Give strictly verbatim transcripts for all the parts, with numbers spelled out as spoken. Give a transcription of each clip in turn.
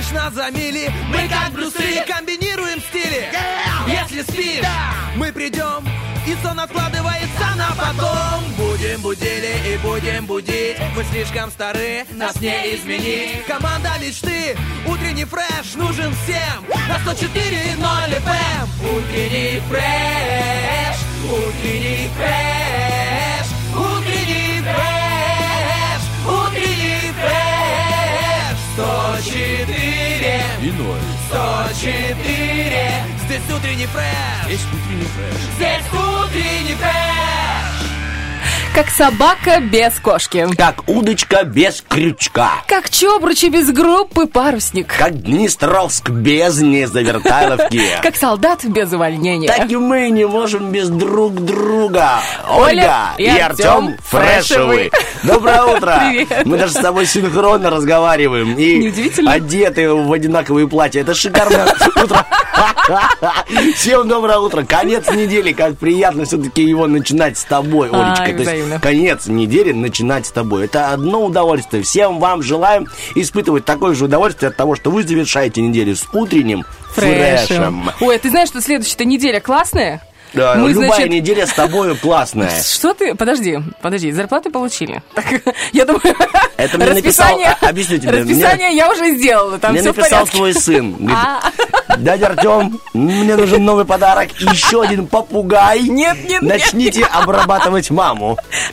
Видишь нас за мили, мы как Брюсы, комбинируем стили. Если спишь, мы придем, и сон откладывается на потом. Будем будили и будем будить, мы слишком стары, нас не изменить. Команда мечты, утренний фреш нужен всем на сто четыре ноль эф эм. Утренний фреш, утренний фреш, утренний фреш, утренний фреш. Сто четыре и ноль. Сто четыре. Здесь утренний фреш. Здесь утренний фреш. Здесь утренний фреш. Как собака без кошки. Как удочка без крючка. Как Чобручи без группы парусник. Как Днестровск без незавертайловки. Как солдат без увольнения. Так и мы не можем без друг друга. Оля Ольга и и Артём Артём Фрешевы. Доброе утро. Привет. Мы даже с тобой синхронно разговариваем. И Неудивительно. одеты в одинаковые платья. Это шикарное утро. Всем доброе утро. Конец недели. Как приятно все-таки его начинать с тобой, Олечка. Ай, То есть взаимно. конец недели начинать с тобой. Это одно удовольствие. Всем вам желаем испытывать такое же удовольствие от того, что вы завершаете неделю с утренним фрешем. Ой, а ты знаешь, что следующая неделя классная? Да, Мы, любая значит- неделя с тобой классная. Что ты? Подожди, подожди, зарплату получили. Так, я думаю, Это мне расписание, написал- а- объясню тебе, расписание я уже сделала, там Мне все в написал порядке. твой сын. Говорит, А. дядя Артем, мне нужен новый подарок. Еще один попугай. Нет, нет, Начните обрабатывать маму.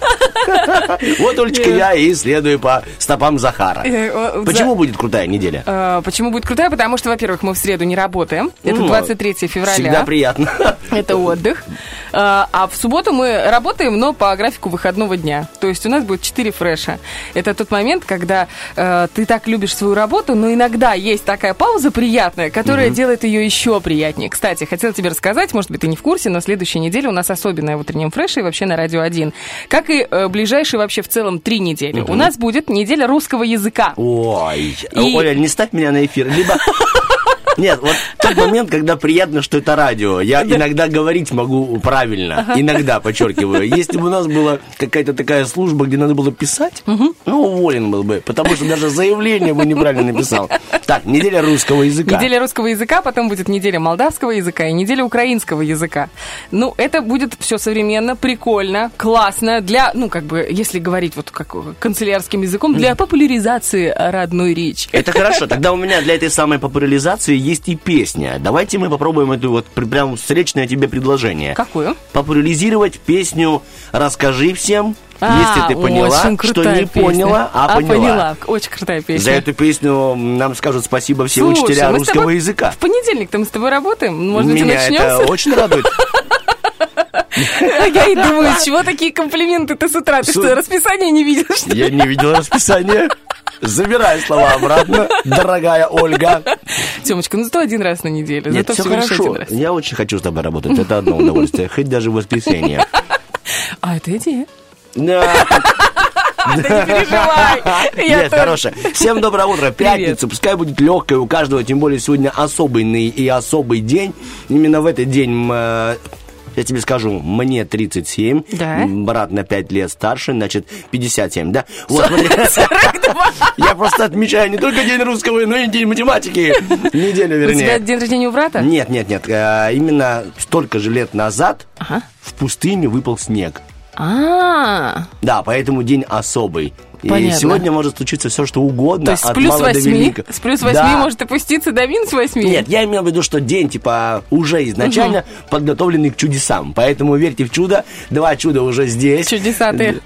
Вот, Олечка, я и следую по стопам Захара. Э, о, Почему за- будет крутая неделя? Э, Почему будет крутая? Потому что, во-первых, мы в среду не работаем. Это Ну, двадцать третьего Всегда февраля. приятно. Это отдых. Э, А в субботу мы работаем, но по графику выходного дня. То есть у нас будет четыре фреша. Это тот момент, когда э, ты так любишь свою работу, но иногда есть такая пауза приятная, которая делает ее еще приятнее. Кстати, хотела тебе рассказать, может быть, ты не в курсе, но следующая неделя у нас особенная в утреннем фреше и вообще на Радио один. Как и э, ближайшие вообще в целом три недели. У нас будет неделя русского языка. Ой, И- Оля, не ставь меня на эфир. Либо... Нет, вот тот момент, когда приятно, что это радио. Я иногда говорить могу правильно. Иногда, подчеркиваю. Если бы у нас была какая-то такая служба, где надо было писать, ну, уволен был бы. Потому что даже заявление бы неправильно написал. Так, неделя русского языка. Неделя русского языка, потом будет неделя молдавского языка и неделя украинского языка. Ну, это будет все современно, прикольно, классно для, ну, как бы, если говорить вот как канцелярским языком, для популяризации родной речи. Это хорошо. Тогда у меня для этой самой популяризации есть и песня. Давайте мы попробуем эту вот при- прям встречное тебе предложение. Какую? Популяризировать песню «Расскажи всем», А, если ты поняла, очень что крутая не песня. поняла, а, поняла. поняла. Очень крутая песня. За эту песню нам скажут спасибо все Слушай, учителя мы с русского тобой языка. В понедельник-то мы с тобой работаем. Может быть, и Меня это начнемся? очень радует. Я и думаю, чего такие комплименты ты с утра? Ты Су- что, расписание не видел, что ли? Я не видел расписания. Забирай слова обратно, дорогая Ольга. Тёмочка, ну зато один раз на неделю. Нет, Зато все всего лишь хорошо. один раз. Я очень хочу с тобой работать. Это одно удовольствие. Хоть даже в воскресенье. А, это идея. Да. Да не переживай. Я Нет, тоже. хорошая. Всем доброе утро. Пятница. Пускай будет легкая у каждого, тем более сегодня особенный и особый день. Именно в этот день... э, Я тебе скажу, мне тридцать семь, Да. брат на пять лет старше, значит, пятьдесят семь, да? Вот, смотри. Я просто отмечаю не только день русского, но и день математики. Неделю, У тебя вернее. день рождения у брата? Нет, нет, нет. э, Именно столько же лет назад Ага. в пустыне выпал снег. А, Да, поэтому день особый. И Понятно. сегодня может случиться все, что угодно, то есть с от плюс мала до восьми, велика. с плюс восьми Да. может опуститься до минус восьми? Нет, я имел в виду, что день, типа, уже изначально подготовленный к чудесам. Поэтому верьте в чудо. Два чуда уже здесь. Чудесатые.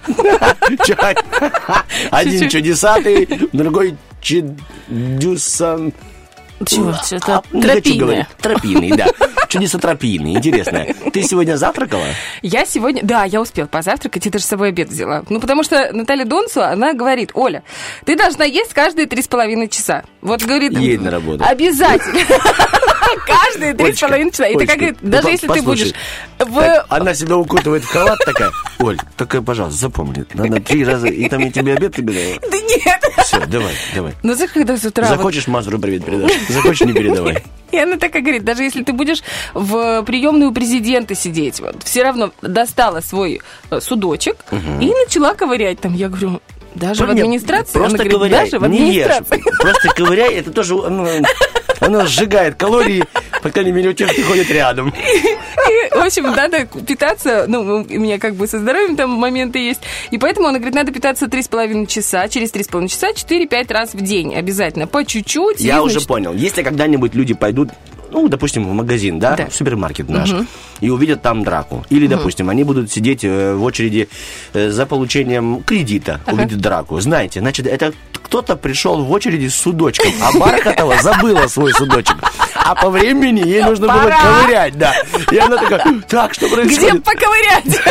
Один Чуть-чуть. чудесатый, другой чудесан... Чего? Что-то А, не хочу тропийное. говорить. Тропийный, да. Чудесотропийный. Интересно. Ты сегодня завтракала? Я сегодня... Да, я успела позавтракать и даже с собой обед взяла. Ну, потому что Наталья Донцу, она говорит: Оля, ты должна есть каждые три с половиной часа. Вот, говорит... Едь на работу. Обязательно. Каждые три с Олечка, половиной часа. И Олечка, такая говорит, ну, даже по- если ты послушай. будешь Так, в... она себя укутывает в халат такая. Оль, только, пожалуйста, запомни. Надо три раза, и там я тебе обед передаю. Да нет. Все, давай, давай. Ну, знаешь, когда с утра... вот- Захочешь, Мазуру привет передашь. Захочешь, не передавай. И она такая говорит, даже если ты будешь в приемной у президента сидеть, вот, все равно достала свой э, судочек и начала ковырять там. Я говорю, Даже Ну, в нет, администрации? Просто Она говорит, ковыряй, даже в не ешь. администрации. Просто ковыряй, это тоже... Ну, оно сжигает калории, по крайней мере, у тех, кто ходит рядом. И, в общем, надо питаться, ну, у меня как бы со здоровьем там моменты есть, и поэтому она говорит, надо питаться три с половиной часа, через три с половиной часа четыре-пять раз в день обязательно, по чуть-чуть. Я и, уже значит, понял. Если когда-нибудь люди пойдут, ну, допустим, в магазин, да, Да. в супермаркет наш, Мгм. и увидят там драку. Или, допустим, они будут сидеть э, в очереди э, за получением кредита, Ага. увидят драку. Знаете, значит, это кто-то пришел в очереди с судочком, а Бархатова забыла свой судочек. А по времени ей нужно было Пора. ковырять, да. И она такая, так, что где происходит? поковырять?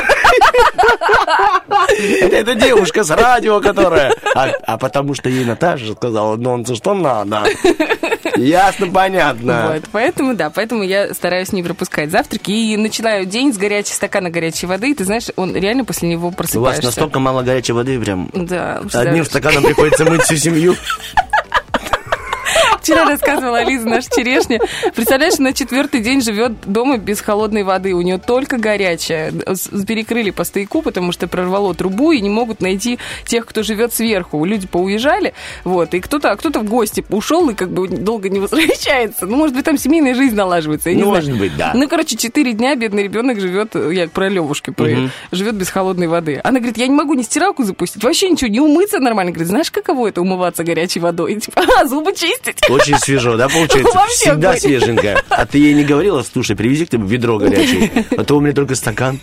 Это, это девушка с радио, которая... А, а потому что ей Наташа сказала, ну, что надо. Ясно, понятно. Вот, поэтому, да, поэтому я стараюсь не пропускать завтраки и начинаю день с горячего стакана горячей воды, и ты знаешь, он реально после него У вас просыпаешься. настолько мало горячей воды, прям Да, одним представляешь. стаканом приходится мыть всю семью. Вчера рассказывала Лиза, наша черешня. Представляешь, на четвертый день живет дома без холодной воды. У нее только горячая. С- Перекрыли по стояку, потому что прорвало трубу и не могут найти тех, кто живет сверху. Люди поуезжали, вот, и кто-то, а кто-то в гости ушел и как бы долго не возвращается. Ну, может быть, там семейная жизнь налаживается, я не Ну, знаю. может быть, да. Ну, короче, четыре дня бедный ребенок живет, я про Левушки, про, Мгм. живет без холодной воды. Она говорит, я не могу ни стиралку запустить, вообще ничего, не умыться нормально. Говорит, знаешь, каково это умываться горячей водой? И типа, а, зубы чистить. Очень свежо, да, получается? Вообще Всегда огонь. свеженькая. А ты ей не говорила, слушай, привези к тебе ведро горячее, а то у меня только стакан.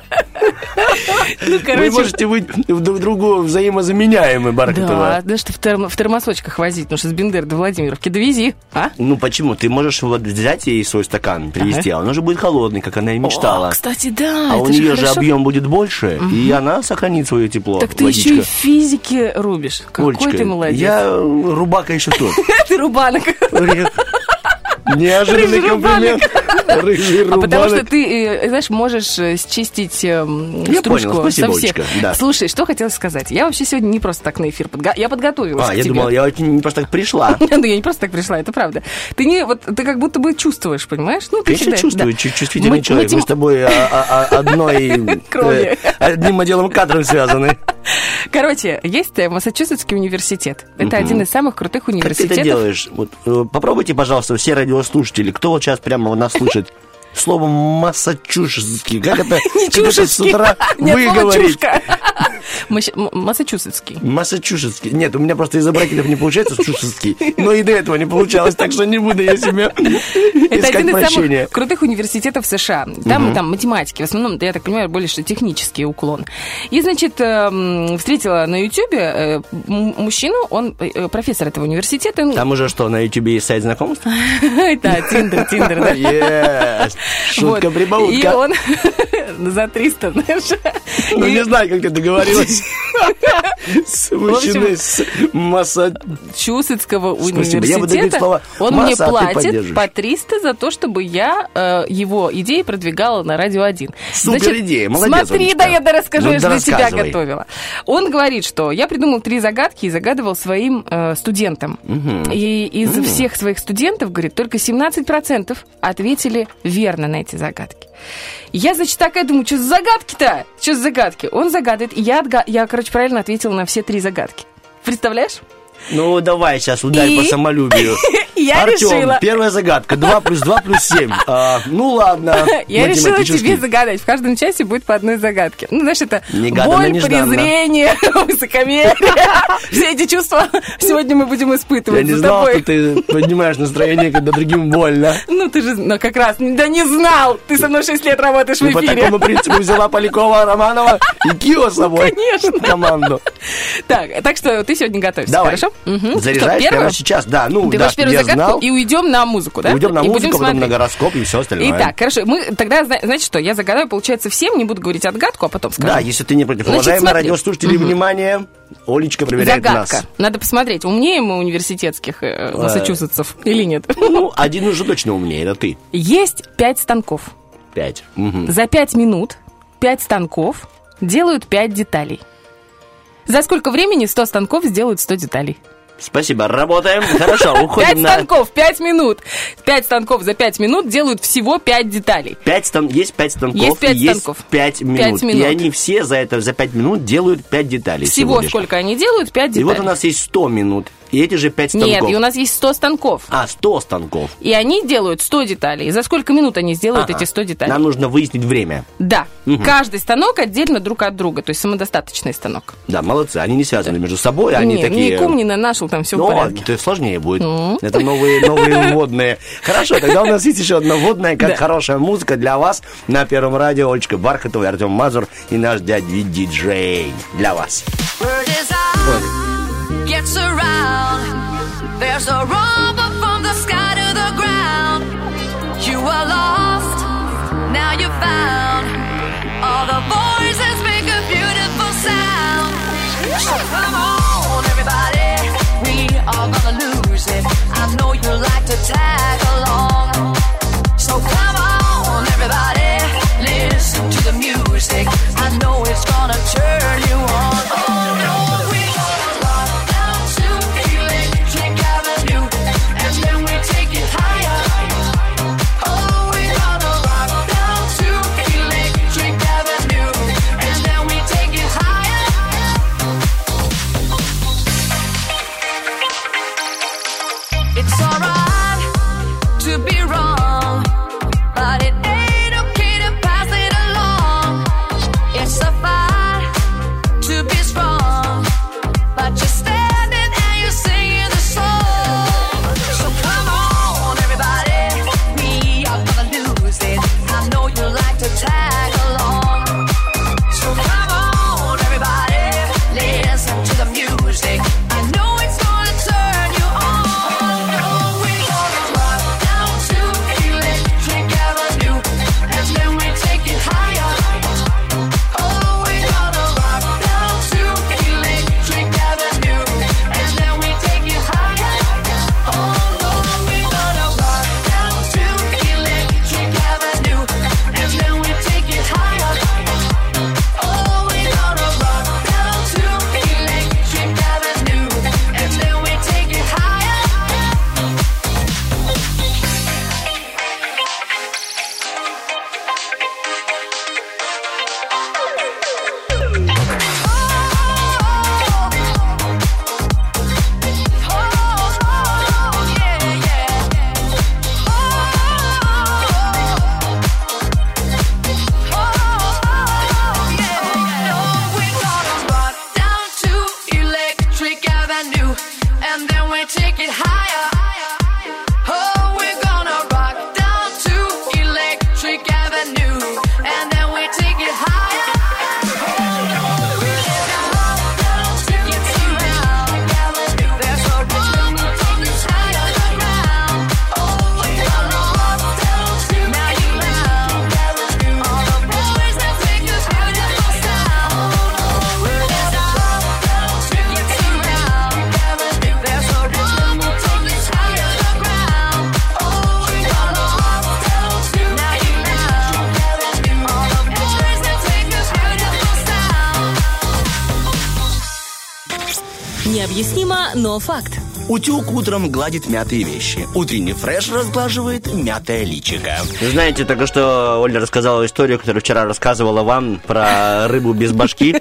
Ну, Вы короче, можете быть друг другу взаимозаменяемы, да, Бархатова. да, что в, термо- в термосочках возить, потому что с Бендер до Владимировки довези, а? Ну почему? Ты можешь вот взять ей свой стакан, привезти, а он уже будет холодный, как она и мечтала. О, кстати, да, А это у нее же хорошо. объем будет больше, и она сохранит свое тепло. Так ты водичка. еще и в физике рубишь. Какой Олечка, ты молодец. я рубака еще тот. Ты рубанок. Неожиданный Рыжий комплимент. Рыжий А потому что рубанок. ты, э, знаешь, можешь э, счистить эм, Я стружку понял, спасибо, со всех. Олечка, да. Слушай, что хотела сказать. Я вообще сегодня не просто так на эфир подго... Я подготовилась А, к я тебе. думал, я очень не просто так пришла. Ну, я не просто так пришла, это правда. Ты не, вот, ты как будто бы чувствуешь, понимаешь? Ну, ты Конечно, всегда- чувствую, да. чу- чувствительный Мы- человек. мы Мы с тобой а, а, а, одной... Крови. э, Одним отделом кадров связаны. Короче, есть э, Массачусетский университет. Это Мгм. один из самых крутых Как ты университетов. это делаешь? Вот, э, попробуйте, пожалуйста, все радиослушатели, кто вот сейчас прямо вот нас слушает, слово «массачусетский». Как это, Не как это с чушевский. утра Нет, слово выговорить? чушка. Мащ- м- Массачусетский. Массачусетский. Нет, у меня просто из-за брекетов не получается чушевский. Но и до этого не получалось, так что не буду я себя Это искать один из прощения. самых крутых университетов США. Там, там математики, в основном, я так понимаю, более что технический уклон. И, значит, эм, встретила на Ютьюбе э, м- мужчину, он э, профессор этого университета. он- Там уже что, на Ютубе есть сайт знакомств? Да, Тиндер, Тиндер, да. Yes. Вот. И Шутка-прибаутка. он за триста, знаешь. Ну, И- не знаю, как ты договорилась с мужчиной с масса... Чусетского Спасибо. Я буду говорить университета, слово он мне «масса», а ты платит поддерживаешь. по триста за то, чтобы я э, его идеи продвигала на Радио один. Супер Значит, идея, молодец, Смотри, Олечка. да, я расскажу, Ну, я же для тебя дорассказывай. готовила. Он говорит, что я придумал три загадки и загадывал своим э, студентам. И из всех своих студентов, говорит, только семнадцать процентов ответили верно на эти загадки. Я, значит, такая думаю, что за загадки-то? Что за загадки? Он загадывает, и я, отга- я, короче, правильно ответила на все три загадки. Представляешь? Ну, давай сейчас ударь И? по самолюбию. Я Артём, решила. первая загадка. два плюс два плюс семь. А, ну, ладно. Я решила математически. тебе загадать. В каждом часе будет по одной загадке. Ну, знаешь, это Негаданно, боль, нежданно. презрение, высокомерие. Все эти чувства сегодня мы будем Я испытывать не за знал, тобой. что ты поднимаешь настроение, когда другим больно. Ну, ты же, ну, как раз, да не знал. Ты со мной шесть лет работаешь в Ну, по эфире. такому принципу взяла Полякова, Романова и Кио с собой. Конечно. В команду. Так, так что ты сегодня готовишься, Давай. хорошо? Мгм. Заряжаешь Что, первую? прямо сейчас. Да, ну, Ты да, будешь первую я загадку знал. и уйдем на музыку, да? Уйдем на И будем музыку, потом на смотреть. гороскоп и все остальное. Итак, хорошо. Мы тогда, зна- знаете что, я загадаю, получается, всем, не буду говорить отгадку, а потом скажу. Да, если ты не против. Значит, Уважаемые смотри. радиослушатели, внимание, Олечка проверяет Загадка. нас. Надо посмотреть, умнее мы университетских э, массачусетцев или нет. Ну, один уже точно умнее, это ты. Есть пять станков. Пять. Мгм. За пять минут пять станков делают пять деталей. За сколько времени сто станков сделают сто деталей? Спасибо, работаем. Хорошо, уходим Пять на... станков, пять минут. Пять станков за пять минут делают всего пять деталей. Пять стан... Есть пять станков, Есть пять есть станков. пять минут. Пять минут. И они все за это, за пять минут делают пять деталей. Всего лишь. сколько они делают? Пять деталей. И вот у нас есть сто минут, и эти же пять станков. Нет, и у нас есть сто станков. А, сто станков. И они делают сто деталей. И за сколько минут они сделают Ага. эти сто деталей? Нам нужно выяснить время. Да. Каждый станок отдельно друг от друга. То есть самодостаточный станок. Да, молодцы, они не связаны между собой, они не, такие... не кум, не на нашел, там все в Но порядке. это сложнее будет. Это новые, новые вводные. Хорошо, тогда у нас есть еще одна вводная, как Да. хорошая музыка для вас на Первом радио. Олечка Бархатова, Артем Мазур и наш дядя диджей для вас. Gets around. There's a rumble from the sky to the ground. You are lost, now you're found. All the voices make a beautiful sound. So come on, everybody, we are gonna lose it. I know you like to tag along. So come on, everybody, listen to the music. I know it's gonna turn you on. Oh no, we gonna rock down to Electric Avenue, and then we take it higher. Oh, we gonna rock down to Electric Avenue, and then we take it higher. It's alright to be wrong, but it ain't okay to pass it along. It's a fight to be strong, but you're standing and you're singing the song. So come on, everybody, we are gonna lose it. I know you like to tag along. So come on, everybody, listen to the music. I know it's gonna turn you on. Oh, we gonna rock down to Electric Avenue, and then we take it higher. Oh, we gonna rock down to Electric Avenue, and then we take it higher. Oh, no, we gonna rock down to Electric Avenue, and then we take it higher. Oh, we gonna rock down to Electric Avenue, and then we take it higher. Take it higher. Oh, we're gonna rock down to Electric Avenue, and then we take it higher. There's a rumble from the sky to the ground. Oh, we're gonna rock down to now you round. All the boys that make a beautiful sound. There's a There's a rumble from the sky to the ground. Oh, we're gonna rock down to now you round. All the boys that make a beautiful sound. Необъяснимо, но факт. Утюг утром гладит мятые вещи. Утренний фреш разглаживает мятое личико. Знаете, только что Оля рассказала историю, которую вчера рассказывала вам про рыбу без башки.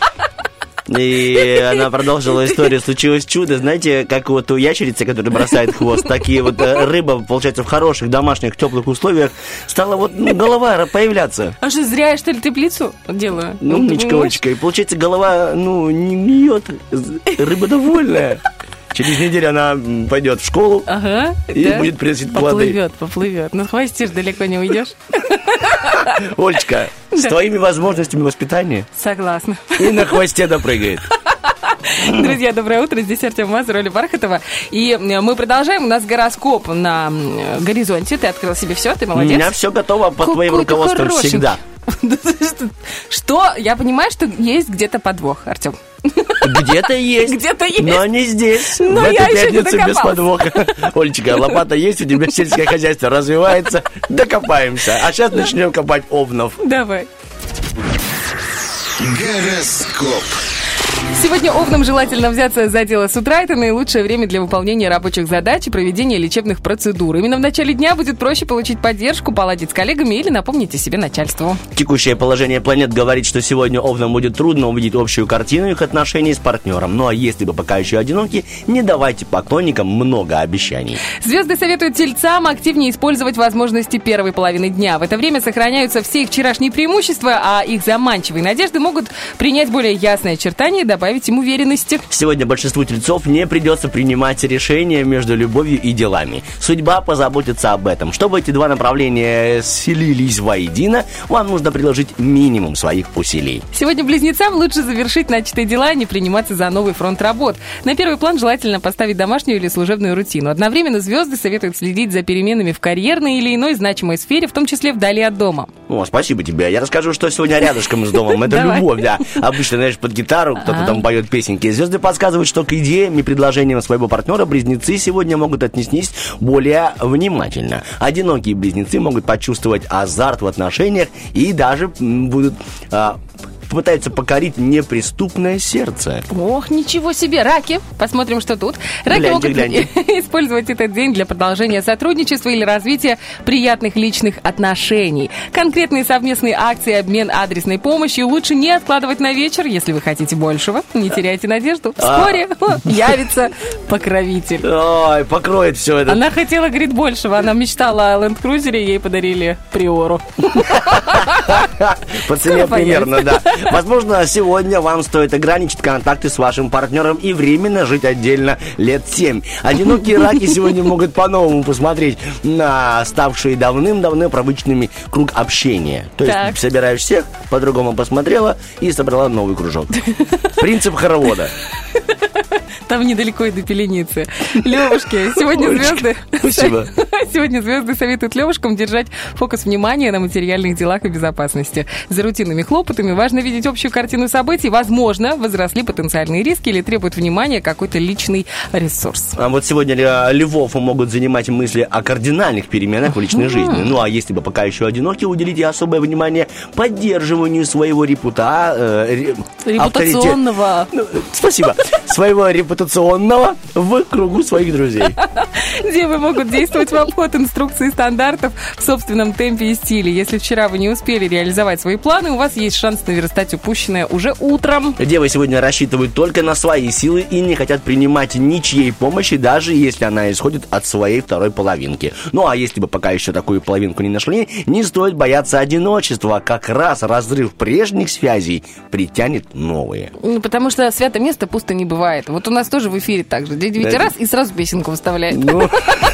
И она продолжила историю. Случилось чудо. Знаете, как вот у ящерицы, которая бросает хвост, так и вот рыба, получается, в хороших домашних теплых условиях стала вот ну, голова появляться. А что, зря я, что ли, теплицу делаю? Ну, умничка, Олечка. И получается, голова, ну, не гниет. Рыба довольная. Через неделю она пойдет в школу Ага, и да? будет приносить плоды. Поплывет, поплывет. На хвосте ж далеко не уйдешь. Олечка, с твоими возможностями воспитания Согласна. и на хвосте допрыгает. Друзья, доброе утро. Здесь Артем Мазур, Оля Бархатова. И мы продолжаем. У нас гороскоп на горизонте. Ты открыл себе все, ты У молодец. меня все готово под твоим Какой ты руководством хорошенький. всегда. Что? Я понимаю, что есть где-то подвох, Артем. Где-то есть. Где-то есть. Но не здесь. Но в я эту еще не пятницу без докопалась. подвоха. Олечка, лопата есть, у тебя сельское хозяйство развивается. Докопаемся. А сейчас начнем копать овнов. Давай. Гороскоп. Сегодня овнам желательно взяться за дело с утра. Это наилучшее время для выполнения рабочих задач и проведения лечебных процедур. Именно в начале дня будет проще получить поддержку, поладить с коллегами или напомнить о себе начальству. Текущее положение планет говорит, что сегодня овнам будет трудно увидеть общую картину их отношений с партнером. Ну а если вы пока еще одиноки, не давайте поклонникам много обещаний. Звезды советуют тельцам активнее использовать возможности первой половины дня. В это время сохраняются все их вчерашние преимущества, а их заманчивые надежды могут принять более ясные очертания и добавить им уверенности. Сегодня большинству тельцов не придется принимать решения между любовью и делами. Судьба позаботится об этом. Чтобы эти два направления слились воедино, вам нужно приложить минимум своих усилий. Сегодня близнецам лучше завершить начатые дела, а не приниматься за новый фронт работ. На первый план желательно поставить домашнюю или служебную рутину. Одновременно звезды советуют следить за переменами в карьерной или иной значимой сфере, в том числе вдали от дома. О, спасибо тебе. Я расскажу, что сегодня рядышком с домом. Это любовь, да. Обычно, знаешь, под гитару кто-то там поет песенки. Звезды подсказывают, что к идеям и предложениям своего партнера близнецы сегодня могут отнестись более внимательно. Одинокие близнецы могут почувствовать азарт в отношениях и даже будут... А, попытаются покорить неприступное сердце. Ох, ничего себе. Раки. Посмотрим, что тут. Раки гляньте, могут гляньте. использовать этот день для продолжения сотрудничества или развития приятных личных отношений. Конкретные совместные акции, обмен адресной помощью лучше не откладывать на вечер, если вы хотите большего. Не теряйте надежду. Вскоре явится покровитель. Ой, покроет все это. Она хотела, говорит, большего. Она мечтала о ленд-крузере, ей подарили приору. По цене примерно, да. Возможно, сегодня вам стоит ограничить контакты с вашим партнером и временно жить отдельно лет семь. Одинокие раки сегодня могут по-новому посмотреть на ставшие давным-давно привычными круг общения. То есть Так. собираешь всех, по-другому посмотрела и собрала новый кружок. Принцип хоровода. Там недалеко и до Пеленицы. Левушки, сегодня Олечка, звезды... спасибо. Сегодня звезды советуют левушкам держать фокус внимания на материальных делах и безопасности. За рутинными хлопотами важно видеть общую картину событий. Возможно, возросли потенциальные риски или требуют внимания какой-то личный ресурс. А вот сегодня львов могут занимать мысли о кардинальных переменах в личной жизни. Ну, а если вы пока еще одиноки, уделите особое внимание поддерживанию своего репута... э, ре- Репутационного. авторитет- Ну, спасибо. Своего репутационного в кругу своих друзей. Девы могут действовать в обход инструкций и стандартов в собственном темпе и стиле. Если вчера вы не успели реализовать свои планы, у вас есть шанс наверстать упущенное уже утром. Девы сегодня рассчитывают только на свои силы и не хотят принимать ничьей помощи, даже если она исходит от своей второй половинки. Ну, а если вы пока еще такую половинку не нашли, не стоит бояться одиночества. Как раз разрыв прежних связей притянет новые. Ну, потому что святое место пусто не бывает. Вот у нас тоже в эфире так же. Дядя Витя Да. раз и сразу песенку выставляет. Ну,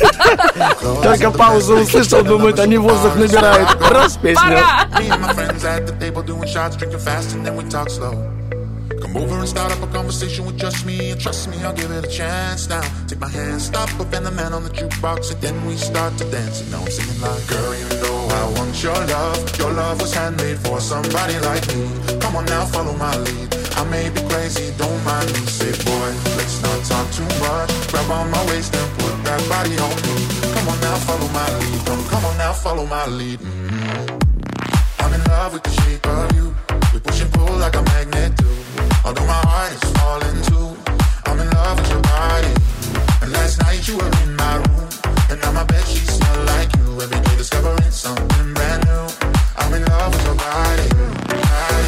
только паузу услышал, думает, они воздух набирают. Раз песню. Пора! Me and my friends at the table doing shots, drinking fast, and then we talk slow. Come over and start up a conversation with just me, and trust me, I'll give it a chance now. Take my hand, stop up, and the man on the jukebox, and then we start to dance. And now I'm singing like, girl, you know I want your love. Your love was handmade for somebody like me. Come on now, follow my lead. I may be crazy, don't mind me. Say, boy, let's not talk too much. Grab on my waist and put that body on me. Come on now, follow my lead. Come, come on now, follow my lead. Mm-hmm. I'm in love with the shape of you. We push and pull like a magnet do. Although my heart is falling too. I'm in love with your body. And last night you were in my room. And now my bed sheets smell like you. Every day discovering something brand new. I'm in love with your body. Body.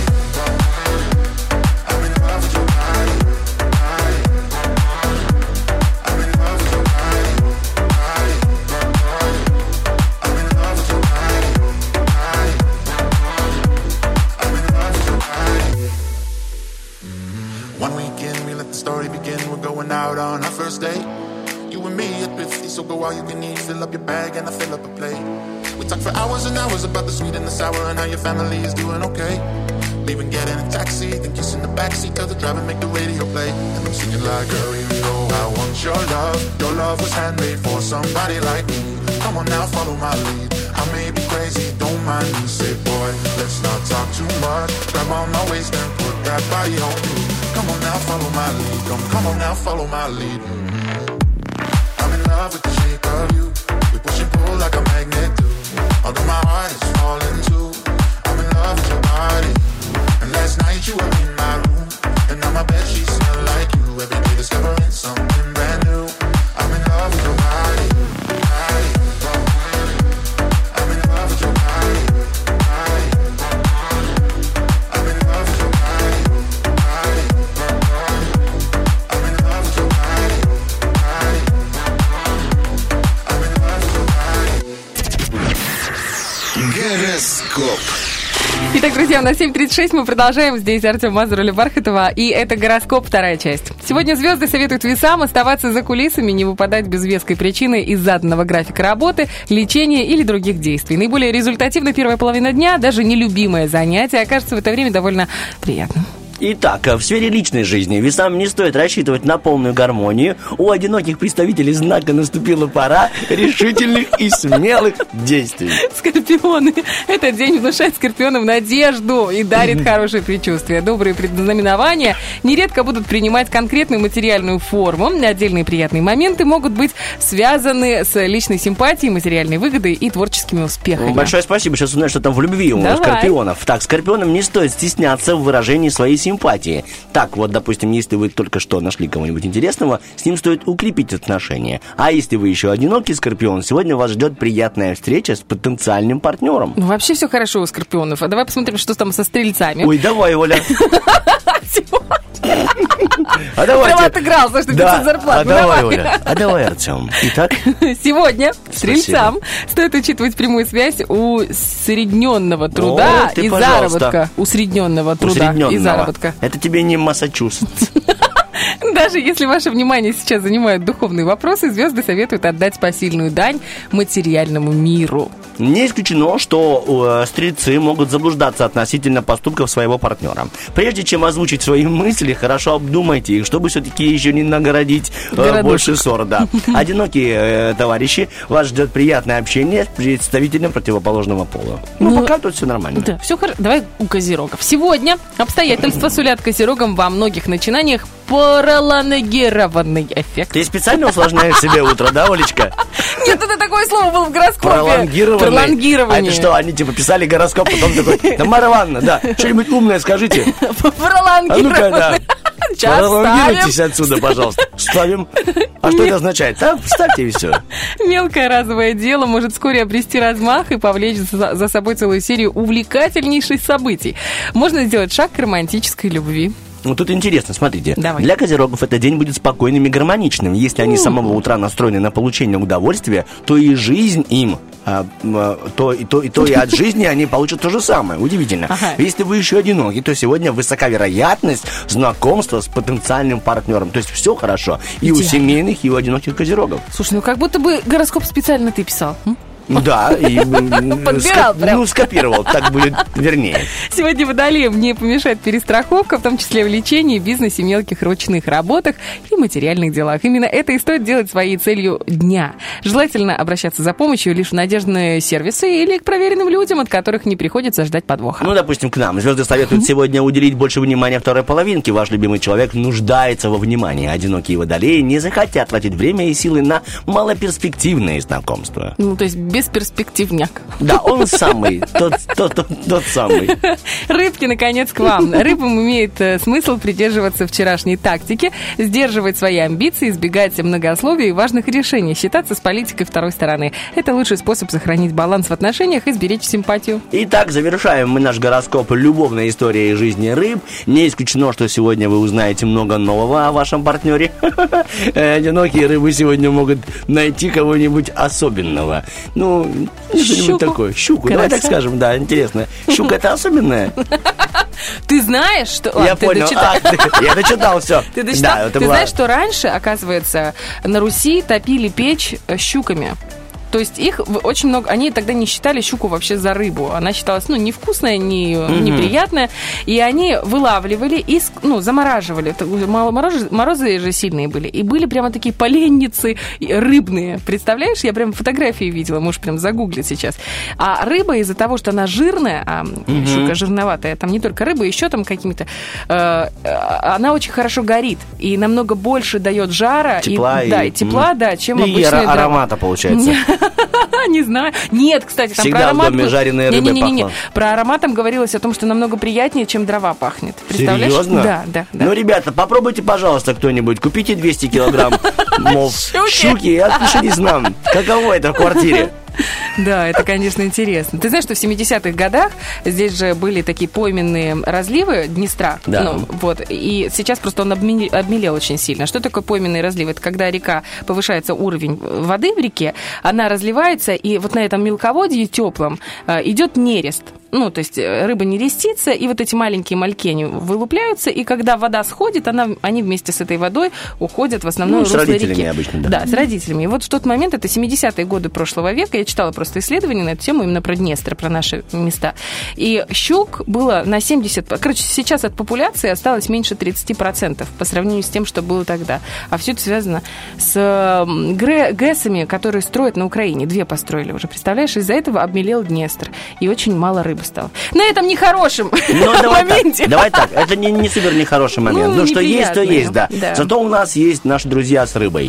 I'm in love with your body. Body. I'm in love with your body. Body. I'm in love with your body. Body. I'm in love with your body. One weekend, we let the story begin. We're going out on our first date. You and me at fifty, so go all you can eat. Fill up your bag and I fill up a plate. We talk for hours and hours about the sweet and the sour and how your family is doing okay. Leaving, get in a taxi, then kiss in the backseat. Tell the driver, make the radio play. And I'm singing like, girl, you know I want your love. Your love was handmade for somebody like me. Come on now, follow my lead. I may be crazy, don't mind me. Say, boy, let's not talk too much. Grab on my waist and put that body on me. Come on now, follow my lead. Come, come on now, follow my lead. Mm-hmm. I'm in love with the shape of you. We push and pull like a magnet do. Although my heart is falling too. I'm in love with your body. And last night you were in my room. And now my bedsheets smell like you. Every day discovering something brand new. I'm in love with your body, body. I'm in love with your body, body. I'm in love with your body, body. I'm in love with your body, body. I'm in love with your body. Гороскоп. Итак, друзья, на семь тридцать шесть мы продолжаем. Здесь Артем Мазур, Оля Бархатова. И это гороскоп, вторая часть. Сегодня звезды советуют весам оставаться за кулисами, не выпадать без веской причины из заданного графика работы, лечения или других действий. Наиболее результативно первая половина дня, даже нелюбимое занятие, окажется в это время довольно приятным. Итак, в сфере личной жизни весам не стоит рассчитывать на полную гармонию. У одиноких представителей знака наступила пора решительных и смелых действий. Скорпионы. Этот день внушает скорпионам надежду и дарит хорошее предчувствие. Добрые предзнаменования нередко будут принимать конкретную материальную форму. Отдельные приятные моменты могут быть связаны с личной симпатией, материальной выгодой и творческими успехами. Большое спасибо. Сейчас узнаем, что там в любви у Давай. скорпионов. Так, скорпионам не стоит стесняться в выражении своей симпатии. Так, вот, допустим, если вы только что нашли кого-нибудь интересного, с ним стоит укрепить отношения. А если вы еще одинокий скорпион, сегодня вас ждет приятная встреча с потенциальным партнером. Ну, вообще все хорошо у скорпионов. А давай посмотрим, что там со стрельцами. Ой, давай, Оля. А давайте. Прямо отыгрался, что пятьсот зарплат. А Ну, давай, давай. Оля. А давай, Артем. Итак, Сегодня Спасибо. стрельцам стоит учитывать прямую связь усредненного труда О, ты, и пожалуйста. заработка. Усредненного труда и усредненного. заработка. Это тебе не Массачусетс. Даже если ваше внимание сейчас занимают духовные вопросы, звезды советуют отдать посильную дань материальному миру. Не исключено, что э, стрельцы могут заблуждаться относительно поступков своего партнера. Прежде чем озвучить свои мысли, хорошо обдумайте их, чтобы все-таки еще не нагородить э, больше ссор. Да. Одинокие э, товарищи, вас ждет приятное общение с представителем противоположного пола. Ну, Ну, пока тут все нормально. Да, все хорошо. Давай у козерогов. Сегодня обстоятельства сулят козерогам во многих начинаниях пролонгированный эффект. Ты специально усложняешь себе утро, да, Олечка? Нет, это такое слово было в гороскопе. Пролонгированный. Пролонгирование. А это что, они типа писали гороскоп, потом такой: Тамара Ивановна, да, что-нибудь умное скажите. А ну-ка, Пролонгированный. да. Сейчас Пролонгируйтесь ставим. отсюда, пожалуйста. Ставим. А что это означает? Да, вставьте и все. Мелкое разовое дело может вскоре обрести размах и повлечь за, за собой целую серию увлекательнейших событий. Можно сделать шаг к романтической любви. Ну, тут интересно, смотрите. Давай. Для козерогов этот день будет спокойным и гармоничным. Если они с самого утра настроены на получение удовольствия, то и жизнь им, а, а, то, и то, и то и от жизни они получат то же самое. Удивительно. Ага. Если вы еще одиноки, то сегодня высока вероятность знакомства с потенциальным партнером. То есть все хорошо и у Идеально. семейных, и у одиноких козерогов. Слушай, ну как будто бы гороскоп специально ты писал. м? Ну да, и м, Подбирал ска- прям. ну, скопировал, так будет вернее. Сегодня водолеям не помешает перестраховка, в том числе в лечении, бизнесе, мелких ручных работах и материальных делах. Именно это и стоит делать своей целью дня. Желательно обращаться за помощью лишь в надежные сервисы или к проверенным людям, от которых не приходится ждать подвоха. Ну, допустим, к нам. Звезды советуют сегодня уделить больше внимания второй половинке. Ваш любимый человек нуждается во внимании. Одинокие водолеи не захотят тратить время и силы на малоперспективные знакомства. Ну, то есть бесперспективняк. Да, он самый, тот, тот, тот, тот самый. Рыбки, наконец, к вам. Рыбам имеет э, смысл придерживаться вчерашней тактики, сдерживать свои амбиции, избегать многословия и важных решений, считаться с политикой второй стороны. Это лучший способ сохранить баланс в отношениях и сберечь симпатию. Итак, завершаем мы наш гороскоп любовной историей жизни рыб. Не исключено, что сегодня вы узнаете много нового о вашем партнере. Одинокие рыбы сегодня могут найти кого-нибудь особенного. Ну, что-нибудь Щуку. такое. Щуку, давай так Карася. скажем, да, интересно. Щука это особенная? Ты знаешь, что... Я Ладно, ты понял. дочитал. А, ты- я дочитал все. Ты дочитал? Да, это Ты была- знаешь, что раньше, оказывается, на Руси топили печь э, щуками. То есть их в- очень много... Они тогда не считали щуку вообще за рыбу. Она считалась, ну, невкусная, не, неприятная. И они вылавливали и, ск- ну, замораживали. Это уже мало- Морозы, морозы же сильные были. И были прямо такие поленницы и рыбные. Представляешь? Я прям фотографии видела. Можешь прям загуглить сейчас. А рыба из-за того, что она жирная, а щука жирноватая, там не только рыба, еще там какими-то... э, э, она очень хорошо горит. И намного больше дает жара. Тепла и, и- да, и тепла, М. да, чем И обычная ара- дрова. аромата, получается. Не знаю. Нет, кстати, там Всегда про аромат... в доме был- жареной рыбой Не-не-не-не. пахло. Про аромат там говорилось о том, что намного приятнее, чем дрова пахнет. Представляешь? Серьезно? Да, да, да. Ну, ребята, попробуйте, пожалуйста, кто-нибудь. Купите двести килограмм мол, Щуки. щуки и отпишитесь нам. Каково это в квартире? Да, это, конечно, интересно. Ты знаешь, что в семидесятых годах здесь же были такие пойменные разливы Днестра. Да. Ну, вот. И сейчас просто он обмели- обмелел очень сильно. Что такое пойменные разливы? Это когда река, повышается уровень воды в реке, она разливается, и вот на этом мелководье теплом э, идет нерест. Ну, то есть э, рыба не рестится, и вот эти маленькие мальки, они вылупляются, и когда вода сходит, она, они вместе с этой водой уходят в основное Ну, с русло родителями реки. обычно, да. Да, с родителями. И вот в тот момент, это семидесятые годы прошлого века, я читала просто исследования на эту тему, именно про Днестр, про наши места. И щук было на семьдесят... Короче, сейчас от популяции осталось меньше тридцать процентов по сравнению с тем, что было тогда. А все это связано с м, грэ- ГЭСами, которые строят на Украине. Две построили уже, представляешь? Из-за этого обмелел Днестр. И очень мало рыбы стало. На этом нехорошем Ну, давай моменте. так, давай так, это не, не супер нехороший момент. Ну, Ну, что есть, то неприятный, есть, да. да. Зато у нас есть наши друзья с рыбой.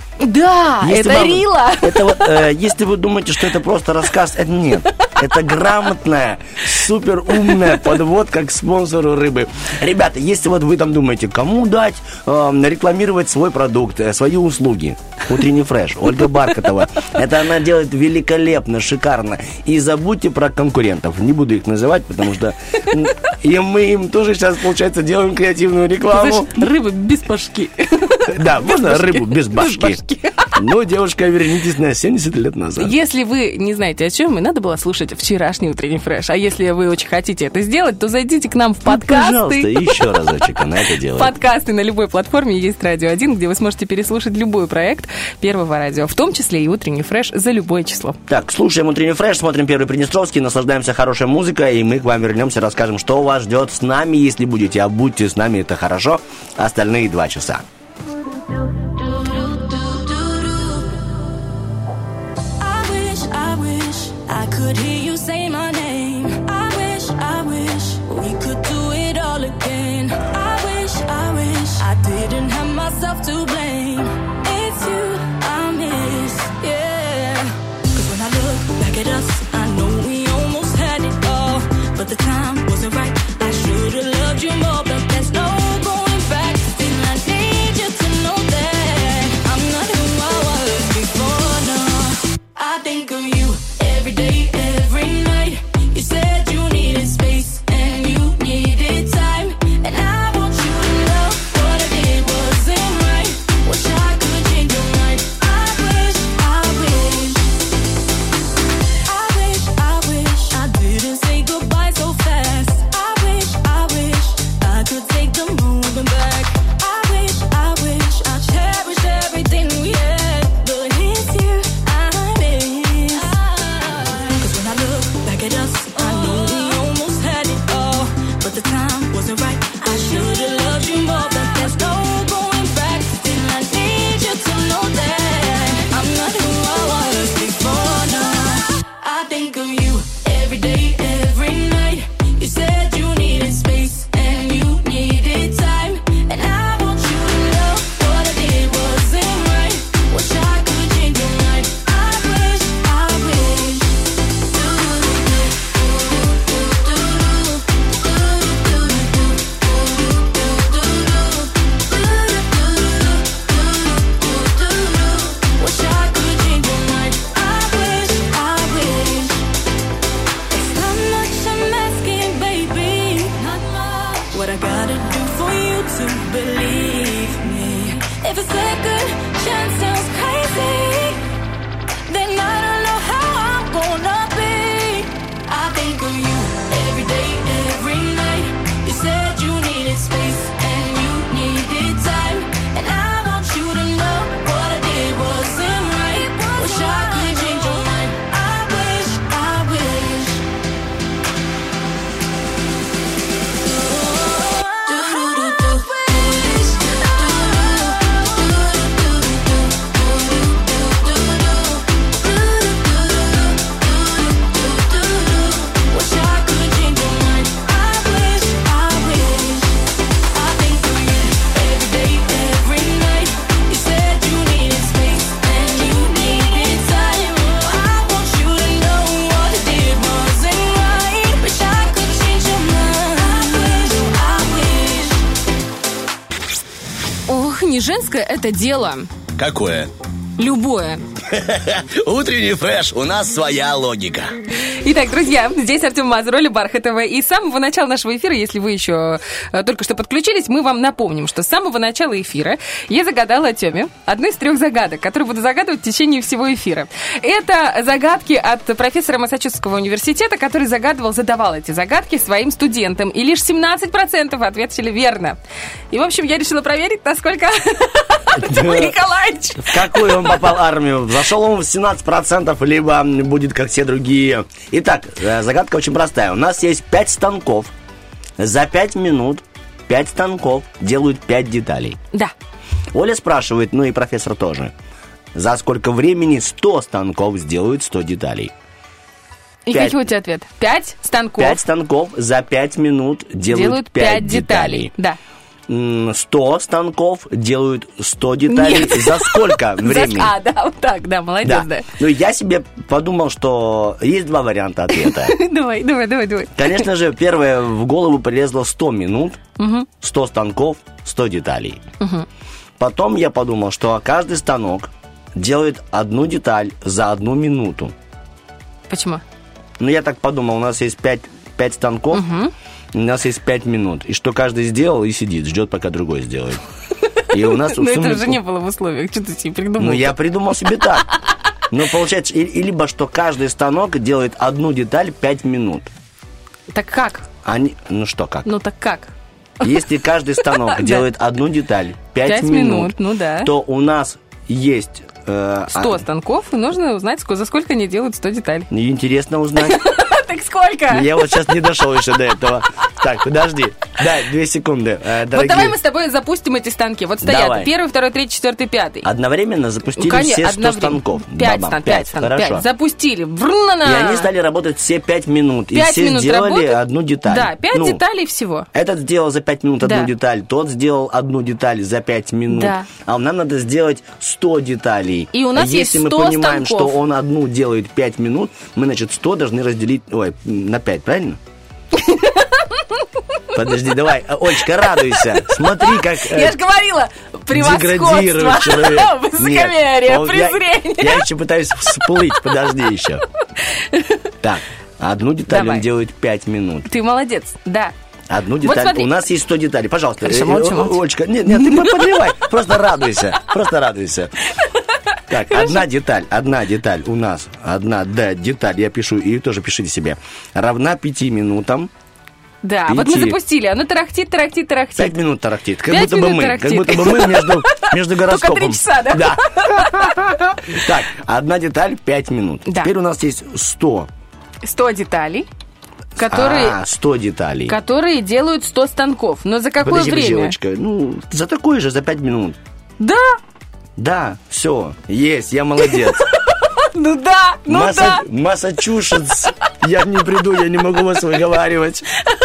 Да, Если это вам- Рила. Это вот, э, если вы думаете, что это просто рассказ, это нет. Это грамотная, супер умная подводка к спонсору рыбы. Ребята, если вот вы там думаете, кому дать э, рекламировать свой продукт, э, свои услуги, утренний фреш, Ольга Бархатова, это она делает великолепно, шикарно. И забудьте про конкурентов. Не буду их называть, потому что м, и мы им тоже сейчас, получается, делаем креативную рекламу. Знаешь, рыба без башки. Да, можно башки. рыбу без башки. Без башки. Но, девушка, вернитесь на семьдесят лет назад. Если вы не знаете, о чем мы, надо было слушать вчерашний утренний фреш. А если вы очень хотите это сделать, то зайдите к нам в подкасты. Пожалуйста, еще разочек она это делает. Подкасты на любой платформе есть Радио один, где вы сможете переслушать любой проект Первого радио, в том числе и утренний фреш за любое число. Так, слушаем утренний фреш, смотрим Первый Приднестровский, наслаждаемся хорошей музыкой, и мы к вам вернемся, расскажем, что вас ждет с нами, если будете, а будьте с нами, это хорошо, остальные два часа. I wish, I wish I could hear you say my name. I wish, I wish we could do it all again. I wish, I wish I didn't have myself to blame. It's you I miss, yeah. 'Cause when I look back at us, I know we almost had it all, but the time wasn't right. I should've loved you more, but there's no going back. Still I need you to know that I'm not who I was before, no. I think of you every day, every night. You said you needed space and you needed time, and I want you to know what I did wasn't right. Wish I could change your mind. I wish, I wish, I wish, I wish I didn't say goodbye so fast. I wish, I wish I could take the moment back. I wish, I wish I cherished everything we had, but it's you I miss. 'Cause when I look back at us, I know we almost had it all, but the time wasn't right. I should've loved you more, but there's no going back. Still I need you to know that I'm not who I was before, no. I think of you every day, every night. You said you needed space and you needed time, and I want you to know what I did wasn't right. Wish I could change your mind. I wish, I wish. Wish I could change your mind. I wish, I wish. It's not much I'm asking, baby. Not much. What I gotta do for you to believe me? If a second chance sounds crazy, then I don't know how I'm gonna be. I think of you every day, every night. You said you needed space and you needed time, and I want you to know what I did wasn't right. Wish I could change your mind. I wish, I wish. Do-do-do-do. не женское это дело. Какое? Любое. Утренний фреш, у нас своя логика. Итак, друзья, здесь Артем Мазуроли, Бархатова. И с самого начала нашего эфира, если вы еще э, только что подключились, мы вам напомним, что с самого начала эфира я загадала Тёме одну из трех загадок, которые буду загадывать в течение всего эфира. Это загадки от профессора Массачусетского университета, который загадывал, задавал эти загадки своим студентам. И лишь семнадцать процентов ответили верно. И, в общем, я решила проверить, насколько Артем Николаевич. В какую он попал армию? Зашел он в семнадцать процентов, либо будет как все другие. Итак, загадка очень простая. У нас есть пять станков. За пять минут пять станков делают пять деталей. Да. Оля спрашивает, ну и профессор тоже. За сколько времени сто станков сделают сто деталей? И пять. какой у тебя ответ? Пять станков. Пять станков за пять минут делают, делают пять пять деталей. деталей. Да. сто станков делают сто деталей. Нет. За сколько времени? А, да, вот так, да, молодец, да. Да. Ну, я себе подумал, что есть два варианта ответа. Давай, давай, давай, давай. Конечно же, первое в голову полезло сто минут, сто станков, сто деталей. Потом я подумал, что каждый станок делает одну деталь за одну минуту. Почему? Ну, я так подумал, у нас есть пять, пять станков, у нас есть пять минут. И что каждый сделал и сидит, ждет, пока другой сделает. И у нас... Но это же не было в условиях. Что ты себе придумал? Ну, я придумал себе так. Ну, получается, и, и либо что каждый станок делает одну деталь пять минут. Так как? Они, ну что, как? Ну, так как? Если каждый станок делает одну деталь пять минут, ну да. то у нас есть... э, сто а- станков, и нужно узнать, ск- за сколько они делают сто деталей. Интересно узнать. Так сколько? Я вот сейчас не дошел еще до этого. Так, подожди. Да, две секунды. Э, Вот дорогие. давай мы с тобой запустим эти станки. Вот стоят Давай. первый, второй, третий, четвертый, пятый. Одновременно запустили Конечно, все сто одновременно. станков. Пять Бабам, стан, пять стан, Хорошо. пять. Запустили. Врна-на. И они стали работать все пять минут. И Пять все минут сделали работают. одну деталь. Да, пять Ну, деталей всего. Этот сделал за пять минут одну Да. деталь, тот сделал одну деталь за пять минут. Да. А нам надо сделать сто деталей. И у нас Если есть мы сто понимаем, станков. что он одну делает пять минут, мы, значит, сто должны разделить ой, на пять, правильно? Подожди, давай, Олечка, радуйся. Смотри, как... э, Я же говорила, деградирует превосходство, человек. высокомерие, Нет, он- я- презрение. Я, еще пытаюсь всплыть, подожди еще. Так, одну деталь Давай. он делает пять минут. Ты молодец, да. Одну деталь. смотри. У нас есть сто деталей. Пожалуйста, Хорошо, э, молчу, э, молчу. Олечка, нет, нет, ты подливай. Просто радуйся. Просто радуйся. Так, одна деталь, одна деталь у нас, одна да, деталь, я пишу, и тоже пишите себе, равна пяти минутам. Да, Пяти. вот мы запустили, оно тарахтит, тарахтит, тарахтит. Пять минут тарахтит. Как Пять будто бы минут мы. тарахтит. Как будто бы мы между, между гороскопом. три часа, да? Да. Так, одна деталь, пять минут. Да. Теперь у нас есть сто. сто деталей, которые, А, сто деталей. которые делают сто станков. Но за какое Подожди, подожди, время? Олечка, ну, за такое же, за пять минут. Да, Да, все, есть, я молодец. ну да, ну Масса- да. Массачусетс. Я не приду, я не могу вас выговаривать.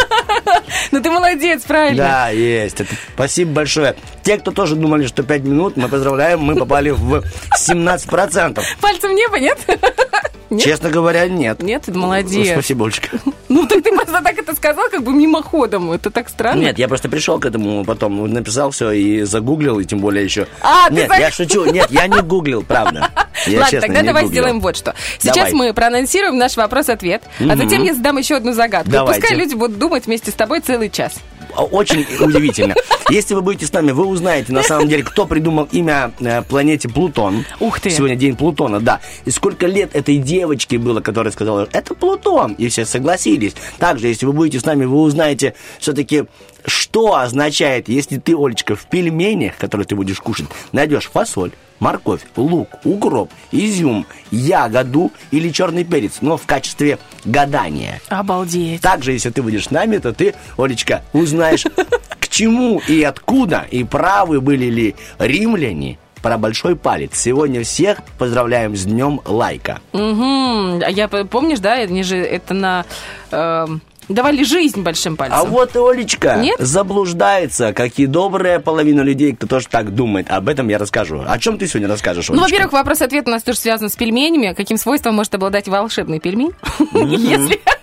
Ну ты молодец, правильно. Да, есть. Это- спасибо большое. Те, кто тоже думали, что пять минут, мы поздравляем, мы попали в семнадцать процентов. Пальцем в небо, нет? Нет? Честно говоря, нет. Нет, ты молодец. Спасибо, Олечка. Ну так ты просто так это сказал, как бы мимоходом. Это так странно. Нет, я просто пришел к этому, потом написал все и загуглил, и тем более еще... А, ты Нет, заг- я шучу. Нет, я не гуглил, правда. Я, Ладно, честно, тогда не давай гуглил. сделаем вот что. Сейчас Давай. мы проанонсируем наш вопрос-ответ, а затем я задам еще одну загадку. И Давайте. пускай люди будут думать вместе с тобой целый час. Очень удивительно. Если вы будете с нами, вы узнаете, на самом деле, кто придумал имя э, планете Плутон. Ух ты. Сегодня день Плутона, да. И сколько лет этой девочке было, которая сказала, это Плутон. И все согласились. Также, если вы будете с нами, вы узнаете все-таки, что означает, если ты, Олечка, в пельменях, которые ты будешь кушать, найдешь фасоль, морковь, лук, укроп, изюм, ягоду или черный перец, но в качестве гадания. Обалдеть. Также, если ты будешь с нами, то ты, Олечка, узнаешь, к чему и откуда, и правы были ли римляне про большой палец. Сегодня всех поздравляем с днем лайка. Угу. А я п- помнишь, да, они же это на эм, давали жизнь большим пальцем. А вот и Олечка Нет? заблуждается, как и добрая половина людей, кто тоже так думает. Об этом я расскажу. О чем ты сегодня расскажешь, Олечка? Ну, во-первых, вопрос-ответ у нас тоже связан с пельменями. Каким свойством может обладать волшебный пельмень? Если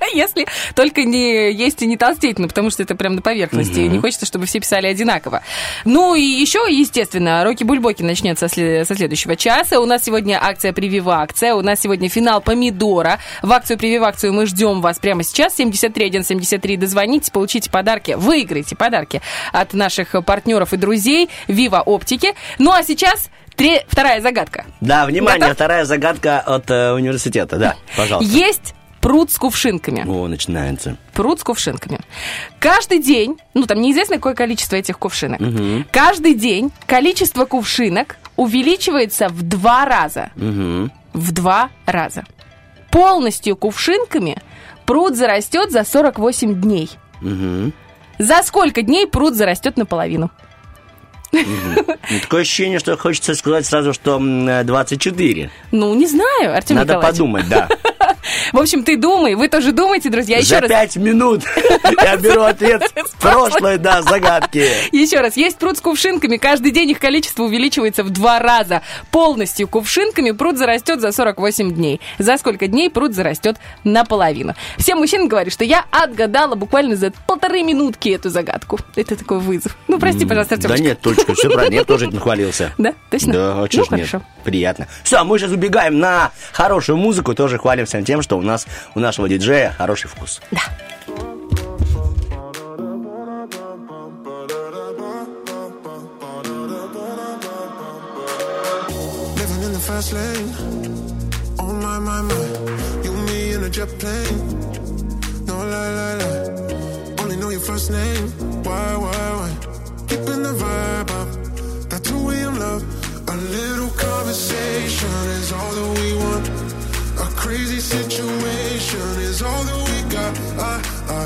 Если только не есть и не толстеть, ну, потому что это прям на поверхности. Не хочется, чтобы все писали одинаково. Ну, и еще, естественно, Рокки Бульбоки начнется со следующего часа. У нас сегодня акция «Прививакция». У нас сегодня финал помидора. В акцию «Прививакцию» мы ждем вас прямо сейчас. семьдесят три один семьдесят три. Дозвоните, получите подарки. Выиграйте подарки от наших партнеров и друзей Viva Оптики. Ну, а сейчас... Три, вторая загадка. Да, внимание, Готов? Вторая загадка от э, университета. Да, пожалуйста. Есть пруд с кувшинками. О, начинается. Пруд с кувшинками. Каждый день, ну там неизвестно какое количество этих кувшинок, Угу. каждый день количество кувшинок увеличивается в два раза. Угу. В два раза. Полностью кувшинками пруд зарастет за сорок восемь дней. Угу. За сколько дней пруд зарастет наполовину? Угу. Такое ощущение, что хочется сказать сразу, что м, двадцать четыре. Ну, не знаю, Артем Надо Николаевич. подумать, да. В общем, ты думай, вы тоже думайте, друзья. Еще За раз. пять минут я беру ответ с прошлой, да, загадки. Еще раз, есть пруд с кувшинками, каждый день их количество увеличивается в два раза. Полностью кувшинками пруд зарастет за сорок восемь дней. За сколько дней пруд зарастет наполовину? Всем мужчинам говорю, что я отгадала буквально за полторы минутки эту загадку. Это такой вызов. Ну, прости, пожалуйста, Да Артемочка. нет, точка, все правильно, я тоже этим хвалился. Да, точно? Да, а чё Ну, ж нет? хорошо. Приятно. Все, мы сейчас убегаем на хорошую музыку, тоже хвалимся тем, что у нас, у нашего диджея хороший вкус. Да. Living in the fast lane. Oh my, my, my. You, me in a jet plane. No lie, lie, lie. Only know your first name. Why, why, why? Keeping the vibe up. That two a.m. love. A little conversation is all that we want. A crazy situation is all that we got. I, I,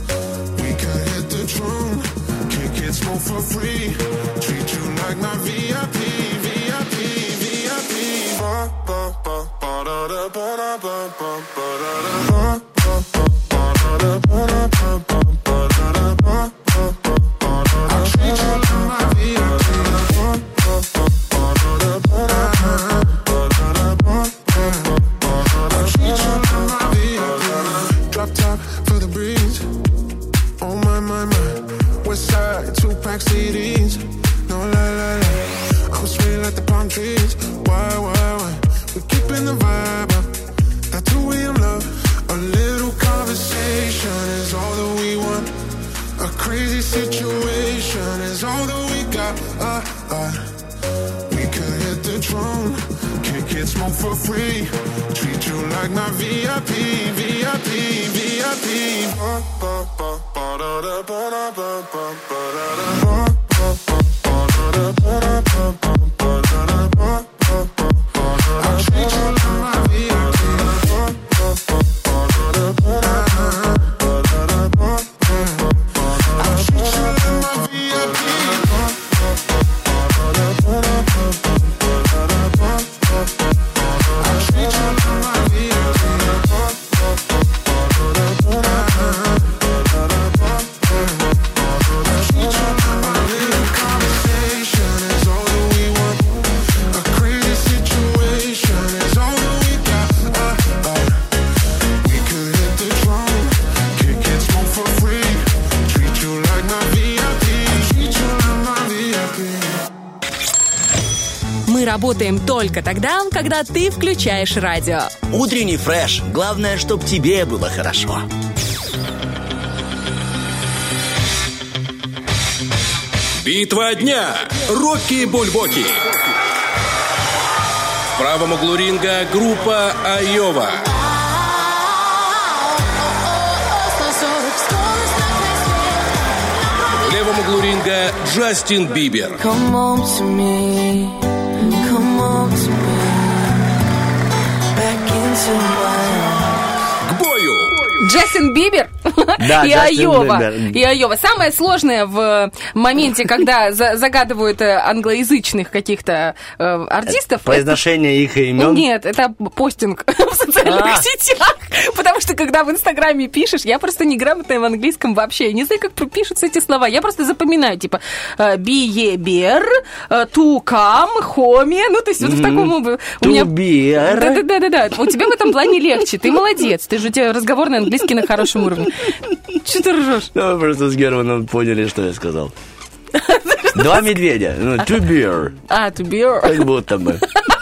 we could hit the drum. Kick it, smoke for free. Treat you like my V I P, V I P, V I P. Ba, ba, ba, ba, da, da, ba, da, ba, ba, ba, da, da, ba, ba, ba, ba, da, da, ba, da, ba, ba, ba, da, da, ba, ba, ba, ba, da, da. I treat you like my V I P. Ba, ba, ba, ba, da, da, ba, da, ba, da, da, ba, ba, ba, ba, da, da. I treat you like my V I P. Drop top for the breeze. Oh my, my, my. West side, two pack C Ds. No lie, lie, lie. I'm sweet like the palm trees. Why, why, why? We keeping the vibe up. That two a.m. love. A little conversation is all that we want. A crazy situation is all that we got. Uh, uh. We could hit the drum. Kick it, smoke for free. Treat you like my V I P, V I P, V I P. Ba, ba, ba, ba, da, da, ba, da, ba, ba, ba, da, da. Ba, ba, ba, ba, da, da, ba, da, ba, ba, ba, da, da. Ba, ba, ba, ba, da, da. I treat you like my V I P. Ba, ba, ba, ba, da, da, ba, da, ba, da, da. Ba, ba, ba, ba, da, da. I treat you like my V I P. Ba, ba, ba, ba, da, da, ba, da, ba, ba, ba, da, da. Ba, ba, ba, ba, da, da. I treat you like my V I P. Ba, ba, ba, ba, da, da, ba, da, ba, ba, da, da. Ba, ba, ba, ba, da, da. I treat you like my little conversation is all that we want. A crazy situation is all that we got. Uh, uh. We could hit the drum, kick it, smoke for free. Treat you like my V I P. Treat you like my V I P. Мы работаем только тогда, когда ты включаешь радио. Утренний фреш. Главное, чтобы тебе было хорошо. Битва дня. Рокки Бульбоки. В правом углу ринга группа Айова. В левом углу ринга Джастин Бибер. Come on to me, come on to me, back into my К бою. Джастин Бибер Да, и Джастин Айова. Бибер. И Айова. Самое сложное в моменте, когда за- загадывают э, англоязычных каких-то э, артистов. Произношение их имен. Нет, это постинг в социальных А. сетях. Потому что, когда в Инстаграме пишешь, я просто неграмотная в английском вообще. Я не знаю, как пишутся эти слова. Я просто запоминаю, типа, биебер, to come, хоми. Ну, то есть, вот в таком... У меня... Тубер. Да-да-да. У тебя в этом плане легче. Ты молодец. Ты же у тебя разговорный английский английский на хорошем уровне. Что ты ржешь? Ну, вы просто с Германом поняли, что я сказал. Два медведя. Ну, two beer. А, to be. Как будто бы.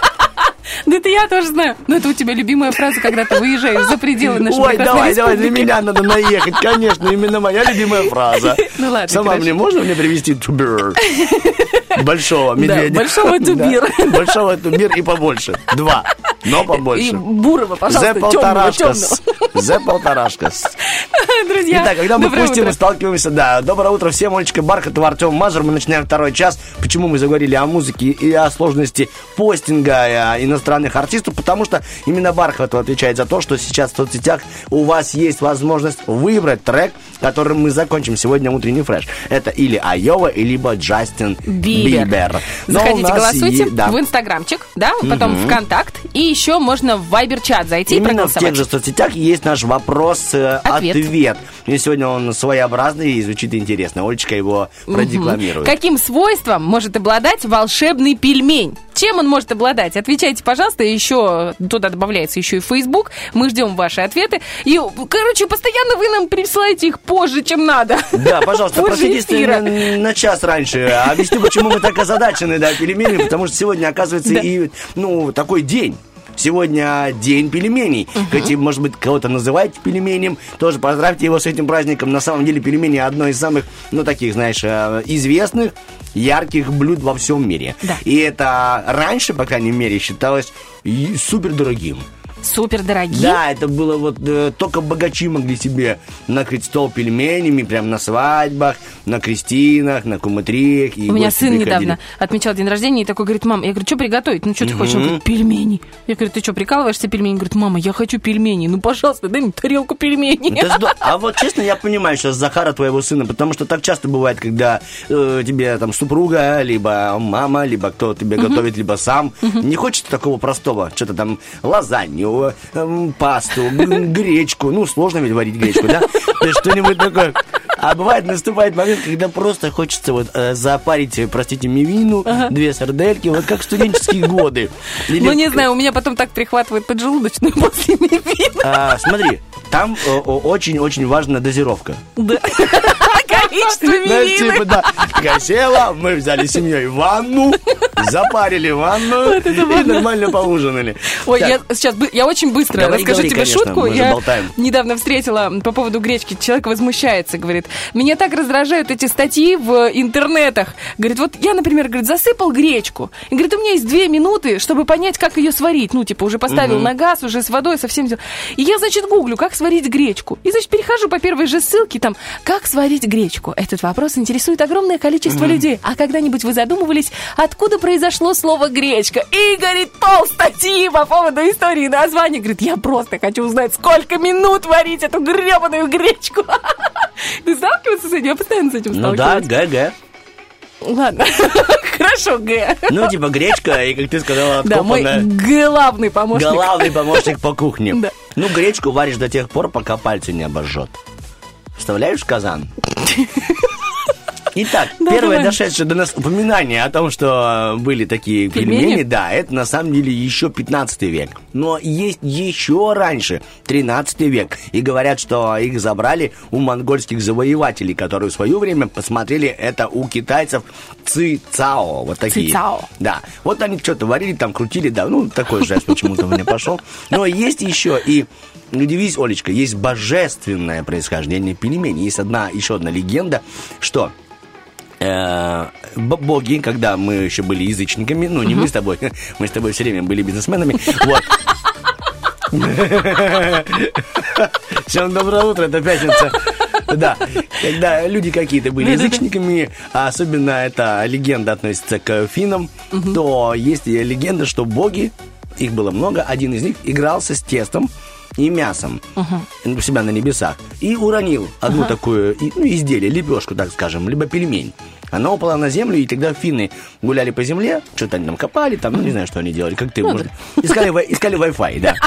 Да это я тоже знаю. Но это у тебя любимая фраза, когда ты выезжаешь за пределы нашей Ой, прекрасной давай, давай, на республики. меня надо наехать. Конечно, именно моя любимая фраза. Ну ладно, Сама хорошо. мне можно мне привезти тубер? Большого медведя. большого тубир. Да, большого тубир и побольше. Два, но побольше. И бурого, пожалуйста, За темного, полторашка. темного. За полторашка. Друзья, Итак, когда мы доброе пустим утро. и сталкиваемся, да. Доброе утро всем, Олечка Бархатова, Артем Мазур. Мы начинаем второй час. Почему мы заговорили о музыке и о сложности постинга иностранных артистов? Потому что именно Бархатова отвечает за то, что сейчас в соцсетях у вас есть возможность выбрать трек, которым мы закончим сегодня утренний фреш. Это или Айова, либо Джастин Бибер. Бибер. Но у Заходите, нас голосуйте е- да. в Инстаграмчик, да, потом ВКонтакт, и еще можно в Вайбер-чат зайти и Именно в тех проголосовать. же соцсетях есть наш вопрос-ответ. Ответ. И сегодня он своеобразный и звучит интересно. Олечка его продекламирует. Каким свойством может обладать волшебный пельмень? Чем он может обладать? Отвечайте, пожалуйста. Еще туда добавляется еще и Facebook. Мы ждем ваши ответы. И, короче, постоянно вы нам присылаете их позже, чем надо. Да, пожалуйста, Позже просидите эфира. на, на час раньше. Объясню, почему мы так озадачены, да, пельменями, потому что сегодня, оказывается, Да. и, ну, такой день. Сегодня день пельменей. Хотите, может быть, кого-то называете пельменем, тоже поздравьте его с этим праздником. На самом деле пельмени одно из самых, ну, таких, знаешь, э, известных, ярких блюд во всем мире. Да. И это раньше, по крайней мере, считалось и супер дорогим. Супер дорогие. Да, это было вот э, только богачи могли себе накрыть стол пельменями прям на свадьбах, на крестинах, на кумытриях. И У меня гости сын приходили. недавно отмечал день рождения и такой говорит: мам, я говорю, что приготовить? Ну, что ты хочешь? Он говорит, пельмени. Я говорю, ты что, прикалываешься пельмени? Он говорит, мама, я хочу пельмени. Ну, пожалуйста, дай мне тарелку пельменей. Это здо- А вот честно, я понимаю сейчас Захара, твоего сына, потому что так часто бывает, когда э, тебе там супруга, либо мама, либо кто тебе готовит, либо сам. Не хочется такого простого, что-то там лазанью, эм, пасту, г- гречку. Ну, сложно ведь варить гречку, да? То есть что-нибудь такое. А бывает, наступает момент, когда просто хочется вот э, запарить, э, простите, мивину, две сардельки, вот как в студенческие годы. Или Ну, не к- знаю, у меня потом так прихватывает поджелудочную после мивины. а, смотри, там э, о- очень-очень важна дозировка. Да. Количество Знаешь, типа, мивины. да, такая села, мы взяли семьей ванну, запарили ванну и нормально поужинали. Ой, Так, я сейчас бы- я очень быстро Говори, расскажу говори, тебе конечно, шутку. мы же Я болтаем. недавно встретила по поводу гречки. Человек возмущается, говорит, меня так раздражают эти статьи в интернетах. Говорит, вот я, например, говорит, засыпал гречку. И говорит, у меня есть две минуты, чтобы понять, как ее сварить. Ну, типа, уже поставил на газ, уже с водой, совсем дел. И я, значит, гуглю, как сварить гречку. И, значит, перехожу по первой же ссылке, там, как сварить гречку. Этот вопрос интересует огромное количество людей. А когда-нибудь вы задумывались, откуда произошло слово гречка? И, говорит, пол статьи по поводу истории названия. Говорит, я просто хочу узнать, сколько минут варить эту гребаную гречку. Ты сталкивался с этим? Я постоянно с этим Ну да, сталкиваюсь. ГГ. Ладно. Хорошо, Г. Ну, типа гречка, и, как ты сказала, Да, мой откопанная. главный помощник. Главный помощник по кухне. Да. Ну, гречку варишь до тех пор, пока пальцы не обожжет. Вставляешь в казан. Итак, Да, первое давай. дошедшее до нас упоминание о том, что э, были такие Пельмени? пельмени, да, это на самом деле еще пятнадцатый век. Но есть еще раньше, тринадцатый век. И говорят, что их забрали у монгольских завоевателей, которые в свое время посмотрели это у китайцев ци-цао. Вот такие. Ци-цао. Да. Вот они что-то варили, там крутили, да. Ну, такой жест почему-то у меня пошел. Но есть еще и... Удивись, Олечка, есть божественное происхождение пельменей. Есть одна, еще одна легенда, что... Э, б- боги, когда мы еще были язычниками, ну, не мы с тобой, мы с тобой все время были бизнесменами, вот. Всем доброе утро, это пятница. Да, когда люди какие-то были язычниками, а особенно эта легенда относится к финнам, то есть легенда, что боги, их было много, один из них игрался с тестом и мясом у себя на небесах и уронил одну такую и- ну, изделие, лепешку, так скажем, либо пельмень. Она упала на землю, и тогда финны гуляли по земле, что-то они там копали, там, ну, не знаю, что они делали, как ты, может, искали, вай- искали Wi-Fi, да.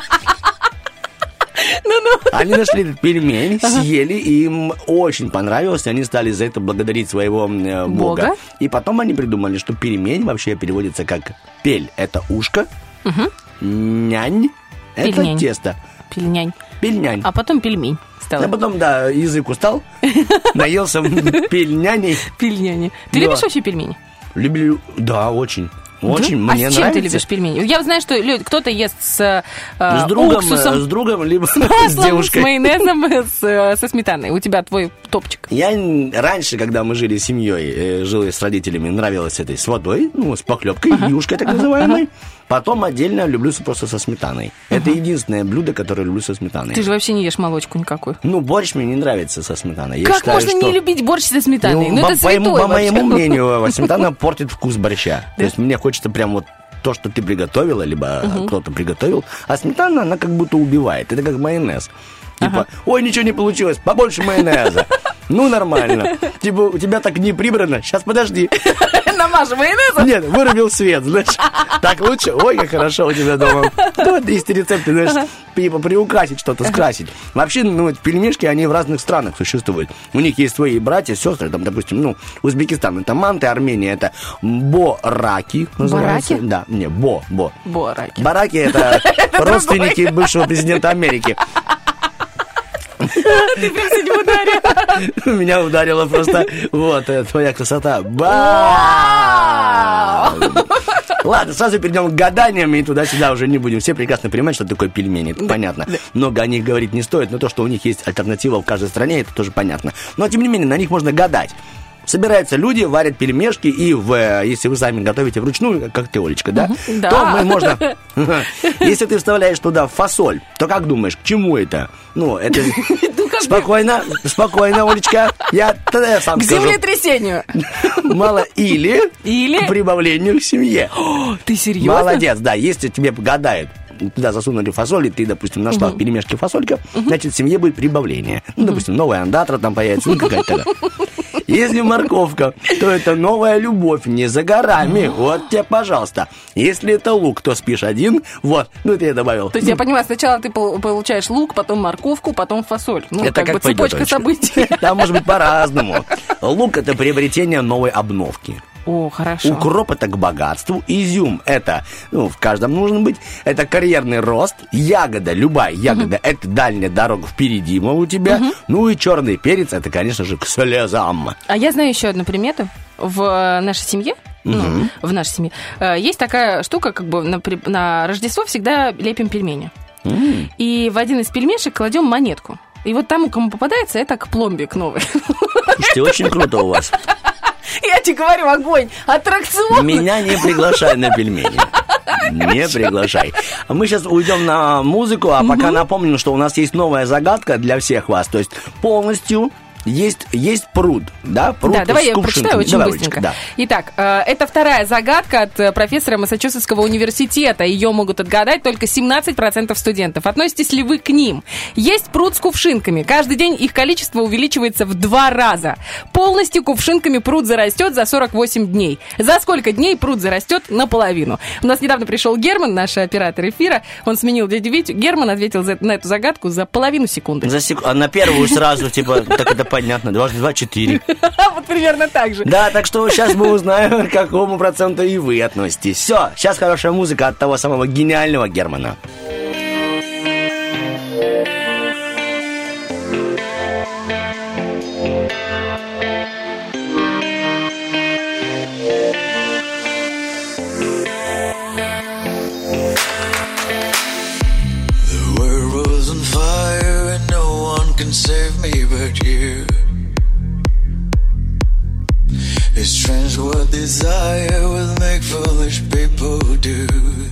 Они нашли этот пельмень, съели, и им очень понравилось, и они стали за это благодарить своего э, бога. Бога. И потом они придумали, что пельмень вообще переводится как пель – это ушко, нянь – это Пельмень. тесто. Пельнянь. Пельнянь. А потом пельмень стала. А потом, да, язык устал, наелся пельняней. Пельняни. Ты Да. любишь вообще пельмени? Люблю, да, очень. Очень, Да? мне а с чем нравится. ты любишь пельмени? Я знаю, что лю- кто-то ест с, э, С другом, уксусом, э, с другом, либо с с маслом, с девушкой. майонезом, с, э, со сметаной. У тебя твой топчик. Я н- раньше, когда мы жили с семьей, э, жил я с родителями, нравилось этой с водой, ну, с похлебкой, юшкой так называемой. Потом отдельно люблю с- просто со сметаной. Это единственное блюдо, которое люблю со сметаной. Ты же вообще не ешь молочку никакую. Ну, борщ мне не нравится со сметаной. Я Как считаю, можно что... не любить борщ со сметаной? Ну, по, это по моему- святое по моему вообще. мнению, сметана портит вкус борща. То есть мне хочется прям вот то, что ты приготовила, либо кто-то приготовил, а сметана, она как будто убивает. Это как майонез. Типа, ой, ничего не получилось, побольше майонеза. Ну, нормально. Типа, у тебя так не прибрано, сейчас подожди. Намажу майонезом. Нет, вырубил свет, знаешь. Так лучше? Ой, как хорошо у тебя дома. Ну, вот есть рецепты, знаешь, типа приукрасить что-то, скрасить. Вообще, ну, пельмешки, они в разных странах существуют. У них есть свои братья, сестры, там, допустим, ну, Узбекистан, это манты, Армения, это бораки. называется. Бараки? Да, не, бо, бо. Бораки. Бараки — это родственники бывшего президента Америки. Ты прям сегодня ударил. Меня ударила просто, вот, э, твоя красота. Ба! Ладно, сразу перейдем к гаданиям, и туда-сюда уже не будем. Все прекрасно понимают, что такое пельмени, это понятно. Много о них говорить не стоит, но то, что у них есть альтернатива в каждой стране, это тоже понятно. Но, тем не менее, на них можно гадать. Собираются люди, варят пельмешки, и в, э, если вы сами готовите вручную, как ты, Олечка, да, Да. то мы можно... Если ты вставляешь туда фасоль, то как думаешь, к чему это? Ну, это... Спокойно, спокойно, Олечка, я тогда сам К скажу. землетрясению. Мало или, Или? к прибавлению к семье. Ты серьезно? Молодец, да, если тебе гадают, туда засунули фасоль, и ты, допустим, нашла в пельмешке фасолька, значит, в семье будет прибавление. Ну, допустим, новая андатра там появится, ну, какая-то. Если морковка, то это новая любовь, не за горами. Вот тебе, пожалуйста. Если это лук, то спишь один. Вот, ну, это я добавил. То есть, я понимаю, сначала ты пол- получаешь лук, потом морковку, потом фасоль. Ну, Это как, как бы пойдет, цепочка Олечка. событий. Там может быть по-разному. Лук — это приобретение новой обновки. О, хорошо. Укроп — это к богатству, изюм — это, ну, в каждом нужно быть, это карьерный рост, ягода, любая ягода, uh-huh. это дальняя дорога впереди, мол, у тебя, uh-huh. ну и черный перец — это, конечно же, к слезам. А я знаю еще одну примету. В э, нашей семье, ну, в нашей семье, э, есть такая штука, как бы на, при- на Рождество всегда лепим пельмени. М. И в один из пельмешек кладем монетку. И вот тому, кому попадается, это к пломбик новый. Слушайте, очень круто у вас. Я тебе говорю, огонь, аттракцион. Меня не приглашай на пельмени. Не приглашай. А мы сейчас уйдем на музыку, а пока напомню, что у нас есть новая загадка для всех вас. То есть полностью есть, есть пруд, да? Пруд Да, давай с я кувшинками. прочитаю очень Давай, быстренько. Олечка, да. Итак, э, это вторая загадка от э, профессора Массачусетского университета. Ее могут отгадать только семнадцать процентов студентов. Относитесь ли вы к ним? Есть пруд с кувшинками. Каждый день их количество увеличивается в два раза. Полностью кувшинками пруд зарастет за сорок восемь дней. За сколько дней пруд зарастет наполовину? У нас недавно пришел Герман, наш оператор эфира. Он сменил дядю Витю. Герман ответил за- на эту загадку за половину секунды. За сек- а на первую сразу, типа, так это понятно, дважды два — четыре. Вот примерно так же. Да, так что сейчас мы узнаем, к какому проценту и вы относитесь. Все, сейчас хорошая музыка от того самого гениального Германа. The world was on fire and no one can save me but you. It's strange what desire will make foolish people do.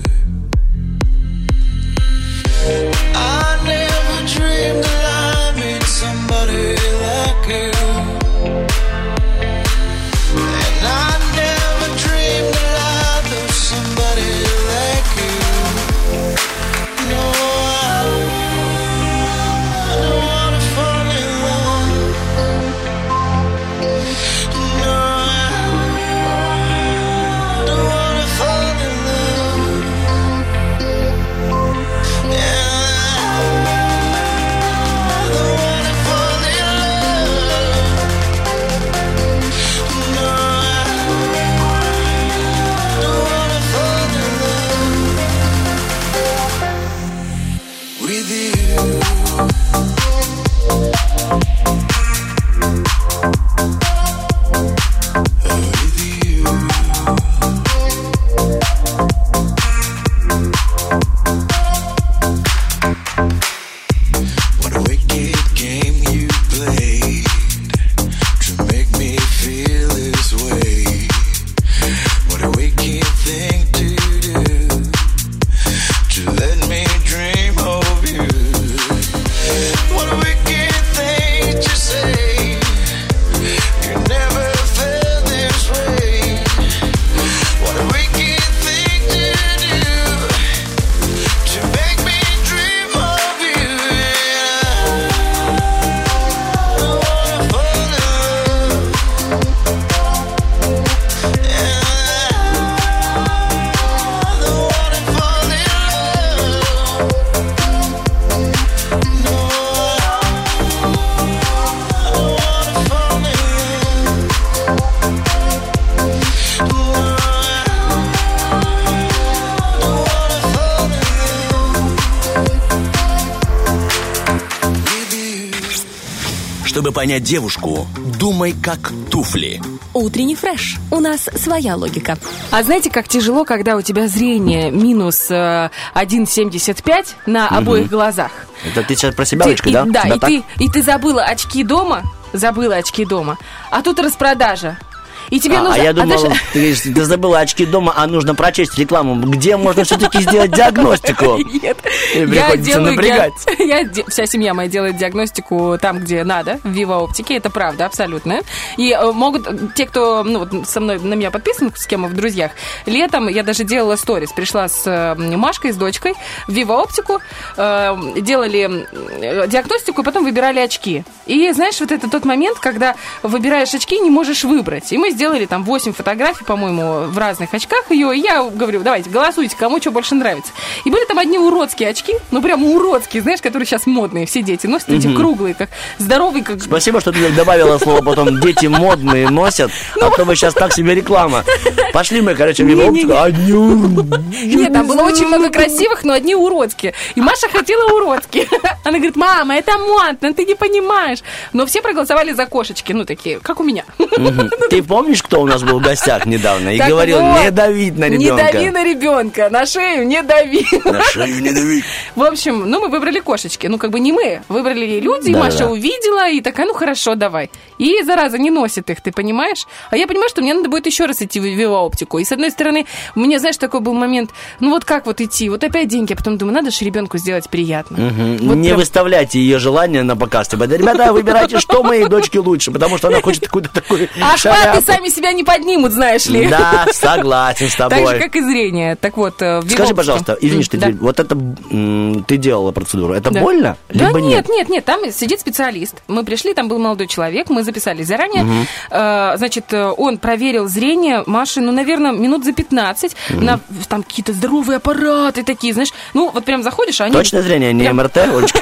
I never dreamed that I'd meet somebody like you. And I never dreamed that I'd lose somebody like you. No, I, I don't wanna fall in love. No, I don't wanna fall in love. Yeah. Чтобы понять девушку, думай как туфли. Утренний фреш. У нас своя логика. А знаете, как тяжело, когда у тебя зрение минус э, один целых семьдесят пять на обоих глазах? Это ты сейчас про себя, Ты- Олечка, и- да? Да, Тебя и так? ты, и ты забыла очки дома, забыла очки дома, а тут распродажа. И тебе А, нужно... а я думал, даже- ты, говоришь, ты забыла очки дома, а нужно прочесть рекламу. Где можно все-таки сделать диагностику? Нет, И я приходится делаю... напрягать. Я, я де- вся семья моя делает диагностику там, где надо, в Viva Оптике, это правда, абсолютно. И э, могут, те, кто ну, вот со мной, на меня подписан, с кем мы в друзьях, летом я даже делала сторис, пришла с э, Машкой, с дочкой в Viva Оптику, э, делали э, диагностику, и потом выбирали очки. И знаешь, вот это тот момент, когда выбираешь очки, не можешь выбрать. И мы сделали там восемь фотографий, по-моему, в разных очках ее, и я говорю, давайте, голосуйте, кому что больше нравится. И были там одни уродские очки, ну прям уродские, знаешь, которые сейчас модные, все дети носят, эти круглые, как здоровые, как... Спасибо, что ты добавила слово потом «дети модные носят», а то бы сейчас так себе реклама. Пошли мы, короче, в его оптику. Одни ур- Нет, там было очень много красивых, но одни уродские. И Маша хотела уродские. Она говорит, мама, это модно, ты не понимаешь. Но все проголосовали за кошечки, ну такие, как у меня. Мгм. Ты помнишь, кто у нас был в гостях недавно и Так говорил вот, не давить на Не ребенка? дави на ребенка, на шею не дави. На шею не дави. В общем, ну мы выбрали кошечки. Ну как бы не мы, выбрали люди, и Да-да-да. Маша увидела, и такая, ну хорошо, давай. И, зараза, не носит их, ты понимаешь? А я понимаю, что мне надо будет еще раз идти в Viva Оптику. И с одной стороны, у меня, знаешь, такой был момент, ну вот как вот идти, вот опять деньги, а потом думаю, надо же ребенку сделать приятно. Мгм. Вот Не прям- выставляйте ее желания на показ. Типа, да, ребята, выбирайте, что моей дочке лучше, потому что она хочет какую-то такую Охваты шаляпу. сами себя не поднимут, знаешь ли. Да, согласен с Так же, тобой. как и зрение. Так вот, э, в Viva Скажи, Оптике. пожалуйста, извини, что М, ты- да. вот это м, ты делала процедуру. Это Да. больно? Да Либо нет, нет, нет, там сидит специалист. Мы пришли, там был молодой человек, мы записались заранее. Э, значит, э, он проверил зрение Маши, ну, наверное, минут за пятнадцать. На там какие-то здоровые аппараты такие, знаешь. Ну, вот прям заходишь, а они... Точное зрение, не прям- МРТ, Олечка?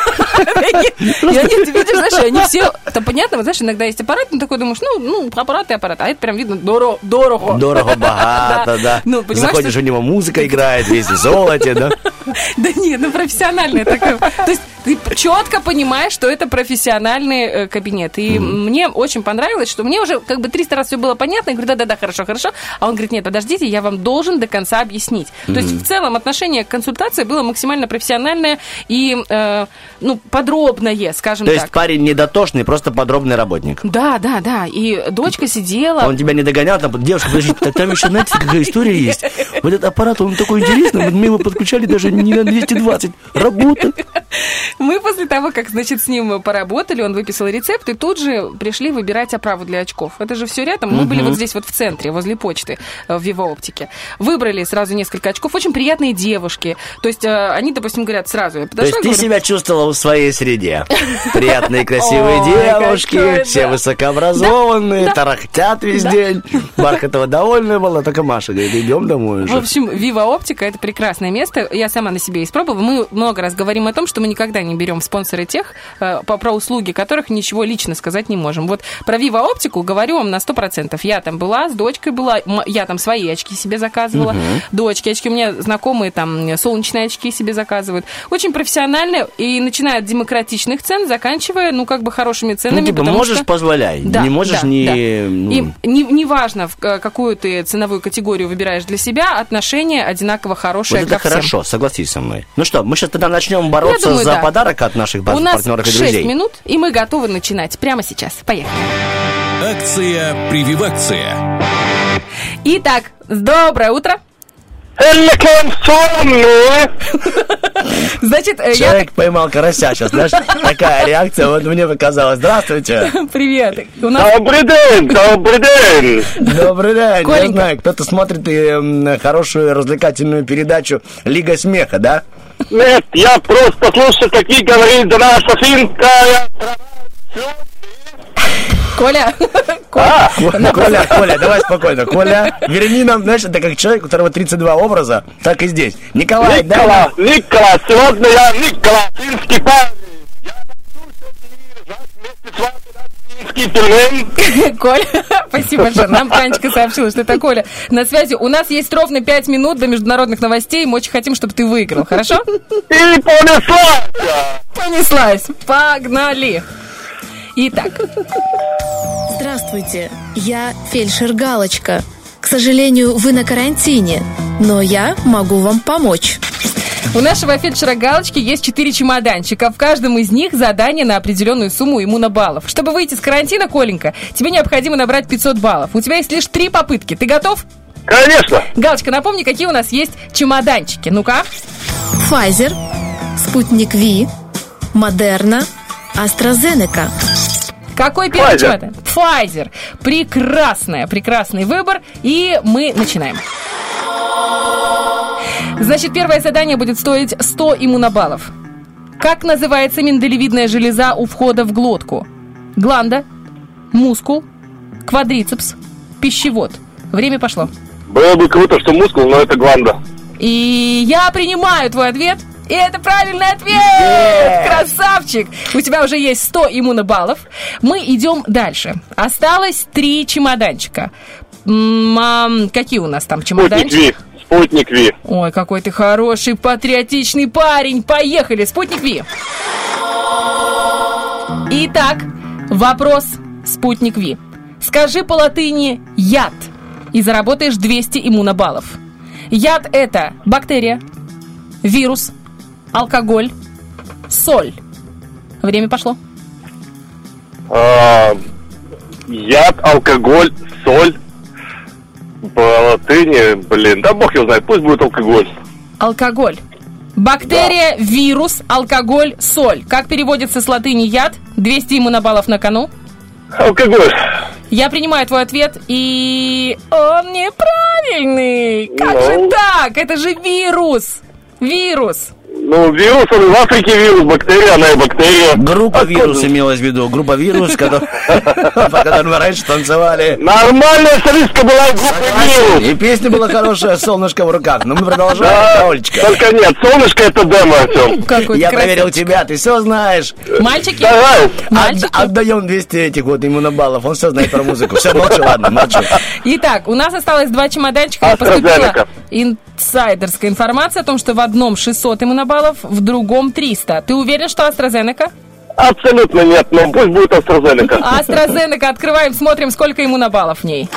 И они, ты видишь, знаешь, и они все... Там понятно, вот, знаешь, иногда есть аппарат, ну, такой думаешь, ну, ну, аппарат и аппарат. А это прям видно дорого. Дорого, Дорого, богато, да. Ну, понимаешь, Заходишь, что- у него музыка играет, весь в золоте, да? Да нет, ну профессиональный такой. То есть ты четко понимаешь, что это профессиональный э, кабинет. И мне очень понравилось, что мне уже как бы триста раз все было понятно. Я говорю, да-да-да, хорошо, хорошо. А он говорит, нет, подождите, я вам должен до конца объяснить. То есть в целом отношение к консультации было максимально профессиональное и э, ну, подробное, скажем То есть так. парень не дотошный, просто подробный работник. Да, да, да. И дочка сидела. Он тебя не догонял, там, девушка, подожди, так там еще, знаете, какая история есть? Вот этот аппарат, он такой интересный, вот мы его подключали даже не на двести двадцать. Работает. Мы после того, как, значит, с ним поработали, он выписал рецепт, и тут же пришли выбирать оправу для очков. Это же все рядом. Мы были вот здесь вот в центре, возле почты, э, в Viva Оптике. Выбрали сразу несколько очков. Очень приятные девушки. То есть э, они, допустим, говорят сразу. Я То подошла есть и ты говорю, себя чувствовала в своей среде. Приятные, красивые Ой, девушки, какой, все да. высокообразованные, Да, да. тарахтят весь день. Бархатова довольная была, только Маша говорит, идем домой В уже. общем, Viva Оптика — это прекрасное место. Я сама на себе испробовала. Мы много раз говорим о том, что мы никогда не берем спонсоры тех, э, по, про услуги которых ничего лично сказать не можем. Вот про Viva Оптику говорю вам на сто процентов. Я там была, с дочкой была, м- я там свои очки себе заказывала, дочки, очки. У меня знакомые там солнечные очки себе заказывают. Очень профессионально, и начиная от демократичных цен, заканчивая, ну, как бы хорошими ценами. Ну, типа, потому можешь, что- позволяй. Да, Не можешь, да, не... да. ну, И не, не важно, в к- какую ты ценовую категорию выбираешь для себя, отношение одинаково хорошее Вот это ко всем. хорошо, согласись со мной. Ну что, мы сейчас тогда начнем бороться Я думаю, за да. подарок от наших У нас партнеров и шесть друзей. минут, и мы готовы начинать прямо сейчас. Поехали. Акция-прививакция. Итак, доброе утро. Значит, э, я... Человек поймал карася сейчас, знаешь, такая реакция, вот мне показалось. Здравствуйте. Привет. У нас... Добрый день, добрый день. Добрый день. Я Коленька. знаю, кто-то смотрит и, м, хорошую развлекательную передачу «Лига смеха», да? Нет, я просто слушаю, как вы говорите, наша финская... Коля, А, Коля, Коля, Коля, давай спокойно. Коля, верни нам, знаешь, это как человек, у которого тридцать два образа, так и здесь. Николай, дай Никола, нам- Никола, сегодня я Никола, финский парень. Я слушаю вместе с вами наш финский пельмень. Коля, спасибо большое. Нам Танечка сообщила, что это Коля. На связи. У нас есть ровно пять минут до международных новостей. Мы очень хотим, чтобы ты выиграл. Хорошо? И понеслась. Понеслась. Погнали. Итак. Здравствуйте, я фельдшер Галочка. К сожалению, вы на карантине, но я могу вам помочь. У нашего фельдшера Галочки есть четыре чемоданчика. В каждом из них задание на определенную сумму иммунобаллов. Чтобы выйти с карантина, Коленька, тебе необходимо набрать пятьсот баллов. У тебя есть лишь три попытки. Ты готов? Конечно. Галочка, напомни, какие у нас есть чемоданчики. Ну-ка. Pfizer, Спутник Ви, Модерна, AstraZeneca. Какой первый Pfizer. чемодан? Pfizer. Прекрасная, прекрасный выбор. И мы начинаем. Значит, первое задание будет стоить сто иммунобаллов. Как называется миндалевидная железа у входа в глотку? Гланда, мускул, квадрицепс, пищевод. Время пошло. Было бы круто, что мускул, но это гланда. И я принимаю твой ответ. И это правильный ответ! Красавчик! У тебя уже есть сто иммунобаллов. Мы идем дальше. Осталось три чемоданчика. М, а, какие у нас там чемоданчики? Спутник Ви. Спутник Ви. Ой, какой ты хороший, патриотичный парень. Поехали, Спутник Ви. Итак, вопрос Спутник Ви. Скажи по латыни «яд» и заработаешь двести иммунобаллов. Яд – это бактерия, вирус, алкоголь, соль. Время пошло. А, яд, алкоголь, соль. По латыни, блин, да бог его знает, пусть будет алкоголь. Алкоголь. Бактерия, вирус, алкоголь, соль. Как переводится с латыни яд? двести иммунобаллов на кону. Алкоголь. Я принимаю твой ответ, и он неправильный. Как Ну. же так? Это же вирус. Вирус. Ну, вирус, он в Африке вирус, бактерия, она и бактерия. Группа Откуда? вирус имелась в виду. Группа вирус, который- по которой мы раньше танцевали. Нормальная солистка была группа вирус. И песня была хорошая, «Солнышко в руках». Но мы продолжаем, Да, Олечка. только нет, солнышко это демо, Артем. Какой Я ты проверил красавчик. тебя, ты все знаешь. Мальчики? Давай. Мальчики? От- Отдаем двести этих вот иммунобаллов. Он все знает про музыку. Все, молчу, ладно, молчу. Итак, у нас осталось два чемоданчика. И поступила AstraZeneca. инсайдерская информация о том, что в одном шестьсот иммунобаллов, в другом триста. Ты уверен, что AstraZeneca? Абсолютно нет, но пусть будет AstraZeneca. AstraZeneca, открываем, смотрим, сколько иммунобаллов в ней.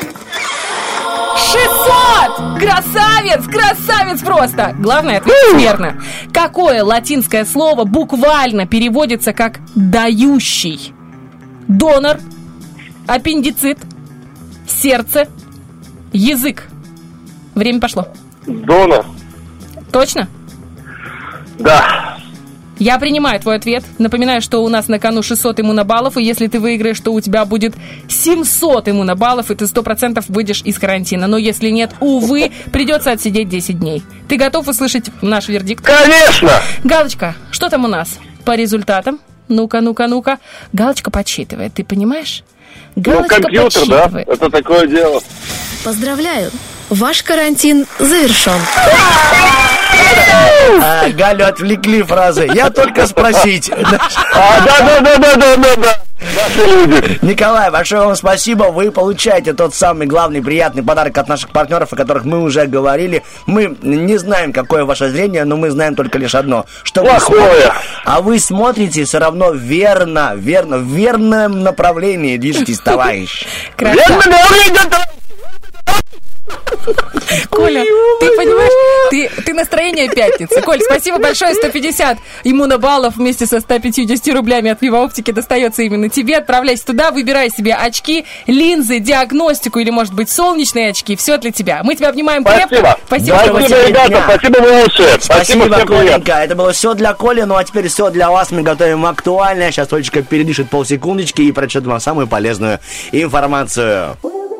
шестьсот! Красавец! Красавец просто! Главное, ответить верно. Какое латинское слово буквально переводится как «дающий»? Донор, аппендицит, сердце, язык. Время пошло. Донор. Точно? Да. Я принимаю твой ответ. Напоминаю, что у нас на кону шестьсот иммунобаллов, и если ты выиграешь, то у тебя будет семьсот иммунобаллов, и ты сто процентов выйдешь из карантина. Но если нет, увы, придется отсидеть десять дней. Ты готов услышать наш вердикт? Конечно! Галочка, что там у нас по результатам? Ну-ка, ну-ка, ну-ка. Галочка подсчитывает, ты понимаешь? Галочка ну, компьютер, да? подсчитывает. Это такое дело. Поздравляю, ваш карантин завершен. А, Галю отвлекли фразы. Я только спросить. А, да-да-да-да-да-да. Наши люди. Николай, большое вам спасибо. Вы получаете тот самый главный приятный подарок от наших партнеров, о которых мы уже говорили. Мы не знаем, какое ваше зрение, но мы знаем только лишь одно. Что вы Плохое. смотрите, а вы смотрите все равно верно, верно, в верном направлении движетесь, товарищ. Красава. Коля, ты понимаешь, ты, ты настроение пятницы. Коль, спасибо большое, сто пятьдесят иммунобаллов вместе со ста пятьюдесятью рублями от Viva Оптики достается именно тебе. Отправляйся туда, выбирай себе очки, линзы, диагностику или, может быть, солнечные очки. Все для тебя. Мы тебя обнимаем крепко. Спасибо. Спасибо, Спасибо, что ребята, дня. спасибо, вы лучшие. Спасибо, Спасибо, всем привет. Коленька. Это было все для Коли, ну а теперь все для вас. Мы готовим актуальное. Сейчас Олечка передышит полсекундочки и прочтет вам самую полезную информацию.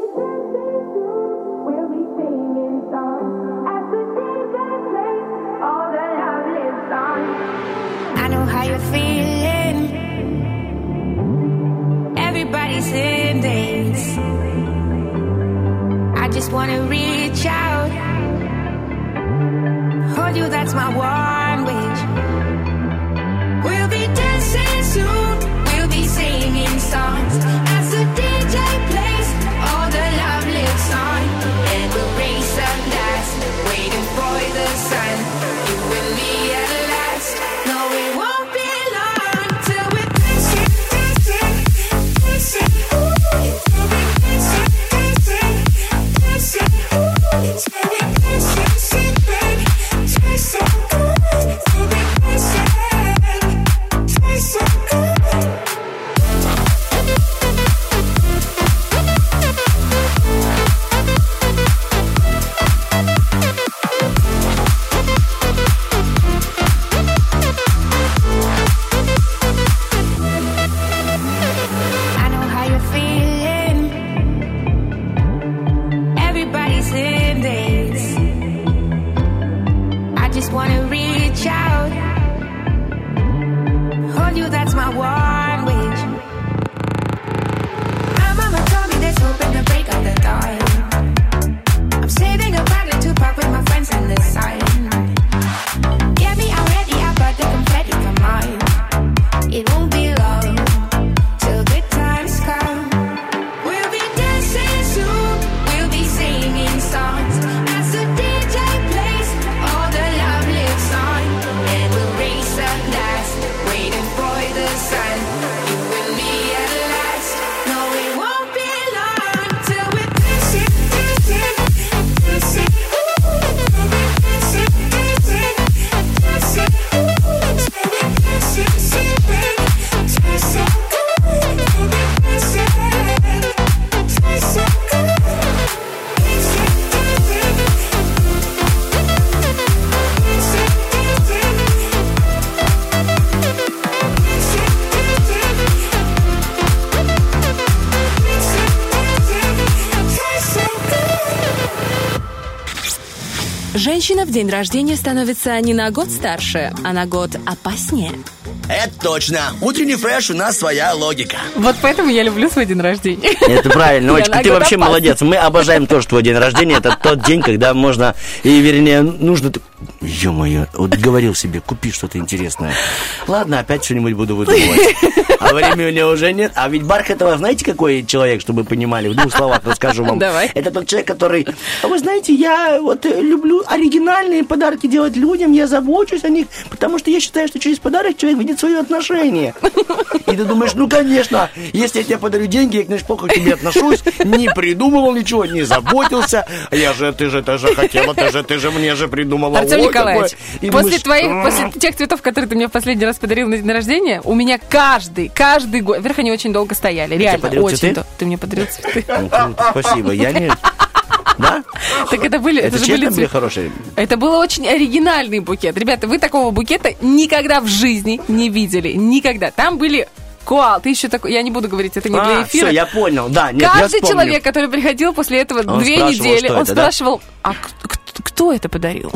I know how you're feeling. Everybody's in days. I just wanna reach out, hold you, that's my one wish. We'll be dancing soon, we'll be singing songs as the D J plays all the love lives on. And we'll race and dance, waiting for the sun. You and me at last. No, it won't be long till we're dancing, dancing days. I just wanna reach out, hold you, that's my one wish. My mama told me there's hope in the break of the dawn. I'm saving a bottle to pop with my friends on the side. Get me already, I brought the confetti, come on. It won't be long till good times come. We'll be dancing soon, we'll be singing songs as the D J plays all the lovely songs. And we'll race at last, waiting for the sun. You and me at last. No, it won't be long till we're dancing, dancing, dancing, dancing, dancing, dancing, Женщина в день рождения становится не на год старше, а на год опаснее. Это точно. Утренний фреш, у нас своя логика. Вот поэтому я люблю свой день рождения. Это правильно, Олечка, ты вообще молодец. Мы обожаем тоже твой день рождения. Это тот день, когда можно, и вернее, нужно... Ё-моё, вот говорил себе, купи что-то интересное. Ладно, опять что-нибудь буду выдумывать. А времени уже нет. А ведь Бархатова, знаете, какой человек, чтобы вы понимали? В двух словах расскажу вам. Давай. Это тот человек, который... А вы знаете, я вот люблю оригинальные подарки делать людям, я забочусь о них, потому что я считаю, что через подарок человек видит свои отношения. И ты думаешь, ну, конечно, если я тебе подарю деньги, я, конечно, плохо к тебе отношусь, не придумывал ничего, не заботился. Я же, ты же, ты же хотела, ты же, ты же мне же придумала. Артем Николаевич, и после думаешь, твоих, после тех цветов, которые ты мне в последний раз подарил на день рождения, у меня каждый, каждый год, во-первых, они очень долго стояли, реально, очень долго. Ты мне подарил цветы. Ну, круто, спасибо, я не... Да? Так это были... Это, это же были были цвет... хорошие? Это был очень оригинальный букет. Ребята, вы такого букета никогда в жизни не видели. Никогда. Там были... Коал, ты еще такой, я не буду говорить, это не а, для эфира. Все, я понял, да, нет, Каждый я человек, который приходил после этого он две недели, он это, спрашивал, да? а кто, кто это подарил?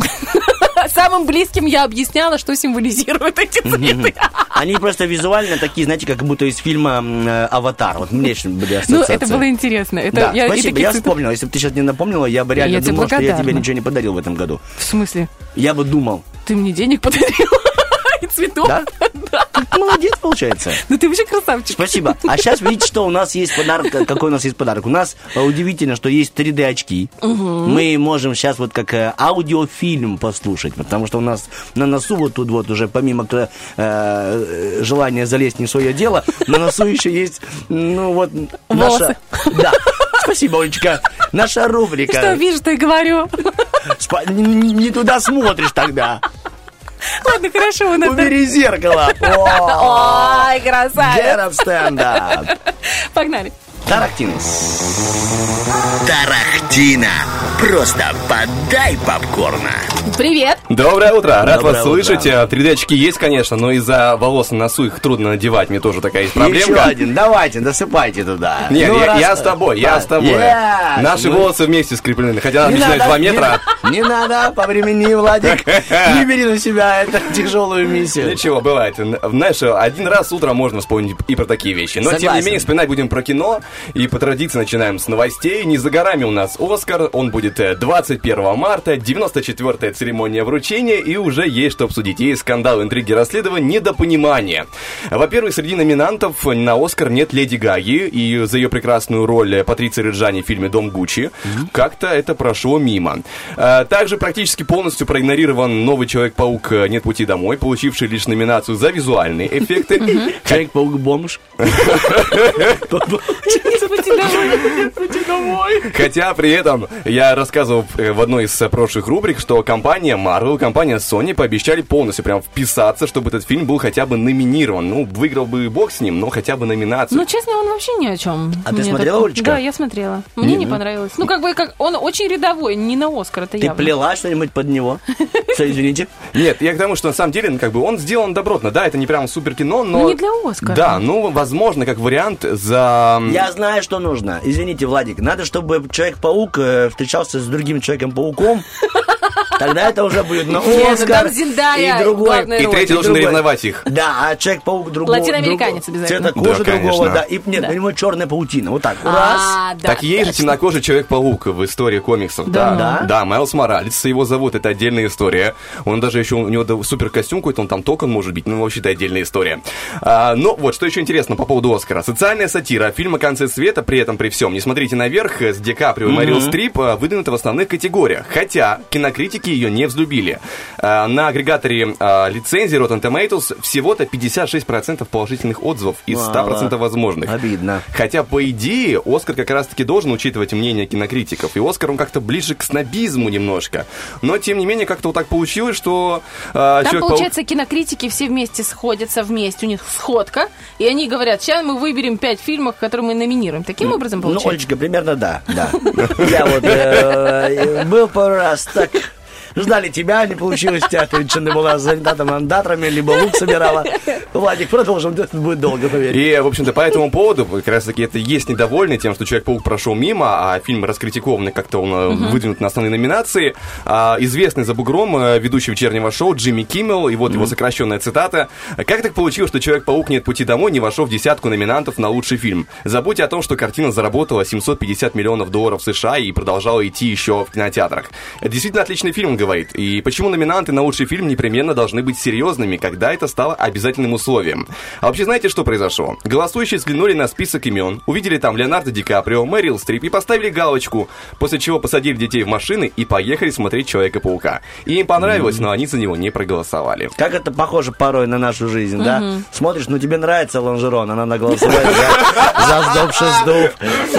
Самым близким я объясняла, что символизируют эти цветы. Они просто визуально такие, знаете, как будто из фильма «Аватар». Вот мне были ассоциации. Ну, это было интересно. Это, да, я, спасибо, я вспомнил. Если бы ты сейчас не напомнила, я бы реально я думал, что я тебе ничего не подарил в этом году. В смысле? Я бы думал. Ты мне денег подарил? И цветов? Да? Да. Ты молодец, получается. Ну, ты вообще красавчик. Спасибо. А сейчас видите, что у нас есть подарок. Какой у нас есть подарок? У нас удивительно, что есть три дэ-очки. Угу. Мы можем сейчас вот как аудиофильм послушать, потому что у нас на носу вот тут вот уже помимо э, желания залезть не в свое дело, на носу еще есть, ну вот, наша... Да. Спасибо, Олечка. Наша рубрика. Что вижу, то и говорю. Спа... Не, не туда смотришь тогда. Ладно, хорошо. У нас Убери зеркало. Ой, красавец. Get up, stand up. Погнали. Тарахтина. Тарахтина. Просто подай попкорна. Привет. Доброе утро. Рад Доброе вас утро. слышать. три дэ-очки есть, конечно, но из-за волос на носу их трудно надевать. Мне тоже такая есть проблемка. Еще один. Давайте, досыпайте туда. Нет, ну, я, раз... я с тобой, я с тобой. Yes. Наши ну... волосы вместе скреплены, хотя она начинает два метра. Не, не надо, по времени, Владик. Не бери на себя эту тяжелую миссию. Ничего, бывает. Знаешь, один раз утром можно вспомнить и про такие вещи. Но, Согласен. тем не менее, вспоминать будем про кино. И по традиции начинаем с новостей. Не за горами у нас Оскар. Он будет двадцать первого марта, девяносто четвёртая церемония вручения. И уже есть что обсудить. Есть скандал, интриги, расследования, недопонимание. Во-первых, среди номинантов на Оскар нет Леди Гаги. И за ее прекрасную роль Патриции Реджани в фильме «Дом Гуччи». Mm-hmm. Как-то это прошло мимо. Также практически полностью проигнорирован новый Человек-паук «Нет пути домой», получивший лишь номинацию за визуальные эффекты. Человек-паук-бомж. Хотя при этом я рассказывал в одной из прошлых рубрик, что компания Marvel, компания Sony пообещали полностью прям вписаться, чтобы этот фильм был хотя бы номинирован. Ну, выиграл бы бог с ним, но хотя бы номинацию. Ну, честно, он вообще ни о чем. А ты смотрела, так... Олечка? Да, я смотрела. Мне не, не понравилось. Ну, как бы, как он очень рядовой, не на Оскар, это Ты явно. Ты плела что-нибудь под него? Что, извините? Нет, я к тому, что на самом деле, ну, как бы он сделан добротно. Да, это не прям супер кино, но... Ну, не для Оскара. Да, ну, возможно, как вариант за... Я знаю, что нужно. Извините, Владик, надо, чтобы Человек-паук встречался сниматься с другим Человеком-пауком, тогда это уже будет на Нет, ну Оскар. там Зендая И другой. главная И роль. третий должен другой. ревновать их. Да, а Человек-паук другого. Латиноамериканец другого, обязательно. Цвета кожи Да, другого, конечно. да. И нет, Да. у него черная паутина. Вот так. Раз. А, да, Так есть же точно. темнокожий Человек-паук в истории комиксов. Да. Да? Да, Майлз Моралес его зовут, это отдельная история. Он даже еще, у него да, супер костюм какой-то, он там токон может быть, ну, вообще-то отдельная история. А, но вот, что еще интересно по поводу Оскара. Социальная сатира, фильм «О конце света», при этом, при всем, «Не смотрите наверх» с Ди Каприо и Мэрил Стрип а, выдвинута в основных категориях, хотя кинокритики ее не взлюбили. А, на агрегаторе а, лицензии Rotten Tomatoes всего-то пятьдесят шесть процентов положительных отзывов из ста процентов возможных. Обидно. Хотя, по идее, Оскар как раз-таки должен учитывать мнение кинокритиков. И Оскар, он как-то ближе к снобизму немножко. Но, тем не менее, как-то вот так получилось, что... э, Там, Человек-паук- получается, кинокритики все вместе сходятся вместе, у них сходка, и они говорят, сейчас мы выберем пять фильмов, которые мы номинируем. Таким образом Ну, получается? Олечка, примерно да, да. Я вот э, был пару раз так... Ждали тебя, не получилось, тебя, ты что ты была занята там андатрами, либо лук собирала. Владик, продолжим, это будет долго, поверь. И, в общем-то, по этому поводу, как раз-таки, это есть недовольны тем, что Человек-паук прошел мимо, а фильм раскритикованный, как-то он uh-huh. выдвинут на основные номинации. А, известный за бугром ведущий вечернего шоу Джимми Киммел, и вот uh-huh. его сокращенная цитата. «Как так получилось, что Человек-паук «Нет пути домой» не вошел в десятку номинантов на лучший фильм? Забудьте о том, что картина заработала семьсот пятьдесят миллионов долларов США и продолжала идти еще в кинотеатрах. Это действительно отличный фильм, говорит. И почему номинанты на лучший фильм непременно должны быть серьезными, когда это стало обязательным условием? А вообще, знаете, что произошло? Голосующие взглянули на список имен, увидели там Леонардо Ди Каприо, Мэрил Стрип и поставили галочку, после чего посадили детей в машины и поехали смотреть Человека-паука. И им понравилось, но они за него не проголосовали. Как это похоже порой на нашу жизнь, да? Смотришь, ну тебе нравится Лонжерон, а надо голосовать за, за сдоб-шездув.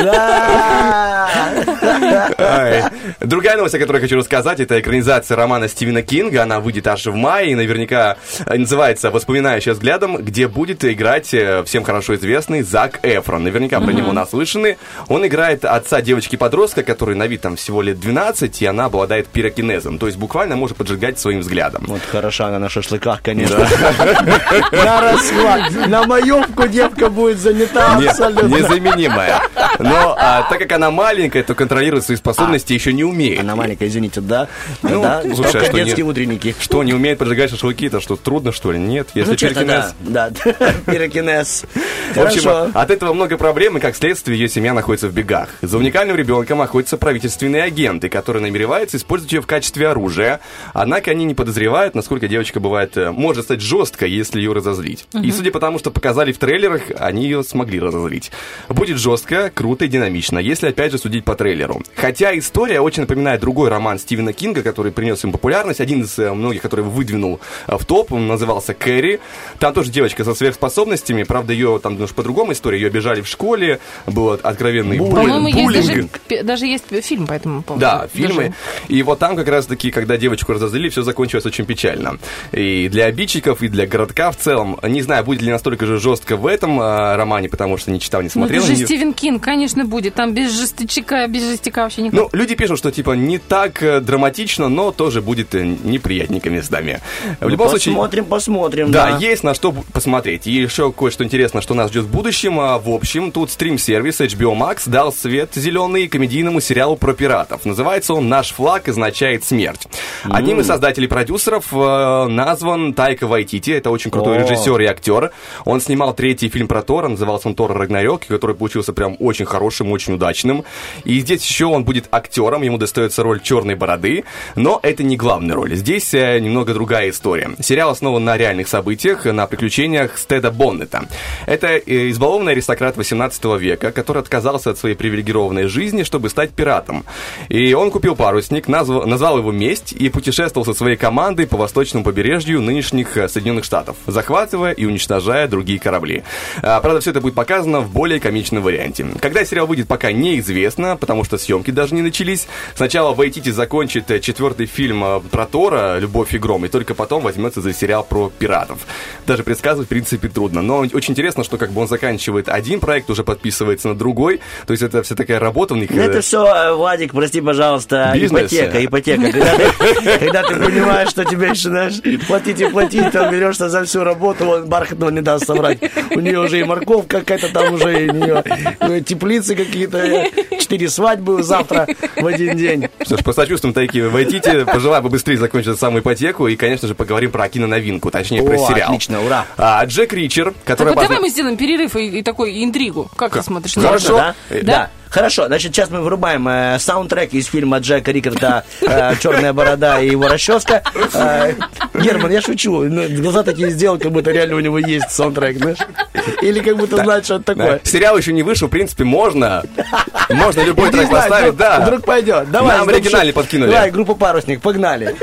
Другая новость, о которой я хочу рассказать, это экранизация романа Стивена Кинга. Она выйдет аж в мае и наверняка называется «Воспоминающая взглядом», где будет играть всем хорошо известный Зак Эфрон. Наверняка про него наслышаны. Он играет отца девочки-подростка, который на вид там всего лет двенадцать, и она обладает пирокинезом. То есть буквально может поджигать своим взглядом. Вот хороша она на шашлыках, конечно. На расклад. На маевку девка будет занята абсолютно. Незаменимая. Но а, так как она маленькая, то контролировать свои способности а, еще не умеет. Она маленькая, извините, да? Ну, да? Слушай, Только а что, детские не, утренники. Что, не умеет поджигать шашлыки? Это что, трудно, что ли? Нет, если ну, пирокинез... Да, да. Пирокинез. В общем, от этого много проблем, и как следствие ее семья находится в бегах. За уникальным ребенком охотятся правительственные агенты, которые намереваются использовать ее в качестве оружия. Однако они не подозревают, насколько девочка бывает, может стать жесткой, если ее разозлить. Uh-huh. И судя по тому, что показали в трейлерах, они ее смогли разозлить. Будет жестко, круто и динамично, если опять же судить по трейлеру. Хотя история очень напоминает другой роман Стивена Кинга, который принес им популярность. Один из многих, который выдвинул в топ, он назывался «Кэрри». Там тоже девочка со сверхспособностями, правда, ее там немножко по-другому история, ее обижали в школе, был откровенный буллинг. По-моему, есть даже, даже есть фильм по этому поводу. Да, фильмы. Даже. И вот там как раз-таки, когда девочку разозлили, все закончилось очень печально. И для обидчиков, и для городка в целом. Не знаю, будет ли настолько же жестко в этом э, романе, потому что не читал, не смотрел. Ну, это же не... Стивен Кинг, конечно, будет. Там без жестячка, без жестяка вообще никак. Ну, люди пишут, что типа не так э, драматично, но тоже будет э, неприятненько местами. В ну, любом посмотрим, случае... посмотрим, да. Да, да. есть на что посмотреть. И еще кое-что интересно, что нас ждет в будущем. А, в общем, тут стрим-сервис эйч би о Max дал свет зеленый комедийному сериалу про пиратов. Называется он «Наш флаг означает смерть». Mm. Одним из создателей и продюсеров э, назван Тайка Вайтити. Это очень крутой oh. режиссер и актер. Он снимал третий фильм про Тора, назывался он «Тор Рагнарёк», который получился прям очень хорошим, очень удачным. И здесь еще он будет актером, ему достается роль черной бороды, но это не главная роль. Здесь э, немного другая история. Сериал основан на реальных событиях, на приключениях Стеда Боннета. Это э, избалованный аристократ восемнадцатого века, который отказался от своей привилегированной жизни, чтобы стать пиратом. И он купил парусник, назв... назвал его «Месть» и путешествовал со своей командой по восточному побережью нынешних Соединенных Штатов, захватывая и уничтожая другие корабли. А, правда, все это будет показано в более комичном варианте. Когда сериал выйдет, пока неизвестно, потому что съемки даже не начались. Сначала Вайтити закончит четвертый посмотрит фильм э, про Тора «Любовь и гром», и только потом возьмется за сериал про пиратов. Даже предсказывать, в принципе, трудно. Но очень интересно, что как бы он заканчивает один проект, уже подписывается на другой. То есть это вся такая работа у них. Это все, Владик, прости, пожалуйста, бизнес. ипотека, ипотека. Когда ты, когда ты понимаешь, что тебе еще, знаешь, платить и платить, там берешься за всю работу, он Бархатного не даст соврать. У нее уже и морковка какая-то там уже, и у нее теплицы какие-то, четыре свадьбы завтра в один день. Что ж, посочувствуем такие войдите, пожелаю побыстрее закончить саму ипотеку и, конечно же, поговорим про киноновинку, точнее, О, про сериал. Отлично, ура. А, Джек Ричер, который... Так вот, обозна... давай мы сделаем перерыв и, и такой интригу. Как, как? ты смотришь? Хорошо, да? Да? Да. Хорошо, значит, сейчас мы врубаем э, саундтрек из фильма Джека Рикерта э, «Черная борода» и его расческа. Э, Герман, я шучу. Глаза такие сделал, как будто реально у него есть саундтрек, знаешь? Или как будто да. знает, что это такое. Да. Сериал еще не вышел, в принципе, можно. Можно любой трек знаю, поставить, вдруг, да. Вдруг пойдет. Давай, нам оригинальный подкинули. Давай, группа «Парусник», погнали.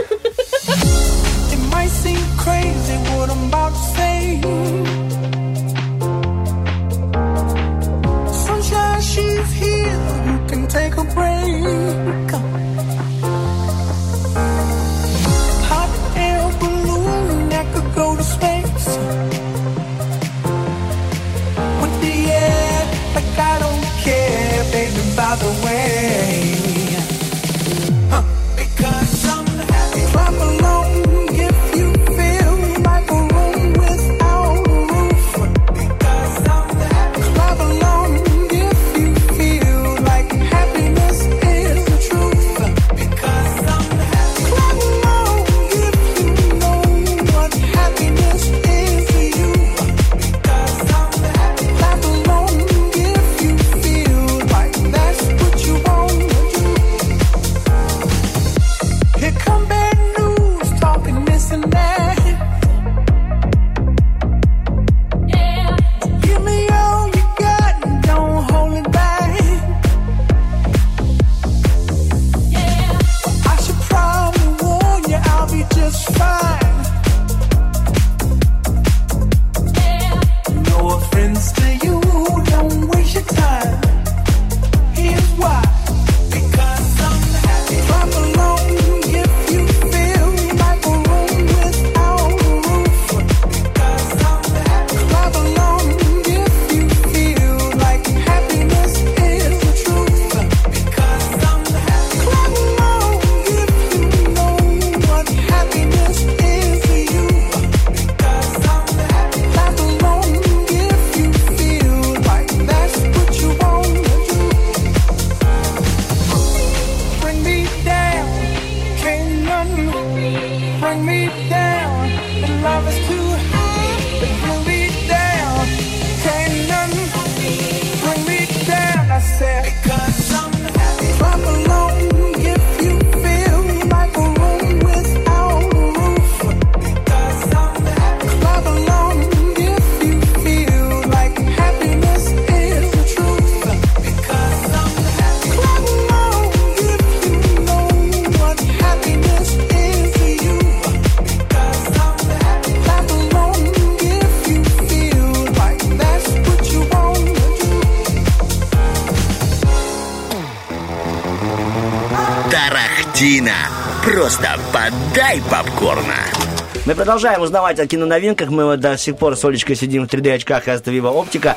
She's here, you can take a break. Hot air balloon that could go to space. With the air, like I don't care, baby, by the way. Huh. Because I'm happy. Clap along if you feel like a room without a roof. Because I'm happy. Clap along. Тарахтина. Просто подай попкорна. Мы продолжаем узнавать о киноновинках. Мы вот до сих пор с Олечкой сидим в три дэ-очках и Астра Вива Оптика.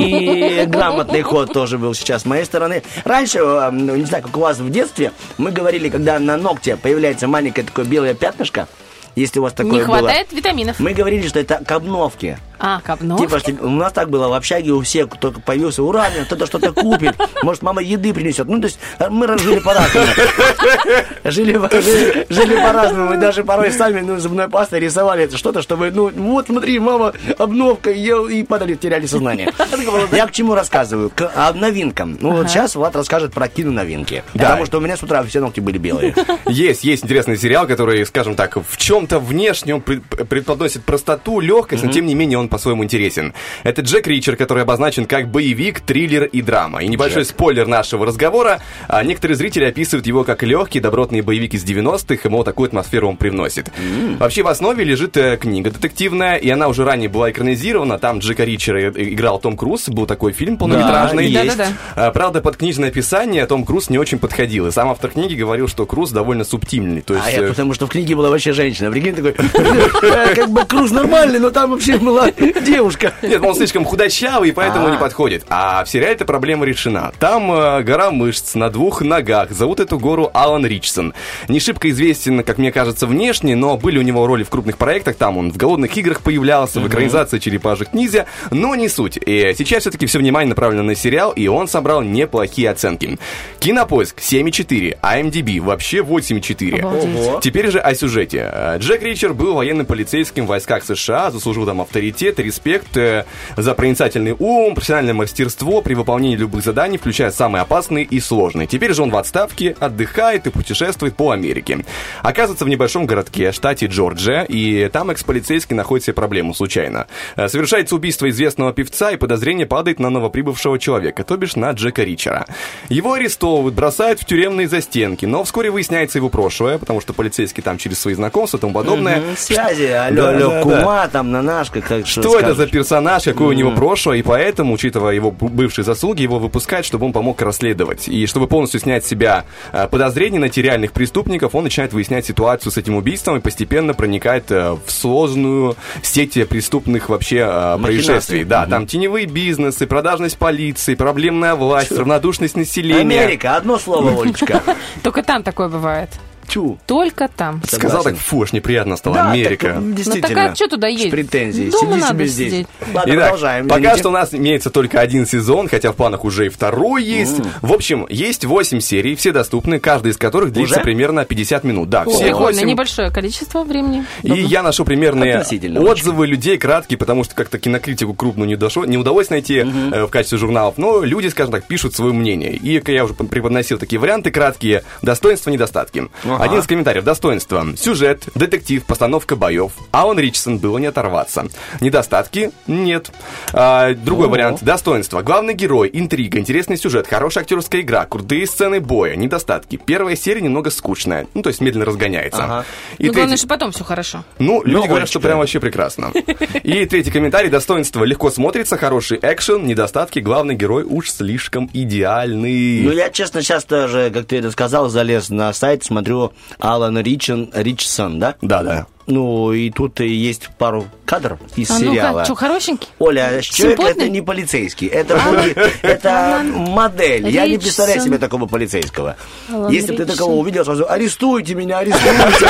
И грамотный ход тоже был сейчас с моей стороны. Раньше, не знаю, как у вас в детстве, мы говорили, когда на ногте появляется маленькое такое белое пятнышко, если у вас такое было. Не хватает было, витаминов. Мы говорили, что это к обновке. А, к обновке? Типа, у нас так было в общаге, у всех, кто появился, ура, кто-то что-то купит, может, мама еды принесет. Ну, то есть, мы жили по-разному. Жили, жили, жили по-разному. Мы даже порой сами, ну, зубной пастой рисовали это что-то, чтобы, ну, вот, смотри, мама, обновка, и, и падали, теряли сознание. Я к чему рассказываю? К новинкам. Ну, вот сейчас Влад расскажет про киноновинки. Потому что у меня с утра все ногти были белые. Есть, есть интересный сериал, который, скажем так, в чем-то внешне он преподносит простоту, легкость, но, тем не менее, он по-своему интересен. Это Джек Ричер, который обозначен как боевик, триллер и драма. И небольшой Джек. спойлер нашего разговора. А, некоторые зрители описывают его как легкий, добротный боевик из девяностых, и, мол, такую атмосферу он привносит. Mm. Вообще в основе лежит э, книга детективная, и она уже ранее была экранизирована. Там Джека Ричера играл Том Круз, был такой фильм полнометражный. Да, есть. Да-да-да. А, правда, под книжное описание Том Круз не очень подходил. И сам автор книги говорил, что Круз довольно субтильный. То есть, А я э, потому что в книге была вообще женщина. Прикинь, такой, э, как бы Круз нормальный, но там вообще была девушка. Нет, он слишком худощавый, и поэтому А. не подходит. А в сериале эта проблема решена. Там э, гора мышц на двух ногах. Зовут эту гору Алан Ричсон. Не шибко известен, как мне кажется, внешне, но были у него роли в крупных проектах. Там он в «Голодных играх» появлялся, в экранизации «Черепашек ниндзя». Но не суть. И сейчас все-таки все внимание направлено на сериал, и он собрал неплохие оценки. Кинопоиск семь и четыре, ай эм ди би вообще восемь и четыре. Ого. Теперь же о сюжете. Джек Ричер был военным полицейским в войсках США, заслужил там авторитет, респект э, за проницательный ум, профессиональное мастерство при выполнении любых заданий, включая самые опасные и сложные. Теперь же он в отставке, отдыхает и путешествует по Америке. Оказывается в небольшом городке, штате Джорджия, и там экс-полицейский находит себе проблему случайно. Э, Совершается убийство известного певца, и подозрение падает на новоприбывшего человека, то бишь на Джека Ричера. Его арестовывают, бросают в тюремные застенки, но вскоре выясняется его прошлое, потому что полицейский там через свои знакомства и тому подобное. Мгм, связи, алло, Да, алло, да, да. кума, там, нанашка, как Что это за персонаж, какое у него прошлое, и поэтому, учитывая его б- бывшие заслуги, его выпускают, чтобы он помог расследовать. И чтобы полностью снять с себя э, подозрения на те реальных преступников, он начинает выяснять ситуацию с этим убийством и постепенно проникает э, в сложную сеть преступных вообще э, происшествий. Да, там теневые бизнесы, продажность полиции, проблемная власть, равнодушность населения. Америка, одно слово, Олечка. Только там такое бывает. Чу. Только там. Сказал так, фу, аж неприятно стало, Да, Америка. так, Ну действительно. так а что туда С ездить? претензией. Дома Сиди надо себе здесь. сидеть. Ладно, Итак, продолжаем. пока Извините. что у нас имеется только один сезон, хотя в планах уже и второй есть. В общем, есть восемь серий, все доступны, каждая из которых длится Уже? примерно пятьдесят минут. Да, все Прикольно, восемь. небольшое количество времени. И я нашел примерные Относительно, отзывы людей краткие, потому что как-то кинокритику крупную не, дошло, не удалось найти э, в качестве журналов. Но люди, скажем так, пишут свое мнение. И я уже преподносил такие варианты краткие. Достоинства, недостатки. Ага. Один из комментариев. Достоинства. Сюжет, детектив, постановка боев. Алан Ричсон, было не оторваться. Недостатки? Нет. А, другой Ого. вариант. Достоинства. Главный герой, интрига, интересный сюжет, хорошая актерская игра, крутые сцены боя. Недостатки. Первая серия немного скучная. Ну, то есть медленно разгоняется. Ага. И Ну, главное, третий- что потом все хорошо. ну, люди Ну, говорят, что Олечка. прям вообще прекрасно. И третий комментарий. Достоинство. Легко смотрится, хороший экшен. Недостатки. Главный герой уж слишком идеальный. Ну, я, честно, сейчас тоже, как ты это сказал, залез на сайт, смотрю Алан Ричсон, Ричсон, да? Да, да. Ну, и тут и есть пару кадров из А ну сериала. как, что, хорошенький? Оля, человек Симпотный? это не полицейский, это, будет- это модель. Я не представляю Ричсон. себе такого полицейского. Алан Если бы ты Ричсон. такого увидел, сразу арестуйте меня, арестуйте.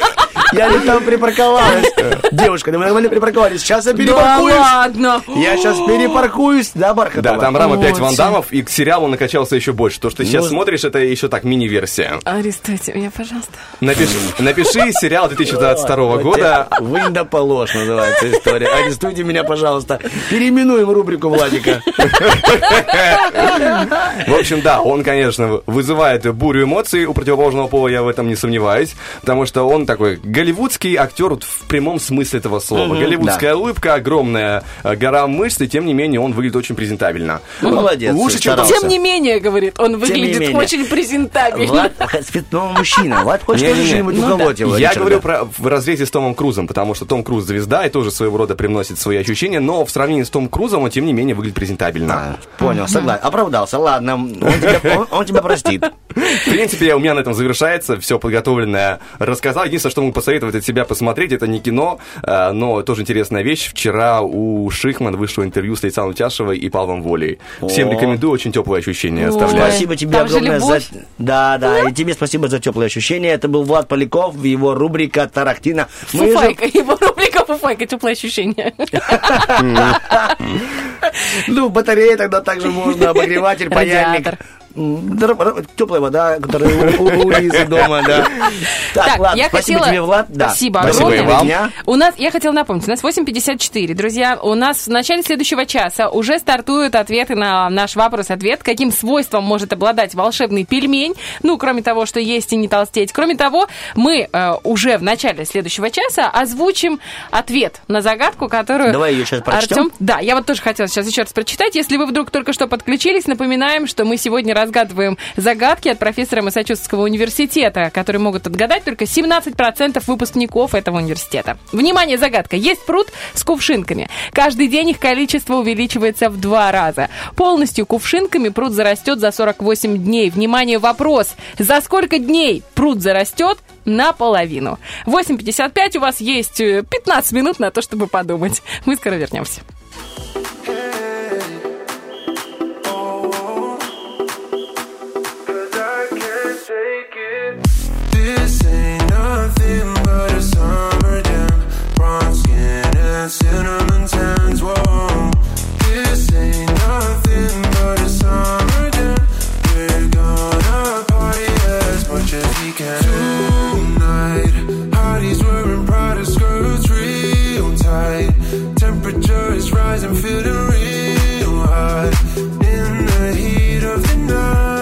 Я не там припарковалась. Девушка, да вы нормально припарковались. Сейчас я Да перепаркуюсь. ладно! Я сейчас перепаркуюсь, да, Бархатова? Да, там рама пять Вот. Ван Даммов, и к сериалу накачался еще больше. То, что ты сейчас Ну, смотришь, это еще так мини-версия. Арестуйте меня, пожалуйста. Напиши, напиши сериал две тысячи двадцать второго года. Вынь да положь, называется история. Арестуйте меня, пожалуйста. Переименуем рубрику Владика. В общем, да, он, конечно, вызывает бурю эмоций. У противоположного пола я в этом не сомневаюсь. Потому что он такой голливудский актер вот в прямом смысле этого слова. Мгм, Голливудская улыбка, огромная э, гора мышц, и тем не менее он выглядит очень презентабельно. Молодец. Лучше, чем старался. Тем не менее, говорит, он выглядит менее. очень презентабельно. Влад, ну, мужчина. Влад, хочешь тоже Не-не-не. что-нибудь Ну уколоть его? Я Ричарда? говорю про в разрезе с Томом Крузом, потому что Том Круз звезда и тоже своего рода привносит свои ощущения, но в сравнении с Томом Крузом он, тем не менее, выглядит презентабельно. А, понял, согласен. Оправдался, ладно. Он тебя, он- он тебя простит. В принципе, у меня на этом завершается. Все подготовленное рассказал. Единственное, что могу посоветовать от себя посмотреть, это не кино, э, но тоже интересная вещь. Вчера у Шихман вышло интервью с Александром Тяшевой и Павлом Волей. Всем О. рекомендую, очень теплые ощущения Ой. оставляет. Спасибо тебе Там же огромное за... любовь. Да, да, и тебе спасибо за теплые ощущения. Это был Влад Поляков, его рубрика «Тарахтина». Мы же- Фуфайка, его рубрика «Фуфайка», теплое ощущение. Ну, батарея тогда также можно, обогреватель, паяльник. Радиатор. теплая вода, которая у, у Лизы дома, да. Так, Так, ладно, я спасибо хотела... тебе, Влад. Да. Спасибо Спасибо огромное. и вам. Дня. У нас, я хотела напомнить, у нас восемь пятьдесят четыре, друзья. У нас в начале следующего часа уже стартуют ответы на наш вопрос-ответ. Каким свойством может обладать волшебный пельмень? Ну, кроме того, что есть и не толстеть. Кроме того, мы э, уже в начале следующего часа озвучим ответ на загадку, которую... Давай ее сейчас прочтем. Артем, да, я вот тоже хотела сейчас еще раз прочитать. Если вы вдруг только что подключились, напоминаем, что мы сегодня разгадываем загадки от профессора Массачусетского университета, которые могут отгадать только семнадцать процентов выпускников этого университета. Внимание, загадка. Есть пруд с кувшинками. Каждый день их количество увеличивается в два раза. Полностью кувшинками пруд зарастет за сорок восемь дней. Внимание, вопрос. За сколько дней пруд зарастет наполовину? восемь пятьдесят пять, у вас есть пятнадцать минут на то, чтобы подумать. Мы скоро вернемся. This ain't nothing but a summer jam. Bronze skin and cinnamon tans. Whoa. This ain't nothing but a summer jam. We're gonna party as much as we can tonight. Hotties wearing Prada skirts real tight. Temperature is rising, feeling real hot in the heat of the night.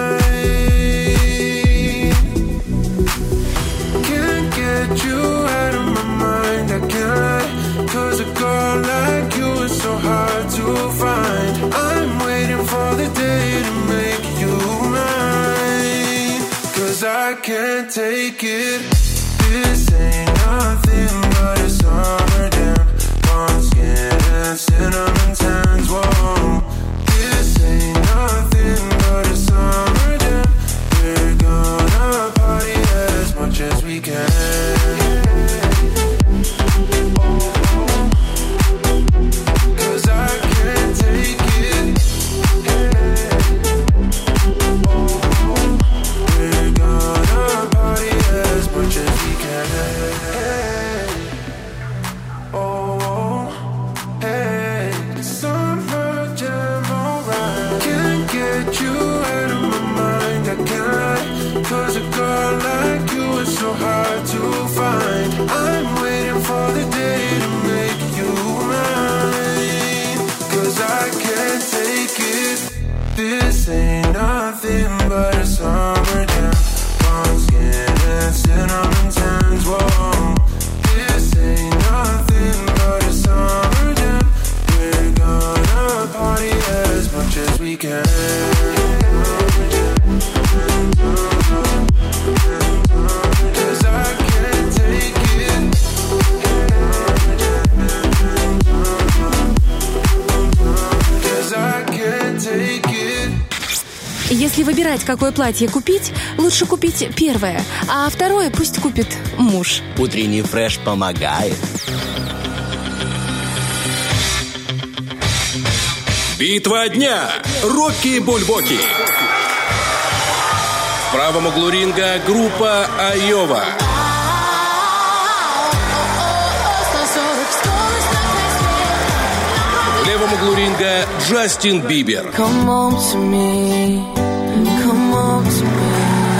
Get you out of my mind, I can't. Cause a girl like you is so hard to find. I'm waiting for the day to make you mine. Cause I can't take it. This ain't nothing but a summer jam. Bronze skin and cinnamon tans. Whoa. This ain't nothing but a summer jam. We're gonna party as much as we can. Cause a girl like you is so hard to find. I'm waiting for the day to make you mine. Cause I can't take it. This ain't nothing but a summer jam. Bronze skin and cinnamon tans. Whoa. This ain't nothing but a summer jam. We're gonna party as much as we can. Если выбирать, какое платье купить, лучше купить первое, а второе пусть купит муж. Утренний фреш помогает. Битва дня. Рокки Бульбоки. В правом углу ринга группа Айова. В левом углу ринга Джастин Бибер. Come on to me, come on to me,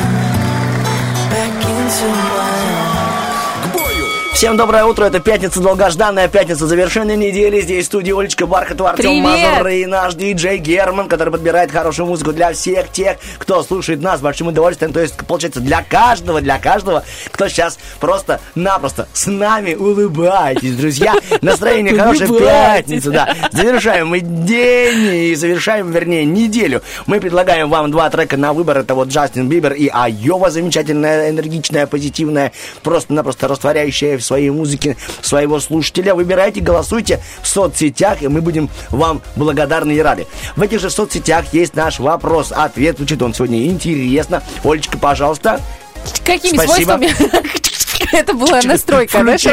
back into my Всем доброе утро, это пятница, долгожданная пятница завершения недели. Здесь в студии Олечка Бархатова, Артем Мазур и наш диджей Герман, который подбирает хорошую музыку для всех тех, кто слушает нас с большим удовольствием. То есть, получается, для каждого, для каждого, кто сейчас просто-напросто с нами улыбаетесь, друзья. Настроение хорошее, пятница, да. Завершаем мы день и завершаем, вернее, неделю. Мы предлагаем вам два трека на выбор. Это вот Джастин Бибер и Айова, замечательная, энергичная, позитивная, просто-напросто растворяющая в своей музыке своего слушателя. Выбирайте, голосуйте в соцсетях, и мы будем вам благодарны и рады. В этих же соцсетях есть наш вопрос-ответ. Звучит он сегодня интересно. Олечка, пожалуйста. Какими Спасибо. свойствами? Это была настройка, да?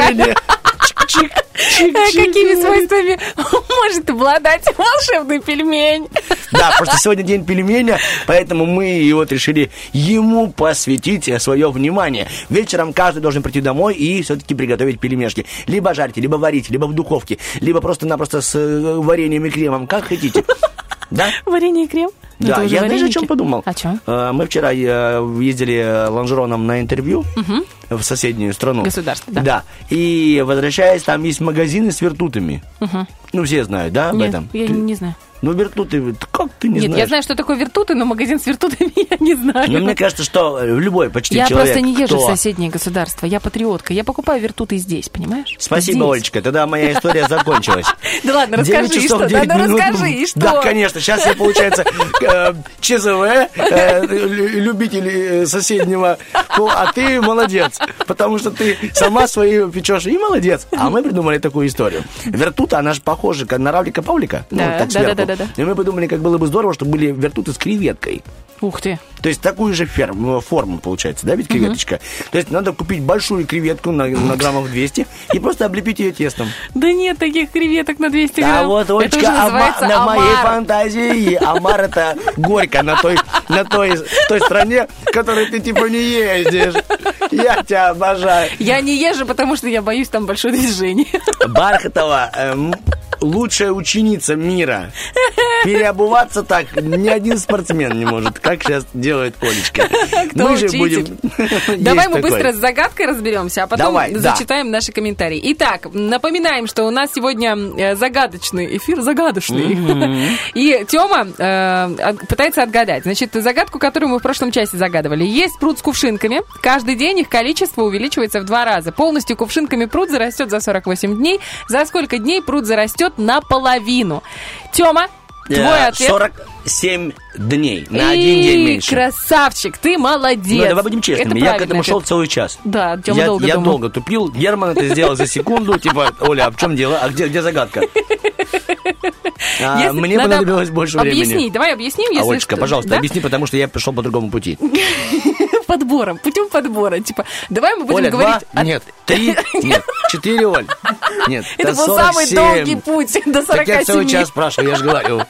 Какими свойствами может обладать волшебный пельмень? Да, просто сегодня день пельменя, поэтому мы и вот решили ему посвятить свое внимание. Вечером каждый должен прийти домой и все-таки приготовить пельмешки. Либо жарьте, либо варите, либо в духовке, либо просто-напросто с вареньем и кремом, как хотите. Да? Варенье и крем? Да, Это уже я знаешь, о вареники. чем подумал? О чем? Э, Мы вчера э, ездили лонжероном на интервью Мгм. в соседнюю страну. Государство, да. Да. И возвращаясь, там есть магазины с вертутами. Мгм. Ну, все знают, да, об Нет, этом? я Ты- не знаю. Ну, вертуты, как ты не Нет, знаешь? я знаю, что такое вертуты, но магазин с вертутами я не знаю. Но мне кажется, что любой почти Я человек, просто не езжу кто... в соседние государства. Я патриотка. Я покупаю вертуты здесь, понимаешь? Спасибо, Здесь. Олечка, тогда моя история закончилась. Да ладно, расскажи, девять и часов что? девять Да ну минут. расскажи, и что? Да, конечно, сейчас я, получается, э, ЧЗВ, э, лю- любитель э, соседнего, ну, а ты молодец, потому что ты сама свои печешь, и молодец. А мы придумали такую историю. Вертута, она же похожа как на равлика-павлика, ну, Да, так да, сверху. да, да, да, да. И мы придумали, как было бы здорово, чтобы были вертуты с креветкой. Ух ты. То есть такую же ферм, форму получается, да, ведь креветочка? То есть надо купить большую креветку на, на граммов двести и просто облепить ее тестом. Да нет таких креветок на двести Да грамм. вот, Это Олечка, уже ама- называется на моей омар. фантазии омар это горько на той, на той, той стране, в которой ты типа не ездишь. Я тебя обожаю. Я не езжу, потому что я боюсь там большое движение. Бархатова эм, лучшая ученица мира. Переобуваться так ни один спортсмен не может, как сейчас делает Олечка. Кто Мы же учитель? будем... Давай Есть мы такой. быстро с загадкой разберемся, а потом Давай, да. зачитаем наши комментарии. Итак, напоминаем, что у нас сегодня э, загадочный эфир, загадочный. Мгм. И Тёма э, от- пытается отгадать. Значит, загадку, которую мы в прошлом часе загадывали. Есть пруд с кувшинками. Каждый день их количество увеличивается в два раза. Полностью кувшинками пруд зарастет за сорок восемь дней. За сколько дней пруд зарастет наполовину? Тёма, твой Э, ответ. сорок семь дней. На И, один день меньше. красавчик, ты молодец. Ну, давай будем честными. Это Я к правильный этому шел ответ. целый час. Да, Тёма я, долго я думал. долго тупил. Герман это сделал за секунду. Типа, Оля, а в чем дело? А где, где загадка? А, Если мне надо понадобилось больше времени. Объясни, давай объясним, А, если Олечка, что. пожалуйста, Да? объясни, потому что я пришел по другому пути. Подбором, путем подбора. Типа, давай мы будем Оля, говорить... два? о- Нет. Три? Нет. Четыре, Оль? Нет. Это был сорок самый семь. долгий путь до Так я сорока целый семи. час спрашиваю, я же говорю.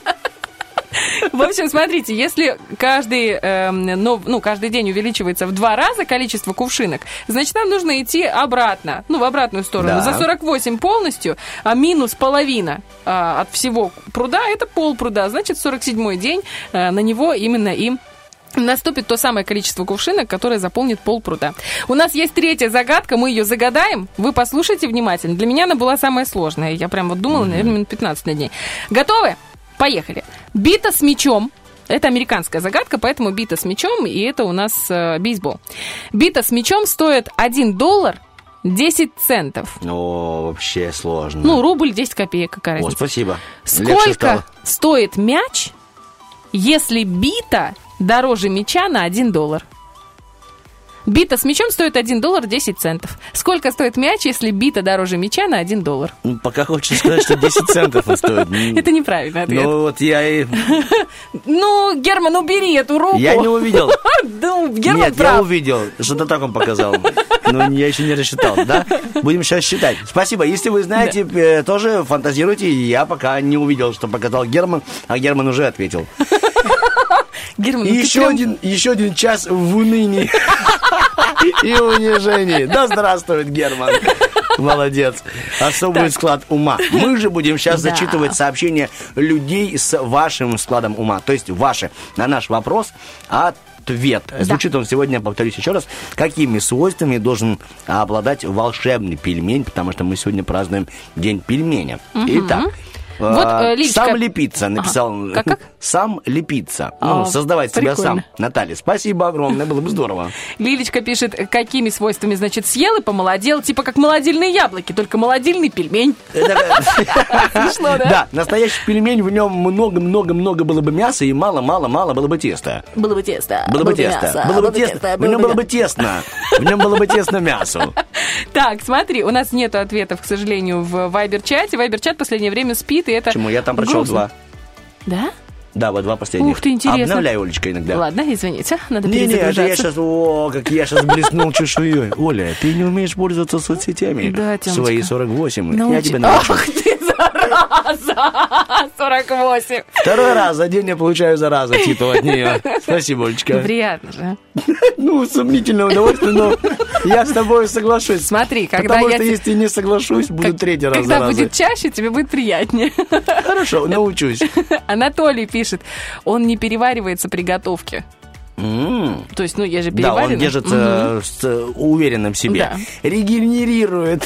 В общем, смотрите, если каждый, эм, ну, ну, каждый день увеличивается в два раза количество кувшинок, значит, нам нужно идти обратно, ну, в обратную сторону. Да. За сорок восемь полностью, а минус половина а, от всего пруда, это пол пруда. Значит, сорок седьмой день а, на него именно и наступит то самое количество кувшинок, которое заполнит пол пруда. У нас есть третья загадка, мы ее загадаем. Вы послушайте внимательно. Для меня она была самая сложная. Я прям вот думала, наверное, минут пятнадцать над ней. Готовы? Поехали. Бита с мячом. Это американская загадка, поэтому бита с мячом, и это у нас э, бейсбол. Бита с мячом стоит один доллар десять центов. О, вообще сложно. Ну, рубль десять копеек, какая О, разница. спасибо. Легче Сколько стало. стоит мяч, если бита дороже мяча на один доллар? Бита с мячом стоит один доллар десять центов. Сколько стоит мяч, если бита дороже мяча на один доллар? Ну, пока хочешь сказать, что десять центов он стоит. М, Это неправильный ответ. Ну, вот я и... Ну, Герман, убери эту руку. Я не увидел. Ну, Герман Нет, я прав. увидел. Что-то так он показал. Но я еще не рассчитал, да? Будем сейчас считать. Спасибо. Если вы знаете, э, тоже фантазируйте. Я пока не увидел, что показал Герман, а Герман уже ответил. Герман, И ну ты еще прям- один, еще один час в унынии и унижении. Да здравствует Герман. Молодец. Особый склад ума. Мы же будем сейчас Да. зачитывать сообщения людей с вашим складом ума. То есть ваши. На наш вопрос ответ. Звучит он сегодня, повторюсь еще раз, какими свойствами должен обладать волшебный пельмень, потому что мы сегодня празднуем День пельменя. Мгм. Итак. Вот, э, э, Лилечка- Сам лепиться, написал. Ага. Как, как? Сам лепиться. Ну, А, создавать себя прикольно. сам. Наталья, спасибо огромное, было бы здорово. Лилечка пишет, какими свойствами, значит, съел и помолодел, типа как молодильные яблоки, только молодильный пельмень. Смешно, да? Да, настоящий пельмень, в нем много-много-много было бы мяса и мало-мало-мало было бы теста. Было бы тесто. Было бы тесно. Было бы тесно. В нем было бы тесно. В нем было бы тесно мясо. Так, смотри, у нас нету ответов, к сожалению, в Вайбер-чате. Вайбер-чат в последнее время спит, и это Почему? Я там прочел грустно. два. Да? Да, вот два последних. Ух ты, интересно. Обновляй, Олечка, иногда. Ладно, извините, надо Не, не, это я перезагружаться. сейчас, о, как я сейчас блеснул чешуей. Оля, ты не умеешь пользоваться соцсетями. Да, Тёмочка. Свои сорок восемь. Я Научи- тебя научу. Ах ты, зараза! Зараза! сорок восемь. Второй раз за день я получаю заразу титул от нее. Спасибо, Олечка. Ну, приятно же. Ну, сомнительное удовольствие, но я с тобой соглашусь. Смотри, когда Потому я... что те- если не соглашусь, буду третий раз Когда заразой. будет чаще, тебе будет приятнее. Хорошо, научусь. Анатолий пишет, он не переваривается при готовке. М. То есть, ну, я же Да, переварена. он держится с, э, уверенным в себе. Да. Регенерирует.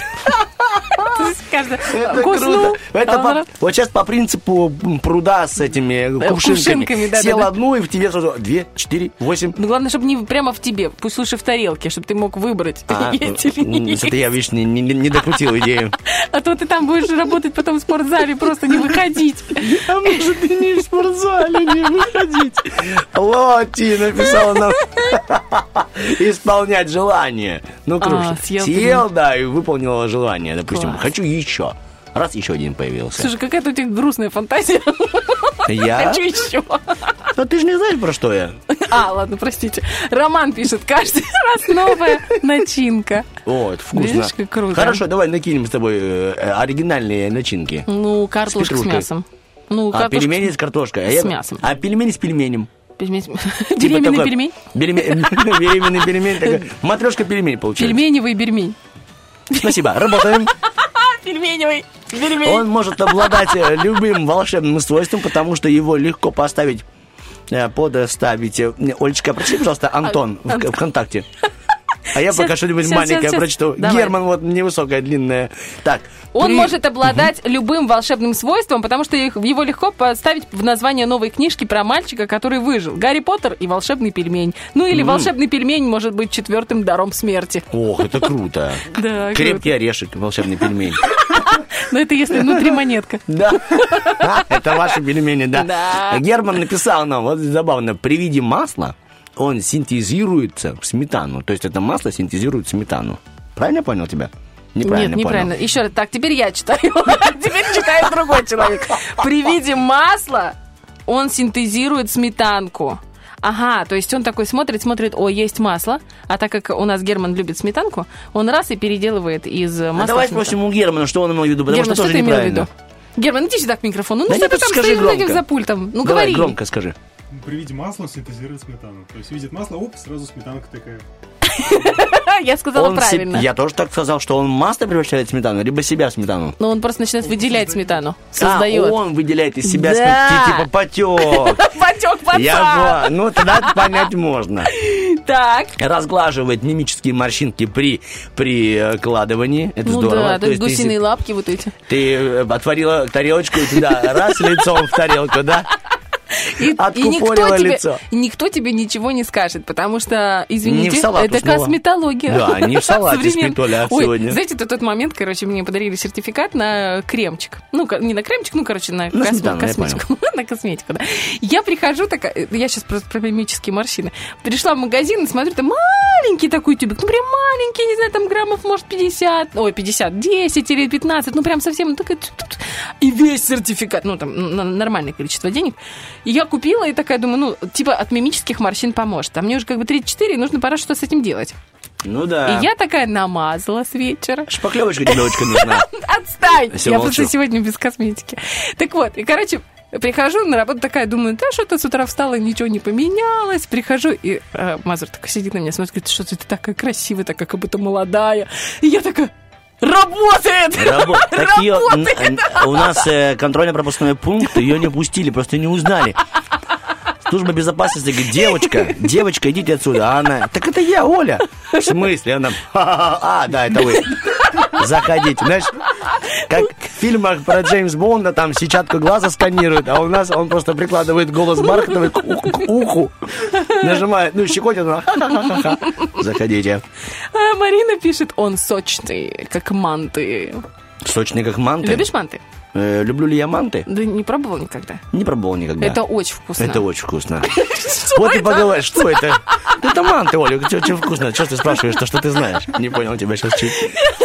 Каждый Это куснул, круто. Это а он по- раз- вот сейчас по принципу м, пруда с этими кувшинками. кувшинками, да, Сел да, да. одну, и в тебе сразу две, четыре, восемь. Ну, главное, чтобы не прямо в тебе, пусть лучше в тарелке, чтобы ты мог выбрать, А, есть или не м, есть. это я, видишь, не, не- не докрутил идею. А то ты там будешь работать потом в спортзале, просто не выходить. А может, и не в спортзале не выходить. Вот, Ти написала нам исполнять желание. Ну, круто. А, съел Съел, да, и выполнила желание. Допустим, Класс. хочу еще. Раз еще один появился. Слушай, какая-то у тебя грустная фантазия. Я? Хочу еще. Ну, ты же не знаешь, про что я. А, ладно, простите. Роман пишет, каждый раз новая начинка. О, это вкусно. Видишь, как круто. Хорошо, давай накинем с тобой э, э, оригинальные начинки. Ну, картошка с, петрушкой. мясом. Ну, А картошка пельмени с картошкой. А с я- мясом. А пельмени с пельменем. Пельмень. Типа Беременный такой пельмень? береме- Беременный пельмень. такой. Матрешка пельмень получается. Пельменевый бельмень. Спасибо, работаем. Пельменевый бельмень. Он может обладать э, любым волшебным свойством, потому что его легко поставить, э, подставить. Э, Олечка, прочти, пожалуйста, Антон в Антон. ВКонтакте. А я Щас, пока что-нибудь щас, маленькое щас, щас. прочту. Давай. Герман, вот невысокая, длинная. Так. Он при- может обладать любым волшебным свойством, потому что их- его легко поставить в название новой книжки про мальчика, который выжил. Гарри Поттер и волшебный пельмень. Ну или М. волшебный пельмень может быть четвертым даром смерти. Ох, это круто. Да, Крепкий орешек, волшебный пельмень. Но это если внутри монетка. Да. Это ваши пельмени, да. Да. Герман написал нам, вот забавно, при виде масла он синтезируется в сметану. То есть это масло синтезирует сметану. Правильно я понял тебя? Неправильно Нет, неправильно. понял. Еще раз. Так, теперь я читаю. Теперь читает другой человек. При виде масла он синтезирует сметанку. Ага, то есть он такой смотрит, смотрит, о, есть масло, а так как у нас Герман любит сметанку, он раз и переделывает из масла А давай сметанку. спросим у Германа, что он имел в виду, потому Герман, что что тоже ты имел в неправильно. виду? Герман, иди сюда к микрофону. Ну Да что нет, ты просто там скажи стоишь вот этим громко. за пультом? Ну Давай, говори. громко скажи. При виде масла он синтезирует сметану. То есть видит масло, оп, сразу сметанка такая. Я сказала Он правильно. се- Я тоже так сказал, что он масло превращает в сметану, либо себя в сметану. Но он просто начинает выделять сметану. Создает. А, он выделяет из себя Да. сметану, типа потек. Потек паца. Я по- Ну, тогда это понять можно. Так. Разглаживает мимические морщинки при прикладывании. Это Ну здорово. да, То то есть есть ты гусиные си- лапки вот эти. Ты э, отворила тарелочку и туда раз лицом в тарелку, да? И, и никто, Откупорила тебе, лицо. никто тебе ничего не скажет, потому что, Не извините, в салат это уснула. косметология. Да, не в салате Современ- спит Оля Ой, сегодня. знаете, это тот момент, короче, мне подарили сертификат на кремчик. Ну, ко- не на кремчик, ну, короче, на, На косме- сметану, я косметику. На косметику, да. Я прихожу такая, я сейчас просто про мимические морщины. Пришла в магазин и смотрю, там маленький такой тюбик, ну, прям маленький, не знаю, там граммов, может, пятьдесят, ой, пятьдесят, десять или пятнадцать, ну, прям совсем, ну, такая, тьф-тьф-тьф. И весь сертификат, ну, там, на нормальное количество денег. И я купила, и такая думаю, ну, типа от мимических морщин поможет. А мне уже как бы тридцать четыре, и нужно пора что с этим делать. Ну да. И я такая намазала с вечера. Шпаклевочка девочка нужна. Отстань! Всё, я молчу. просто сегодня без косметики. Так вот, и, короче, прихожу на работу такая, думаю, да что-то с утра встала, ничего не поменялось. Прихожу, и э, Мазур такой сидит на меня, смотрит, говорит, что ты такая красивая, такая как будто молодая. И я такая, работает! Рабо- так её- Работает! н- н- у нас э, контрольно-пропускной пункт, ее не пустили, просто не узнали. Служба безопасности говорит, девочка, девочка, идите отсюда. А она, так это я, Оля. В смысле? Она, «Ха-ха-ха». А, да, это вы. Заходите. Знаешь, как в фильмах про Джеймс Бонда, там сетчатку глаза сканируют, а у нас он просто прикладывает голос бархатовый к, у- к уху, нажимает, ну, щекотит, она, «Ха-ха-ха-ха». Заходите. А Марина пишет, он сочный, как манты. Сочный, как манты. Любишь манты? Э, люблю ли я манты? Да не пробовал никогда. Не пробовал никогда. Это очень вкусно. Это очень вкусно. Вот и поговорим, что это? Это манты, Оля, что вкусно? Что ты спрашиваешь, то что ты знаешь? Не понял тебя сейчас чуть.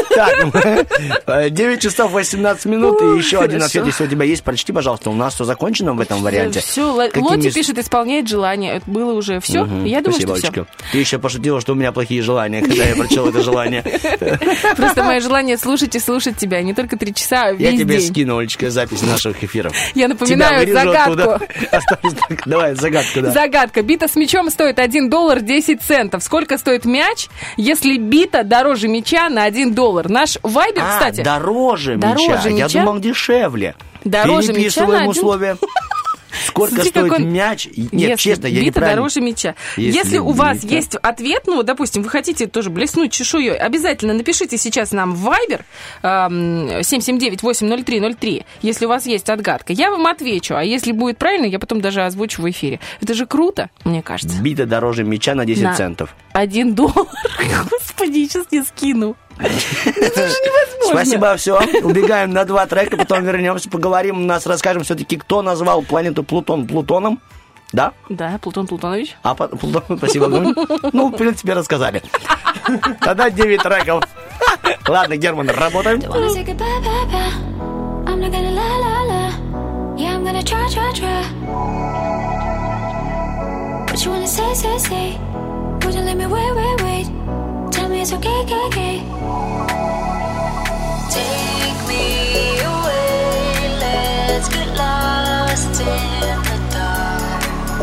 Так, девять часов восемнадцать минут, и еще один ответ, если у тебя есть, прочти, пожалуйста. У нас все закончено в этом варианте. Все, Лоти пишет, исполняет желание. Это было уже все. Я думаю, Спасибо, что все. Олечка. Ты еще пошутила, что у меня плохие желания, когда я прочел это желание. Просто мое желание слушать и слушать тебя. Не только три часа, а весь Я тебе день. скину, Олечка, запись наших эфиров. Я напоминаю Тебя вырежу загадку. оттуда. Осталось так. Давай, загадку, да. Загадка. Бита с мячом стоит один доллар десять центов. Сколько стоит мяч, если бита дороже мяча на один доллар? Наш вайбер, А, кстати... дороже, Дороже мяча. Я мяча? думал, дешевле. Дороже мяча Переписываем на один- условия. Сколько Смотри, стоит как он- мяч? Нет, Если честно, я бита неправильно. дороже мяча. Если Если, у вас бита- есть ответ, ну, допустим, вы хотите тоже блеснуть чешуей, обязательно напишите сейчас нам в Viber эм, семь семь девять восемь ноль три ноль три, если у вас есть отгадка. Я вам отвечу, а если будет правильно, я потом даже озвучу в эфире. Это же круто, мне кажется. Бита дороже мяча на десять На центов. Один доллар. Господи, сейчас не скину. Это же невозможно. Спасибо, все. Убегаем на два трека, потом вернемся, поговорим. У нас расскажем все-таки, кто назвал планету Плутон Плутоном. Да? Да, Плутон Плутонович. А по- Плутон, спасибо. Ну, в принципе, рассказали. Тогда девять треков. Ладно, Герман, работаем. Wanna say goodbye, bye, bye. I'm not gonna lie, lie, lie. Yeah, I'm gonna try, try, try. What you wanna say, say, say? Would you let me wait, wait, wait? Tell me it's okay, okay, okay. Take me away, let's get lost in the dark.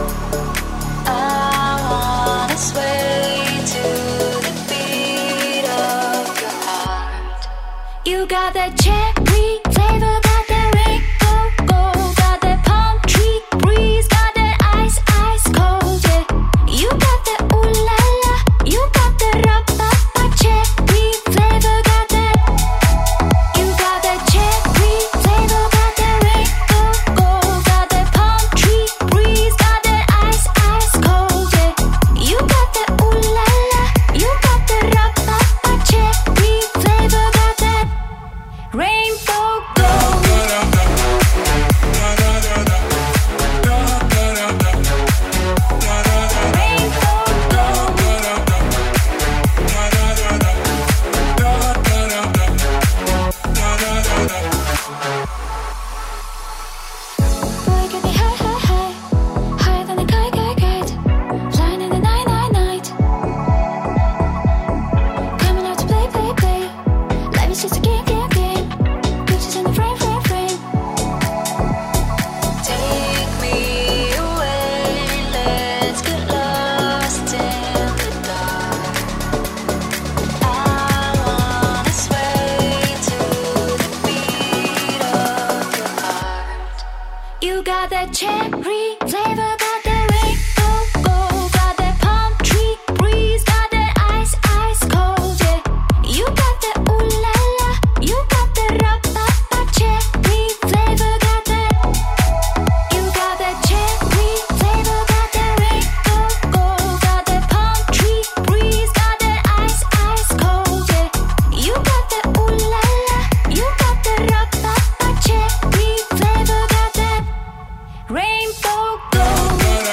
I wanna sway to the beat of your heart. You got that cherry flavor, got that rainbow gold, got that palm tree breeze, got that ice, ice cold, yeah. You got that ooh la la, you got that ra-ba-ba cherry flavor, got that. You got that cherry flavor, got that rainbow gold, got that palm tree breeze, got that ice, ice cold, yeah. You got that ooh la la, you got that ra-ba-ba cherry flavor, got that rainbow gold. Boy, get me high, high, high, higher than a kite, kite, kite, flying in the night, night, night. Coming out to play, play, play. Life is just a game, game, game. Pictures in the frame, frame, frame. Take me away, let's get lost in the dark. I wanna sway to the beat of your heart. You got that cherry flavor, got that rainbow gold, got that palm tree breeze, got that ice, ice cold, yeah. You got that ooh la la, you got that ra-ba-ba cherry flavor, got that. You got that cherry flavor, got that rainbow gold, got that palm tree breeze, got that ice, ice cold, yeah. You got that ooh la la, you got that ra-ba-ba cherry flavor, got that rainbow gold.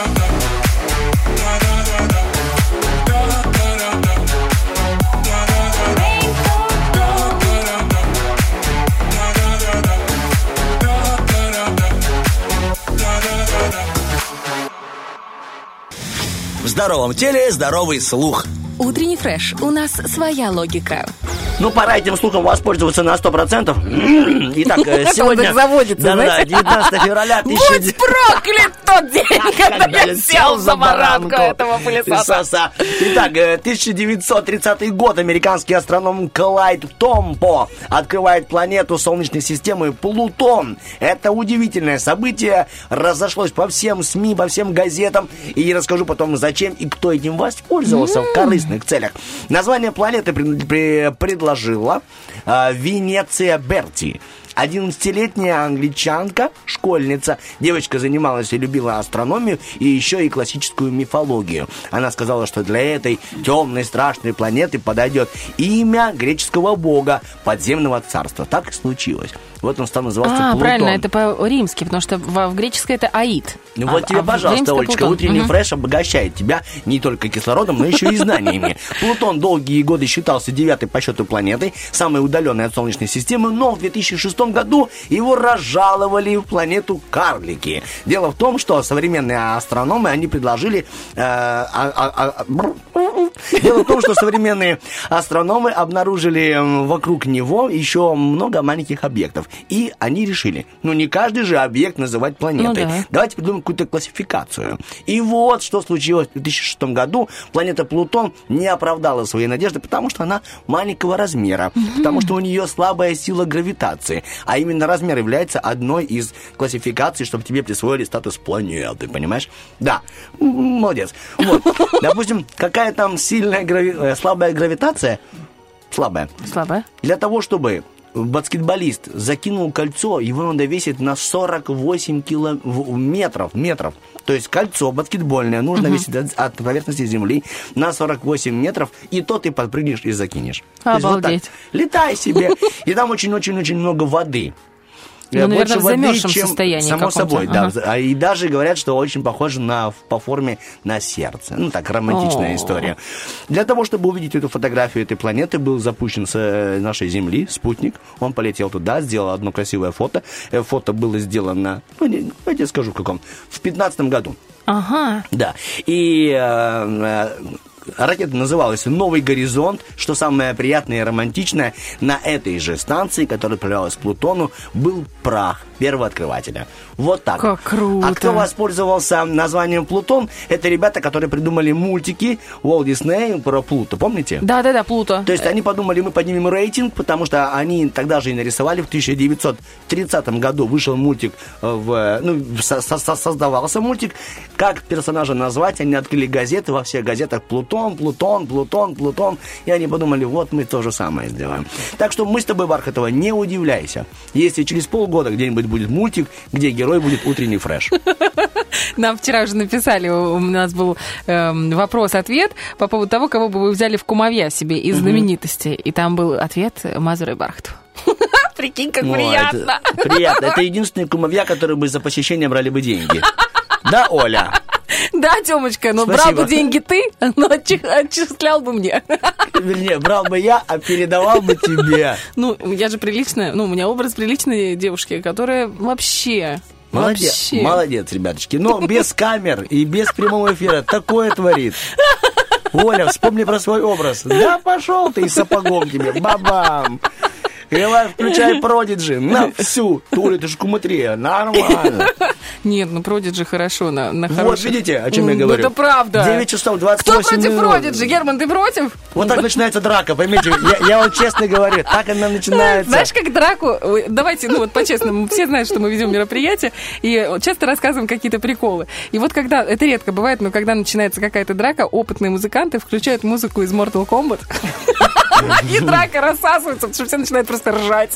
В здоровом теле здоровый слух. Утренний фреш. У нас своя логика. Ну, пора этим слухом воспользоваться на сто процентов. Итак, э, Он сегодня... так заводится, Да-да-да, знаете? девятнадцатое февраля... Будь проклят тот день, когда я сел за баранку этого пылесоса. пылесоса. Итак, э, тысяча девятьсот тридцатый год. Американский астроном Клайд Томпо открывает планету Солнечной системы Плутон. Это удивительное событие. Разошлось по всем СМИ, по всем газетам. И расскажу потом, зачем и кто этим воспользовался в корыстных целях. Название планеты пред- пре- предложила э, Венеция Берти. одиннадцатилетняя англичанка, школьница. Девочка занималась и любила астрономию, и еще и классическую мифологию. Она сказала, что для этой темной, страшной планеты подойдет имя греческого бога подземного царства. Так и случилось. Вот он стал называться А, Плутон. правильно, это по-римски, потому что в, в греческой это Аид. Ну А- вот тебе, а в пожалуйста, римском Олечка, Плутон. утренний Мгм. фреш обогащает тебя не только кислородом, но еще и знаниями. Плутон долгие годы считался девятой по счету планетой, самой удаленной от Солнечной системы, но в две тысячи шестом шестом году его разжаловали в планету карлики. Дело в том, что современные астрономы, они предложили... э, а- а- а- бррр. Дело в том, что современные астрономы обнаружили м, вокруг него еще много маленьких объектов. И они решили, ну не каждый же объект называть планетой. Ну да. Давайте придумаем какую-то классификацию. И вот что случилось в две тысячи шестом году. Планета Плутон не оправдала свои надежды, потому что она маленького размера, потому что у нее слабая сила гравитации. А именно размер является одной из классификаций, чтобы тебе присвоили статус планеты, понимаешь? Да, М, молодец. Вот, допустим, какая там сильная грави... э, слабая гравитация? Слабая. Слабая. Для того, чтобы баскетболист закинул кольцо, его надо весить на сорок восемь километров, метров. То есть кольцо баскетбольное нужно Мгм. весить от, от поверхности земли на сорок восемь метров, и то ты подпрыгнешь и закинешь. То есть вот так. Обалдеть. Летай себе. И там очень-очень-очень много воды. Ну, Э, наверное, больше в воды, замерзшем чем- состоянии Само каком-то. собой, да. Ага. А И даже говорят, что очень похоже на, по форме на сердце. Ну, так, романтичная О. история. Для того, чтобы увидеть эту фотографию этой планеты, был запущен с э, нашей Земли спутник. Он полетел туда, сделал одно красивое фото. Э, Фото было сделано, ну, не- я тебе скажу, в каком, в пятнадцатом году. Ага. Да. И э, э, ракета называлась «Новый горизонт». Что самое приятное и романтичное, на этой же станции, которая отправлялась к Плутону, был прах первооткрывателя. Вот так. Как круто. А кто воспользовался названием Плутон, это ребята, которые придумали мультики Walt Disney про Плуто, помните? Да-да-да, Плуто. То есть они подумали, мы поднимем рейтинг, потому что они тогда же и нарисовали, в тысяча девятьсот тридцатом году вышел мультик, в, ну, со- со- создавался мультик, как персонажа назвать, они открыли газеты, во всех газетах Плутон, Плутон, Плутон, Плутон, и они подумали, вот мы то же самое сделаем. Так что мы с тобой, Бархатова, не удивляйся, если через полгода где-нибудь будет мультик, где герой будет утренний фреш. Нам вчера уже написали, у нас был эм, вопрос-ответ по поводу того, кого бы вы взяли в кумовья себе из Мгм. знаменитостей. И там был ответ Мазура и Бархатова. Прикинь, как О, приятно. это приятно. Это единственные кумовья, которые бы за посещение брали бы деньги. Да, Оля? Да, Тёмочка, но Спасибо. брал бы деньги ты, но отчи- отчислял бы мне. Вернее, брал бы я, а передавал бы тебе. Ну, я же приличная, ну, у меня образ приличной девушки, которая вообще... Молодец, вообще. молодец, ребяточки. Но без камер и без прямого эфира такое творит. Оля, вспомни про свой образ. Да пошел ты и сапогом тебе, бабам. Давай, включай Продиджи на всю. Толя, ты же куматрия, нормально. Нет, ну Продиджи хорошо, на, на Вот хороших. видите, о чем я Ну, говорю. это правда. девять часов двадцать Кто восемь против минут. Продиджи? Герман, ты против? Вот так начинается драка, поймите. Я, я вам честно говорю, так она начинается. Знаешь, как драку... Ой, давайте, ну вот по-честному, все знают, что мы ведем мероприятие, и часто рассказываем какие-то приколы. И вот когда, это редко бывает, но когда начинается какая-то драка, опытные музыканты включают музыку из Mortal Kombat, и драка рассасывается, потому что все начинают просто ржать.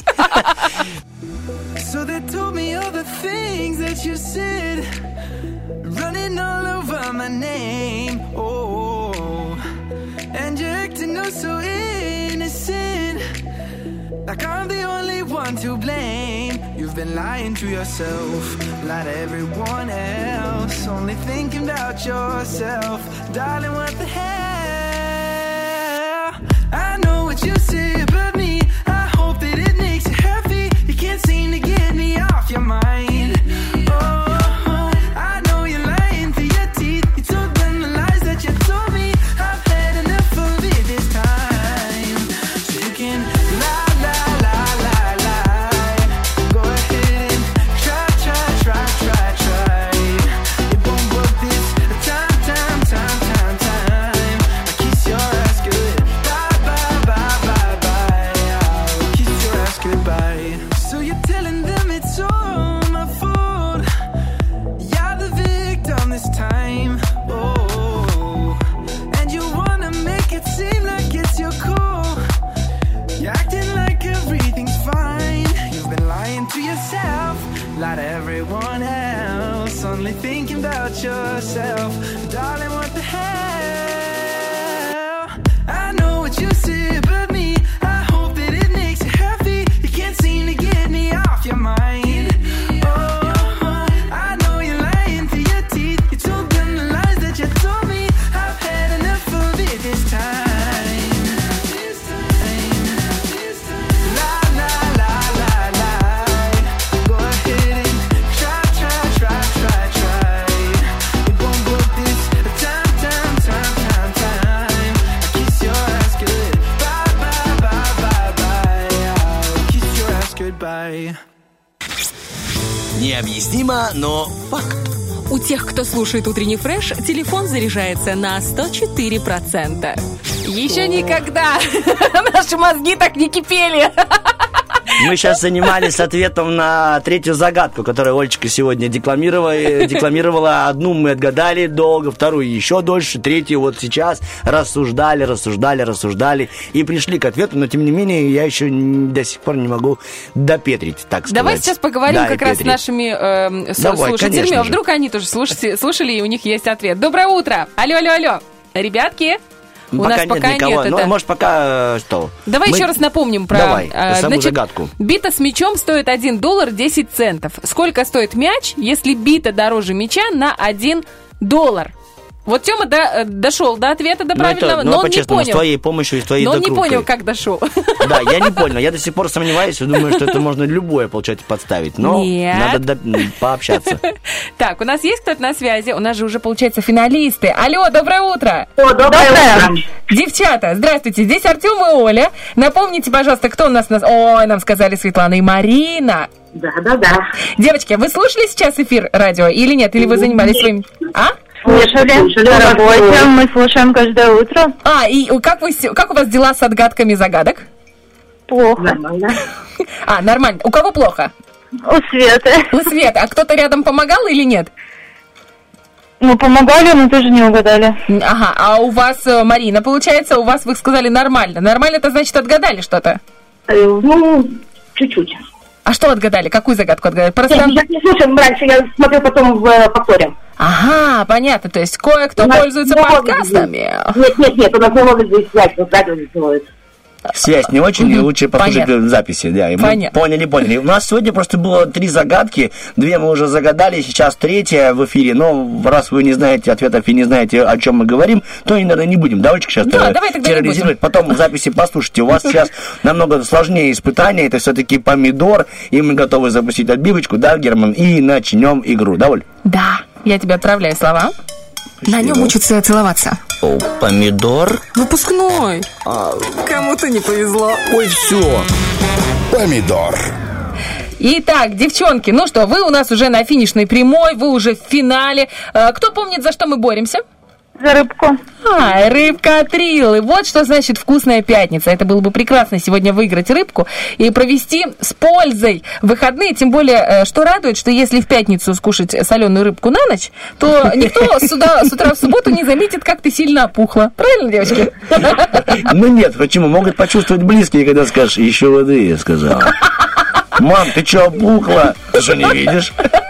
So they told me all the things that you said, running all over my name. Oh, and you're acting oh so innocent, like I'm the only one to blame. You've been lying to yourself, lied to everyone else, only thinking about yourself. Darling, what the hell? I know what you say about me, I hope that it makes you happy. You can't seem to get me off your mind. Oh, I know you're lying through your teeth. You told them the lies that you told me. I've had enough of it this time. So you can lie, lie, lie, lie, lie. Go ahead and try, try, try, try, try. It won't work this time, time, time, time, time. I kiss your ass good. Bye, bye, bye, bye, bye. I'll kiss your ass goodbye. So you're telling them it's all my fault. You're the victim this time. Oh, and you wanna make it seem like it's your call. You're acting like everything's fine. You've been lying to yourself, lie to everyone else, only thinking about yourself. Darling, what the hell? I know what you say about me. I hope that it makes you happy. You can't seem to get me off your mind. Oh, I know you're lying through your teeth. You told them the lies that you told me. I've had enough of it this time. This time, this time. La, la, la, la, la. goodbye. Необъяснимо, но факт. У тех, кто слушает утренний фреш, телефон заряжается на сто четыре процента. Еще никогда наши мозги так не кипели. Мы сейчас занимались ответом на третью загадку, которую Олечка сегодня декламировала. Декламировала одну, мы отгадали долго, вторую еще дольше, третью вот сейчас рассуждали, рассуждали, рассуждали и пришли к ответу, но тем не менее я еще до сих пор не могу допетрить, так сказать. Давай сейчас поговорим да, как раз с нашими э, Давай, слушателями, а вдруг же. они тоже слушали, слушали и у них есть ответ. Доброе утро! Алло, алло, алло! Ребятки! У пока нас нет пока никого. нет. Ну, это... может, пока что? Давай Мы... еще раз напомним про... Давай, э, саму значит, загадку. бита с мячом стоит один доллар десять центов. Сколько стоит мяч, если бита дороже мяча на один доллар? Вот Тёма до, дошел до ответа, до Ну, правильного, это, ну, но он не по-честному, понял. с твоей помощью и с твоей Но он не докруткой. понял, как дошел. Да, я не понял. Я до сих пор сомневаюсь и думаю, что это можно любое, получается, подставить. Но Нет. надо до- пообщаться. Так, у нас есть кто-то на связи? У нас же уже, получается, финалисты. Алло, доброе утро. О, доброе утро. Девчата, здравствуйте. Здесь Артем и Оля. Напомните, пожалуйста, кто у нас... нас... Ой, нам сказали Светлана и Марина. Да, да, да. Девочки, вы слушали сейчас эфир радио или нет? Или вы занимались своим... А? Слушали, на работе, мы слушаем каждое утро. А, и как, вы, с- как у вас дела с отгадками загадок? Плохо. Нормально. А, нормально. У кого плохо? У Светы. У Светы. А кто-то рядом помогал или нет? Ну, помогали, но тоже не угадали. Ага, а у вас, э, Марина, получается, у вас, вы сказали, нормально. Нормально, это значит, отгадали что-то? Ну, чуть-чуть. А что отгадали? Какую загадку отгадали? Просто... Я не слушаю раньше, я смотрю потом в э, повторе. Ага, понятно. То есть кое-кто У нас пользуется не могут подкастами. Нет, нет, нет, у нас не могут здесь связь, вот радио не делают. Связь не очень, и лучше послушать Понятно. записи. Да, и мы Понятно. поняли, поняли. У нас сегодня просто было три загадки. Две мы уже загадали, сейчас третья в эфире. Но раз вы не знаете ответов и не знаете, о чем мы говорим, то, наверное, не будем. Давайте сейчас Да, давай тогда не терроризировать. Потом в записи послушайте. У вас сейчас намного сложнее испытание. Это все-таки помидор. И мы готовы запустить отбивочку, да, Герман? И начнем игру. Да, Оль? Да, я тебе отправляю слова. На нем учатся целоваться. О, помидор. Выпускной. А, Кому-то не повезло. ой, все. Помидор. Итак, девчонки, ну что, вы у нас уже на финишной прямой, вы уже в финале. Э, Кто помнит, за что мы боремся? За рыбку. А, рыбка Трил. И вот что значит вкусная пятница. Это было бы прекрасно сегодня выиграть рыбку и провести с пользой выходные. Тем более, э, что радует, что если в пятницу скушать соленую рыбку на ночь, то никто сюда, с утра в субботу не заметит, как ты сильно опухла. Правильно, девочки? Ну нет, почему? Могут почувствовать близкие, когда скажешь, еще воды, я сказал. Мам, ты что, опухла? Ты что, не видишь?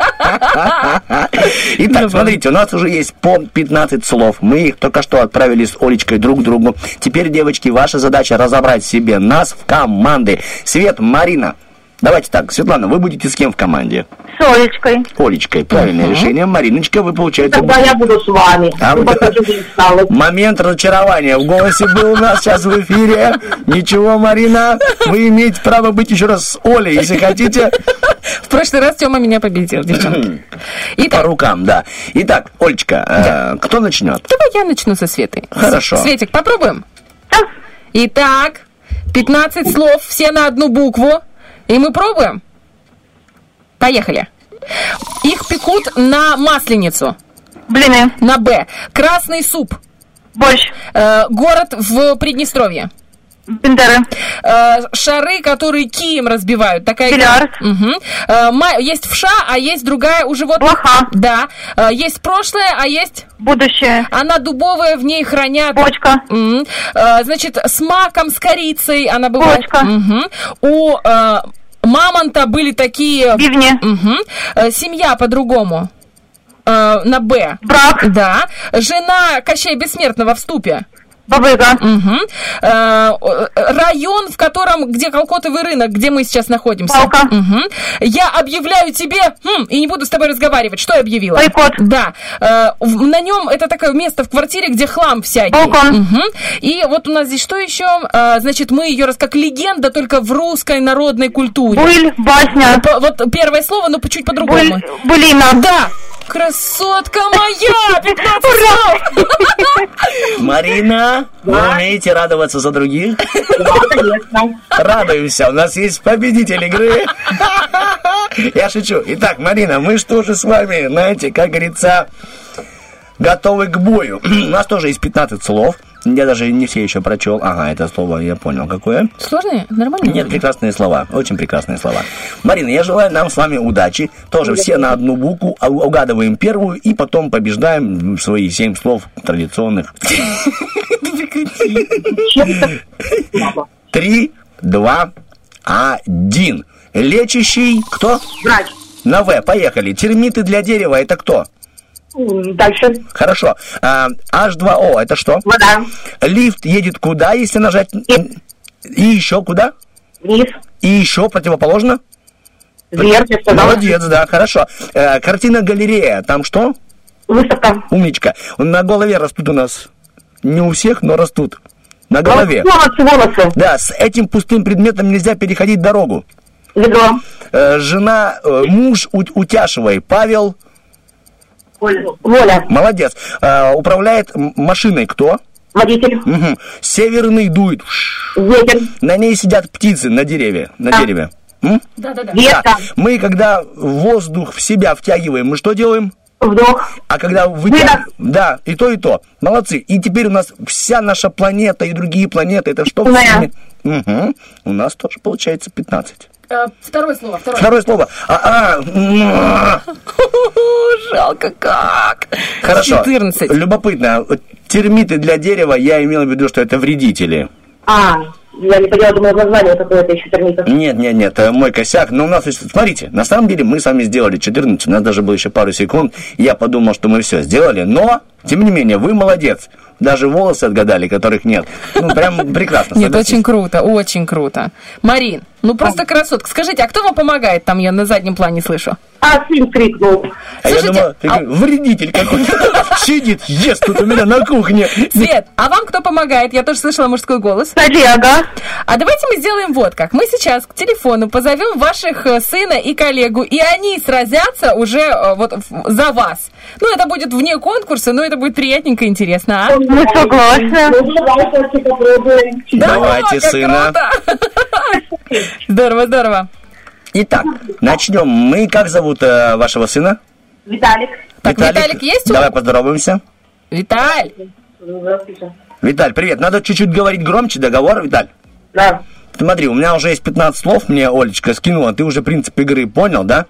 Итак, смотрите, у нас уже есть по пятнадцать слов. Мы их только что отправили с Олечкой друг к другу. Теперь, девочки, ваша задача разобрать себе нас в команды. Свет, Марина. Давайте так, Светлана, вы будете с кем в команде? С Олечкой. Олечкой, правильное решение. Мариночка, вы получаете... Тогда я буду с вами. А Вы вы- покажу, где стало. Момент разочарования в голосе был у нас сейчас в эфире. Ничего, Марина, вы имеете право быть еще раз с Олей, если хотите. В прошлый раз Тёма меня победил, девчонки. По рукам, да. Итак, Олечка, э, кто начнет? Давай я начну со Светой. Хорошо. Светик, попробуем? Итак, пятнадцать слов, все на одну букву. И мы пробуем? Поехали. Их пекут на масленицу. Блины. На Б. Красный суп. Борщ. Э, город в Приднестровье. Бендеры. Э, шары, которые кием разбивают. Такая Бильярд. Мгм. Э, ма- есть вша, а есть другая у животных. Блоха. Да. Э, есть прошлое, а есть... Будущее. Она дубовая, в ней хранят... Бочка. Мгм. Э, значит, с маком, с корицей она бывает. Бочка. Мгм. У э, мамонта были такие... Бивни. Мгм. Э, семья по-другому. Э, на Б. Брак. Да. Жена Кощея Бессмертного в ступе. Бабыга. Мгм. Э, район, в котором, где Колкотовый рынок, где мы сейчас находимся. Палка. Мгм. Я объявляю тебе, хм, и не буду с тобой разговаривать. Что я объявила? Бойкот. Да. Э, в- на нем это такое место в квартире, где хлам всякий. Балкон. Мгм. И вот у нас здесь что еще? Э, значит, мы ее раз как легенда, только в русской народной культуре. Буль. Басня. П- Вот первое слово, но чуть по-другому. Буль. Булина. Да. Красотка моя! пятнадцать слов! Марина, вы умеете радоваться за других? Да, конечно. Радуемся, у нас есть победитель игры. Я шучу. Итак, Марина, мы что же с вами, знаете, как говорится, готовы к бою. У нас тоже есть пятнадцать слов. Я даже не все еще прочел. Ага, это слово я понял. Какое? Сложные? Нормально? Нет, прекрасные слова. Очень прекрасные слова. Марина, я желаю нам с вами удачи. Тоже все на одну букву. а- Угадываем первую и потом побеждаем свои семь слов традиционных. Три, два, один. Лечащий кто? Врач. На В. Поехали. Термиты для дерева это кто? Дальше. Хорошо. А, эйч два о это что? Вода. Лифт едет куда, если нажать? И еще куда? Вниз. И еще противоположно? Вверх, я сказала. Молодец, да, хорошо. Э, картина галерея, там что? Выставка. Умничка. На голове растут у нас. Не у всех, но растут. На голове. Волосы, волосы. Да, с этим пустым предметом нельзя переходить дорогу. Ведро. Э, жена, э, муж у, Утяшевой, Павел. Воля. Молодец. Э, управляет м- машиной кто? Водитель. Угу. Северный дует. Ветер. На ней сидят птицы на дереве. На Да. дереве. М? Да-да-да. Ветка. Да. Мы, когда воздух в себя втягиваем, мы что делаем? Вдох. А когда вытягиваем... Да, и то, и то. Молодцы. И теперь у нас вся наша планета и другие планеты, это что? Моя. Угу. У нас тоже получается пятнадцать. Э, Второе слово. Второе. Второе слово. А, а, Жалко как. Хорошо. четырнадцать. Любопытно. Термиты для дерева, я имел в виду, что это вредители. А, я не поняла, думала, название какое-то еще термитов. Нет, нет, нет, э, мой косяк. Но у нас, смотрите, на самом деле мы с вами сделали четырнадцать, у нас даже было еще пару секунд. Я подумал, что мы все сделали, но, тем не менее, вы молодец. Даже волосы отгадали, которых нет. Ну, прям прекрасно. Нет, согласись. очень круто, очень круто. Марин, ну просто красотка. Скажите, а кто вам помогает? Там я на заднем плане слышу. А, сын крикнул. А я Слушайте, думал, ты а- вредитель какой-то сидит, ест тут у меня на кухне. Свет, а вам кто помогает? Я тоже слышала мужской голос. Коллега. А давайте мы сделаем вот как. Мы сейчас к телефону позовем ваших э, сына и коллегу, и они сразятся уже э, вот в- за вас. Ну, это будет вне конкурса, но это будет приятненько и интересно, а? Мы согласны. Да, Давайте, как сына. круто. Здорово, здорово. Итак, начнем. Мы, как зовут э, вашего сына? Виталик. Так, Виталик есть у- Давай поздороваемся. Виталь. Здравствуйте. Виталь, привет. Надо чуть-чуть говорить громче, договор, Виталь? Да. Смотри, у меня уже есть пятнадцать слов, мне Олечка скинула. Ты уже принцип игры понял, да?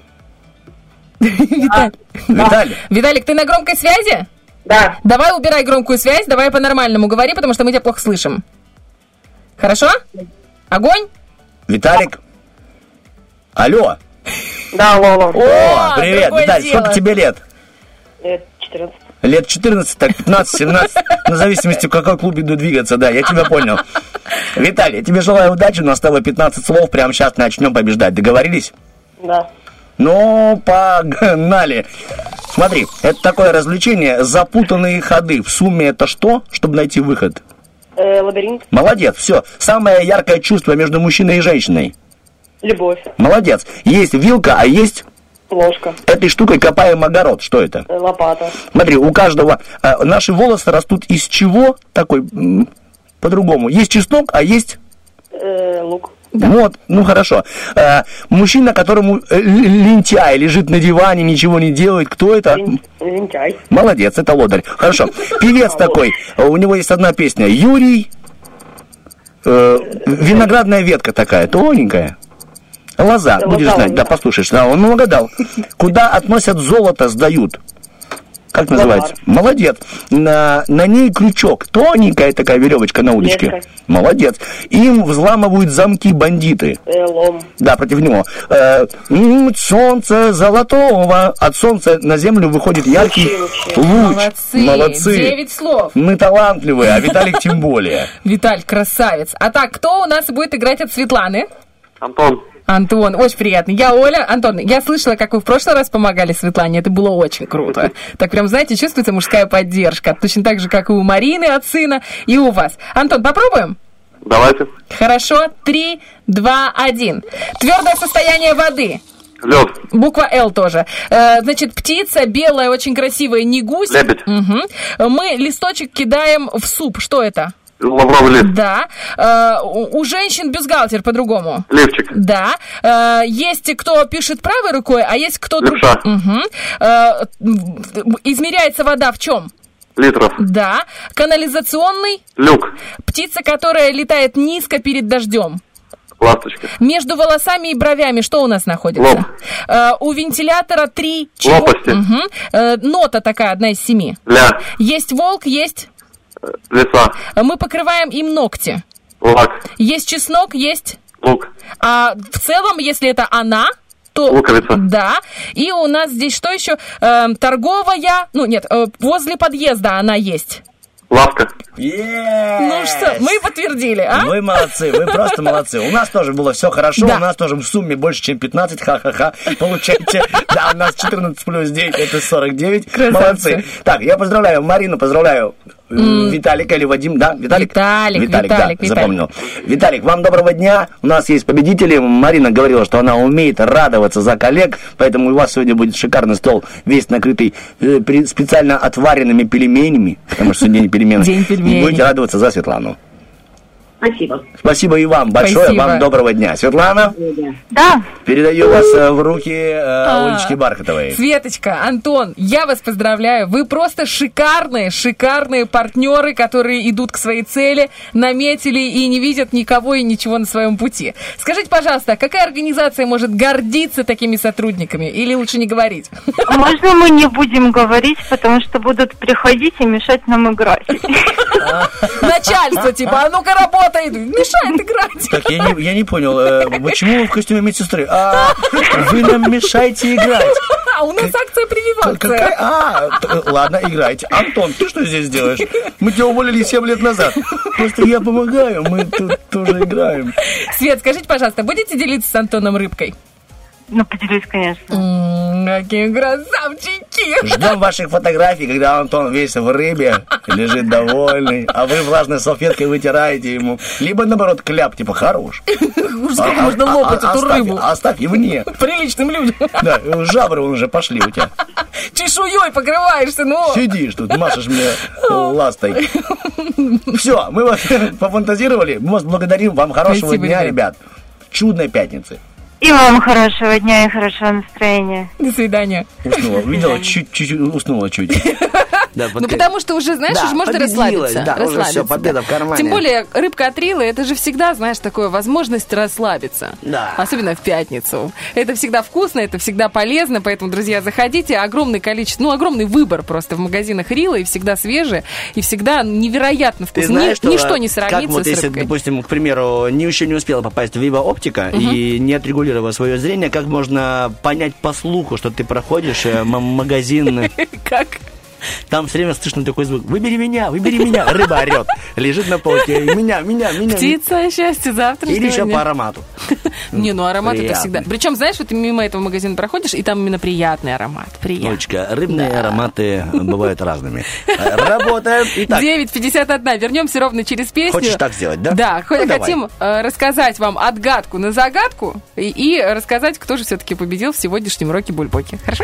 Виталь. Виталь, Виталик, ты на громкой связи? Да. Давай убирай громкую связь, давай по-нормальному говори, потому что мы тебя плохо слышим. Хорошо? Огонь? Виталик. Алло. Да, Лола. О, привет, другое Виталь, дело. сколько тебе лет? четырнадцать. Лет четырнадцать, так пятнадцать-семнадцать, на зависимости, в какой клуб иду двигаться, да, я тебя понял. Виталий, я тебе желаю удачи, у нас с тобой пятнадцать слов, прямо сейчас начнем побеждать, договорились? Да. Ну, погнали. Смотри, это такое развлечение, запутанные ходы. В сумме это что, чтобы найти выход? Э, лабиринт. Молодец, все. Самое яркое чувство между мужчиной и женщиной. Любовь. Молодец. Есть вилка, а есть... Ложка. Этой штукой копаем огород. Что это? Э, лопата. Смотри, у каждого... э, наши волосы растут из чего? Такой... м, по-другому. Есть чеснок, а есть... Э, лук. Вот, ну хорошо. Э, мужчина, которому э, л- лентяй, лежит на диване, ничего не делает. Кто это? Лентяй. Молодец, это лодырь. Хорошо. Певец такой. э, У него есть одна песня. Юрий... э, виноградная ветка такая, тоненькая. Лоза, будешь Лоза, знать, да, послушаешь. Да, он угадал. Куда относят золото, сдают. Как называется? Молодец. На, на ней крючок. Тоненькая такая веревочка на удочке. Леска. Молодец. Им взламывают замки бандиты. Э, лом. Да, против него. Э, м, солнце золотого. От солнца на землю выходит яркий луч. Молодцы. Молодцы. Девять слов. Мы талантливые, а Виталик тем более. Виталь, красавец. А так, кто у нас будет играть от Светланы? Антон. Антон, очень приятно. Я Оля. Антон, я слышала, как вы в прошлый раз помогали Светлане. Это было очень круто. Так прям, знаете, чувствуется мужская поддержка. Точно так же, как и у Марины от сына, и у вас. Антон, попробуем? Давайте. Хорошо. Три, два, один. Твердое состояние воды. Лед. Буква Л тоже. Э, значит, птица белая, очень красивая, не гусь. Лебедь. Угу. Мы листочек кидаем в суп. Что это? Лавровый лист. Да. Э, у, у женщин бюстгальтер по-другому. Лифчик. Да. Э, есть кто пишет правой рукой, а есть кто... Левша. Друг... Угу. Э, измеряется вода в чем? Литров. Да. Канализационный? Люк. Птица, которая летает низко перед дождем. Ласточка. Между волосами и бровями что у нас находится? Лоб. Э, у вентилятора три... Чего? Лопасти. Угу. Э, нота такая, одна из семи. Ля. Есть волк, есть... Лиса. Мы покрываем им ногти. Лак. Есть чеснок, есть... Лук. А в целом, если это она, то... Луковица. Да. И у нас здесь что еще? Э, торговая... Ну, нет, э, возле подъезда она есть. Лавка. Yes. Ну что, мы подтвердили, а? Вы молодцы, вы просто молодцы. У нас тоже было все хорошо, Да. у нас тоже в сумме больше, чем пятнадцать, ха-ха-ха. Получаете, да, у нас четырнадцать плюс девять, это сорок девять. Красавцы. Молодцы. Так, я поздравляю Марину, поздравляю М. Виталика или Вадим, да? Виталик? Виталик, Виталик, Виталик, да, Виталик. запомнил. Виталик, вам доброго дня. У нас есть победители. Марина говорила, что она умеет радоваться за коллег, поэтому у вас сегодня будет шикарный стол, весь накрытый э, при- специально отваренными пельменями, потому что сегодня день перемены. День пельменей. Будете радоваться за Светлану. Спасибо. Спасибо и вам большое, Спасибо. вам доброго дня. Светлана, Да. передаю вас э, в руки э, А. Олечки Бархатовой. Светочка, Антон, я вас поздравляю. Вы просто шикарные, шикарные партнеры, которые идут к своей цели, наметили и не видят никого и ничего на своем пути. Скажите, пожалуйста, какая организация может гордиться такими сотрудниками? Или лучше не говорить? Можно мы не будем говорить, потому что будут приходить и мешать нам играть. Начальство, типа, а ну-ка работай, мешает играть. Так, я не, я не понял, э, почему вы в костюме медсестры? А, вы нам мешаете играть. А у нас акция прививакция. Какая? А, т- ладно, играйте. Антон, ты что здесь делаешь? Мы тебя уволили семь лет назад. Просто я помогаю, мы тут тоже играем. Свет, скажите, пожалуйста, будете делиться с Антоном рыбкой? Ну, поделюсь, конечно. М, Какие красавчики! Ждем ваших фотографий, когда Антон весь в рыбе, лежит довольный, а вы влажной салфеткой вытираете ему. Либо, наоборот, кляп, типа, хорош. Уж как можно лопать эту оставь, рыбу? Оставь и мне. Приличным людям. Да, жабры вон уже пошли у тебя. Чешуей покрываешься, ну. Сидишь тут, машешь мне э, ластой. Все, мы вас пофантазировали, мы вас благодарим, вам хорошего Спасибо, дня, ребят. ребят. Чудной пятницы. И вам хорошего дня и хорошего настроения. До свидания. Уснула, видела, чуть-чуть, уснула чуть. Да, Ну, потому что уже, знаешь, Да, уже можно победилась, расслабиться. да, уже расслабиться, всё, под это в кармане. Тем более, рыбка от Рилы, это же всегда, знаешь, такое возможность расслабиться. Да. Особенно в пятницу. Это всегда вкусно, это всегда полезно, поэтому, друзья, заходите. Огромное количество, ну, огромный выбор просто в магазинах Рила, и всегда свежие, и всегда невероятно Ты вкусно. знаешь, Ни- что, ничто не как сравнится вот с если, рыбкой. допустим, к примеру, не, еще не успела попасть в Viva Оптика Мгм. и не отрегулировала свое зрение, как можно понять по слуху, что ты проходишь э, м- магазин, Как? там все время слышно такой звук: «Выбери меня, выбери меня!» Рыба орет, лежит на полке: «Меня, меня, меня!» Птица счастья завтрашнего Или еще дня. по аромату. Не, ну аромат это Приятный. всегда. Причем, знаешь, вот ты мимо этого магазина проходишь, и там именно приятный аромат. Приятный. Олечка, рыбные ароматы бывают разными. Э, Работаем. Итак, девять пятьдесят один. Вернемся ровно через песню. хочешь так сделать, да? Да, Ну, хоть- давай. хотим э, рассказать вам отгадку на загадку и, и рассказать, кто же все-таки победил в сегодняшнем уроке Бульбоки. Хорошо?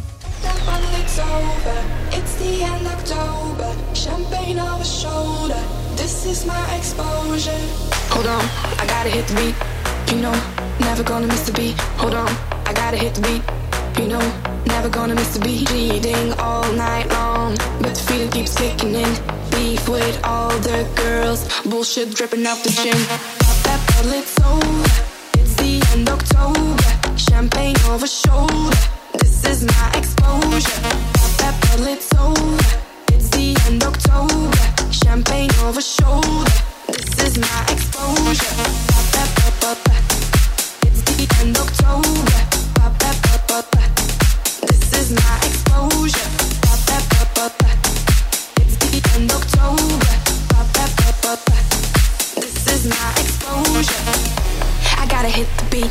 It's over, it's the end October. Champagne over shoulder. This is my exposure. Hold on, I gotta hit the beat. You know, never gonna miss the beat. Hold on, I gotta hit the beat. You know, never gonna miss the beat. Reading all night long, but the feeling keeps kicking in. Beef with all the girls, bullshit dripping off the chin. Pop that bottle, it's over. It's the end October. Champagne over shoulder. This is my exposure. Pop that bottle, it's over. It's the end October. Champagne over shoulder. This is my exposure. Pop that pop pop pop. It's the end October. Pop that pop pop pop. This is my exposure. Pop that pop pop pop. It's the end October. Pop that pop pop pop. This is my exposure. I gotta hit the beat.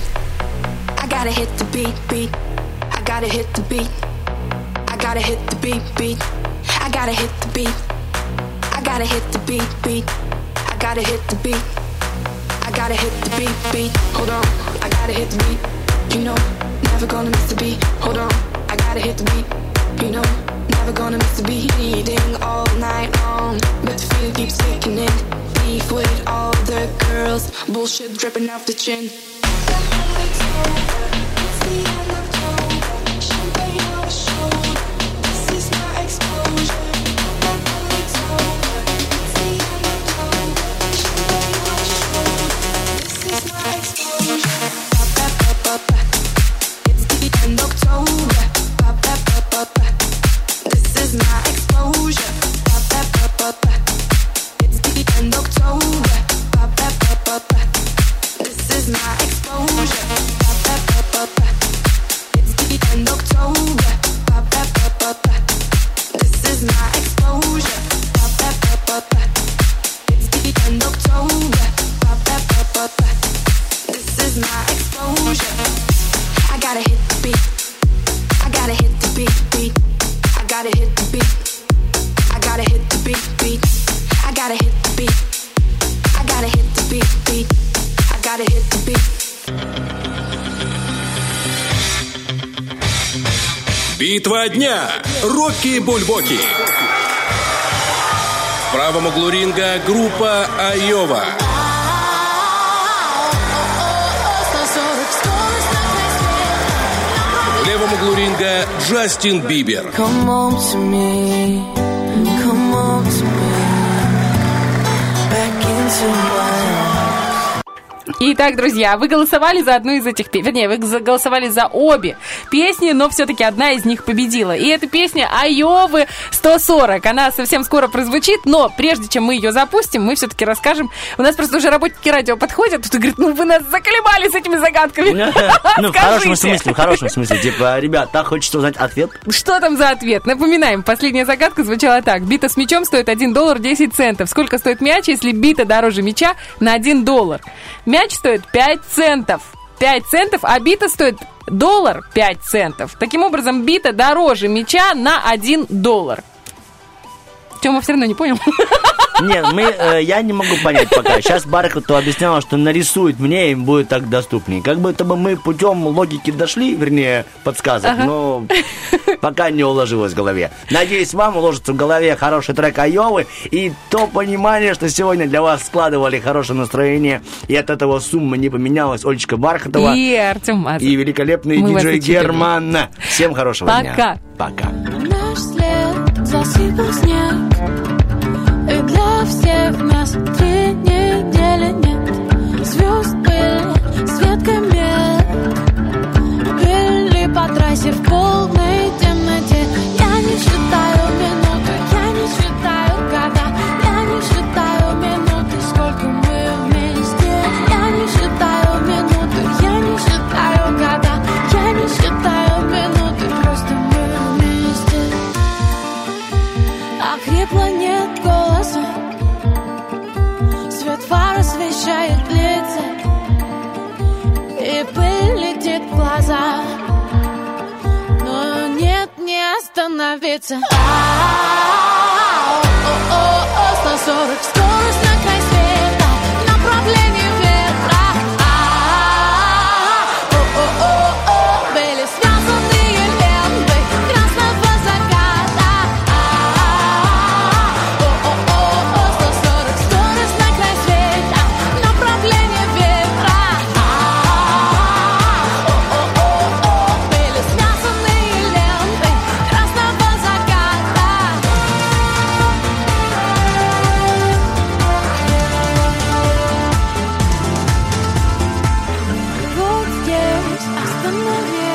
I gotta hit the beat, beat. I gotta hit the beat. I gotta hit the beat, beat. I gotta hit the beat. I gotta hit the beat, beat. I gotta hit the beat. I gotta hit the beat, beat. Hold on, I gotta hit the beat. You know, never gonna miss a beat. Hold on, I gotta hit the beat. You know, never gonna miss a beat. Eating all night long, but the feeling keeps kicking in. Beef with all the girls, bullshit dripping off the chin. Битва дня. Рокки Бульбоки. В правом углу ринга группа Айова. В левом углу ринга Джастин Бибер. Come on to me, come on to me, back into my. Итак, друзья, вы голосовали за одну из этих песен. Вернее, вы голосовали за обе песни, но все-таки одна из них победила. И эта песня Айовы сто сорок. Она совсем скоро прозвучит, но прежде чем мы ее запустим, мы все-таки расскажем. У нас просто уже работники радио подходят, тут и говорят, ну вы нас заколебали с этими загадками. Ну, в хорошем смысле, в хорошем смысле. Типа, ребят, так хочется узнать ответ. Что там за ответ? Напоминаем, последняя загадка звучала так. Бита с мячом стоит один доллар десять центов. Сколько стоит мяч, если бита дороже мяча на один доллар? Мяч стоит пять центов. пять центов, а бита стоит доллар пять центов. Таким образом, бита дороже мяча на один доллар. Тёма все равно не понял. Нет, мы, э, я не могу понять пока. Сейчас Бархату объясняла, что нарисует мне, им будет так доступнее. Как будто бы мы путем логики дошли, вернее, подсказок, ага. но пока не уложилось в голове. Надеюсь, вам уложится в голове хороший трек Айовы и то понимание, что сегодня для вас складывали хорошее настроение, и от этого сумма не поменялась. Олечка Бархатова и Артем Мазур. И великолепный Мы диджей Герман. Всем хорошего Пока. дня. Пока. Наш след засыпал снег, и для всех нас три недели нет. Звезд были светками, били по трассе в полной темноте. Я не считаю минуты, я не считаю года, я не считаю минуты, сколько мы вместе. Я не считаю минуты, я не считаю года, я не считаю минуты, просто мы вместе. Охрипло, нет голоса, свет фар освещает лица, и пыль летит в глаза, но нет, не остановиться. сто сорок, скорость на край света, направление ветра. Были связанные ленты красного заката. сто сорок, скорость на край света, направление ветра. Были связанные ленты красного заката. Вот здесь останови.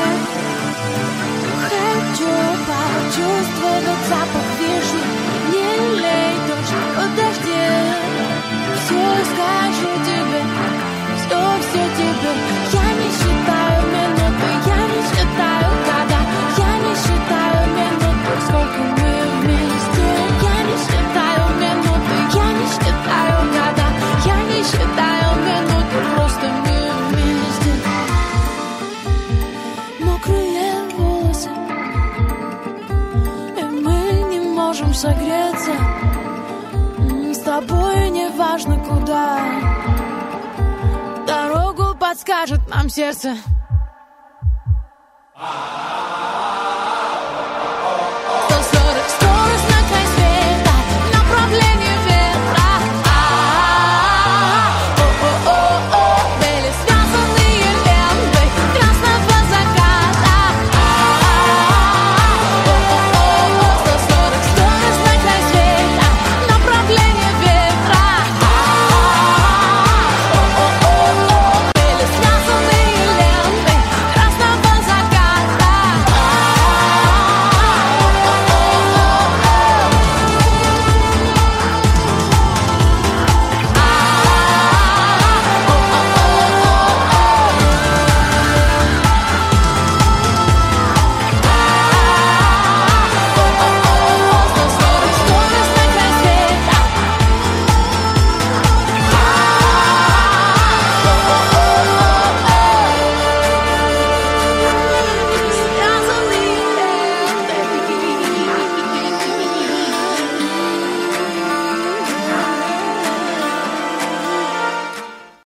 Хочу почувствовать запах вишни. Не лей дождь, подожди. Все скажу тебе, все, все тебе. Я не считаю минуты, я не считаю года, я не считаю минуты, сколько мы вместе. Я не считаю минуты, я не считаю года, я не считаю минуты, просто мы вместе. Мокрые волосы, и мы не можем согреться. М, С тобой не важно куда, дорогу подскажет нам сердце. А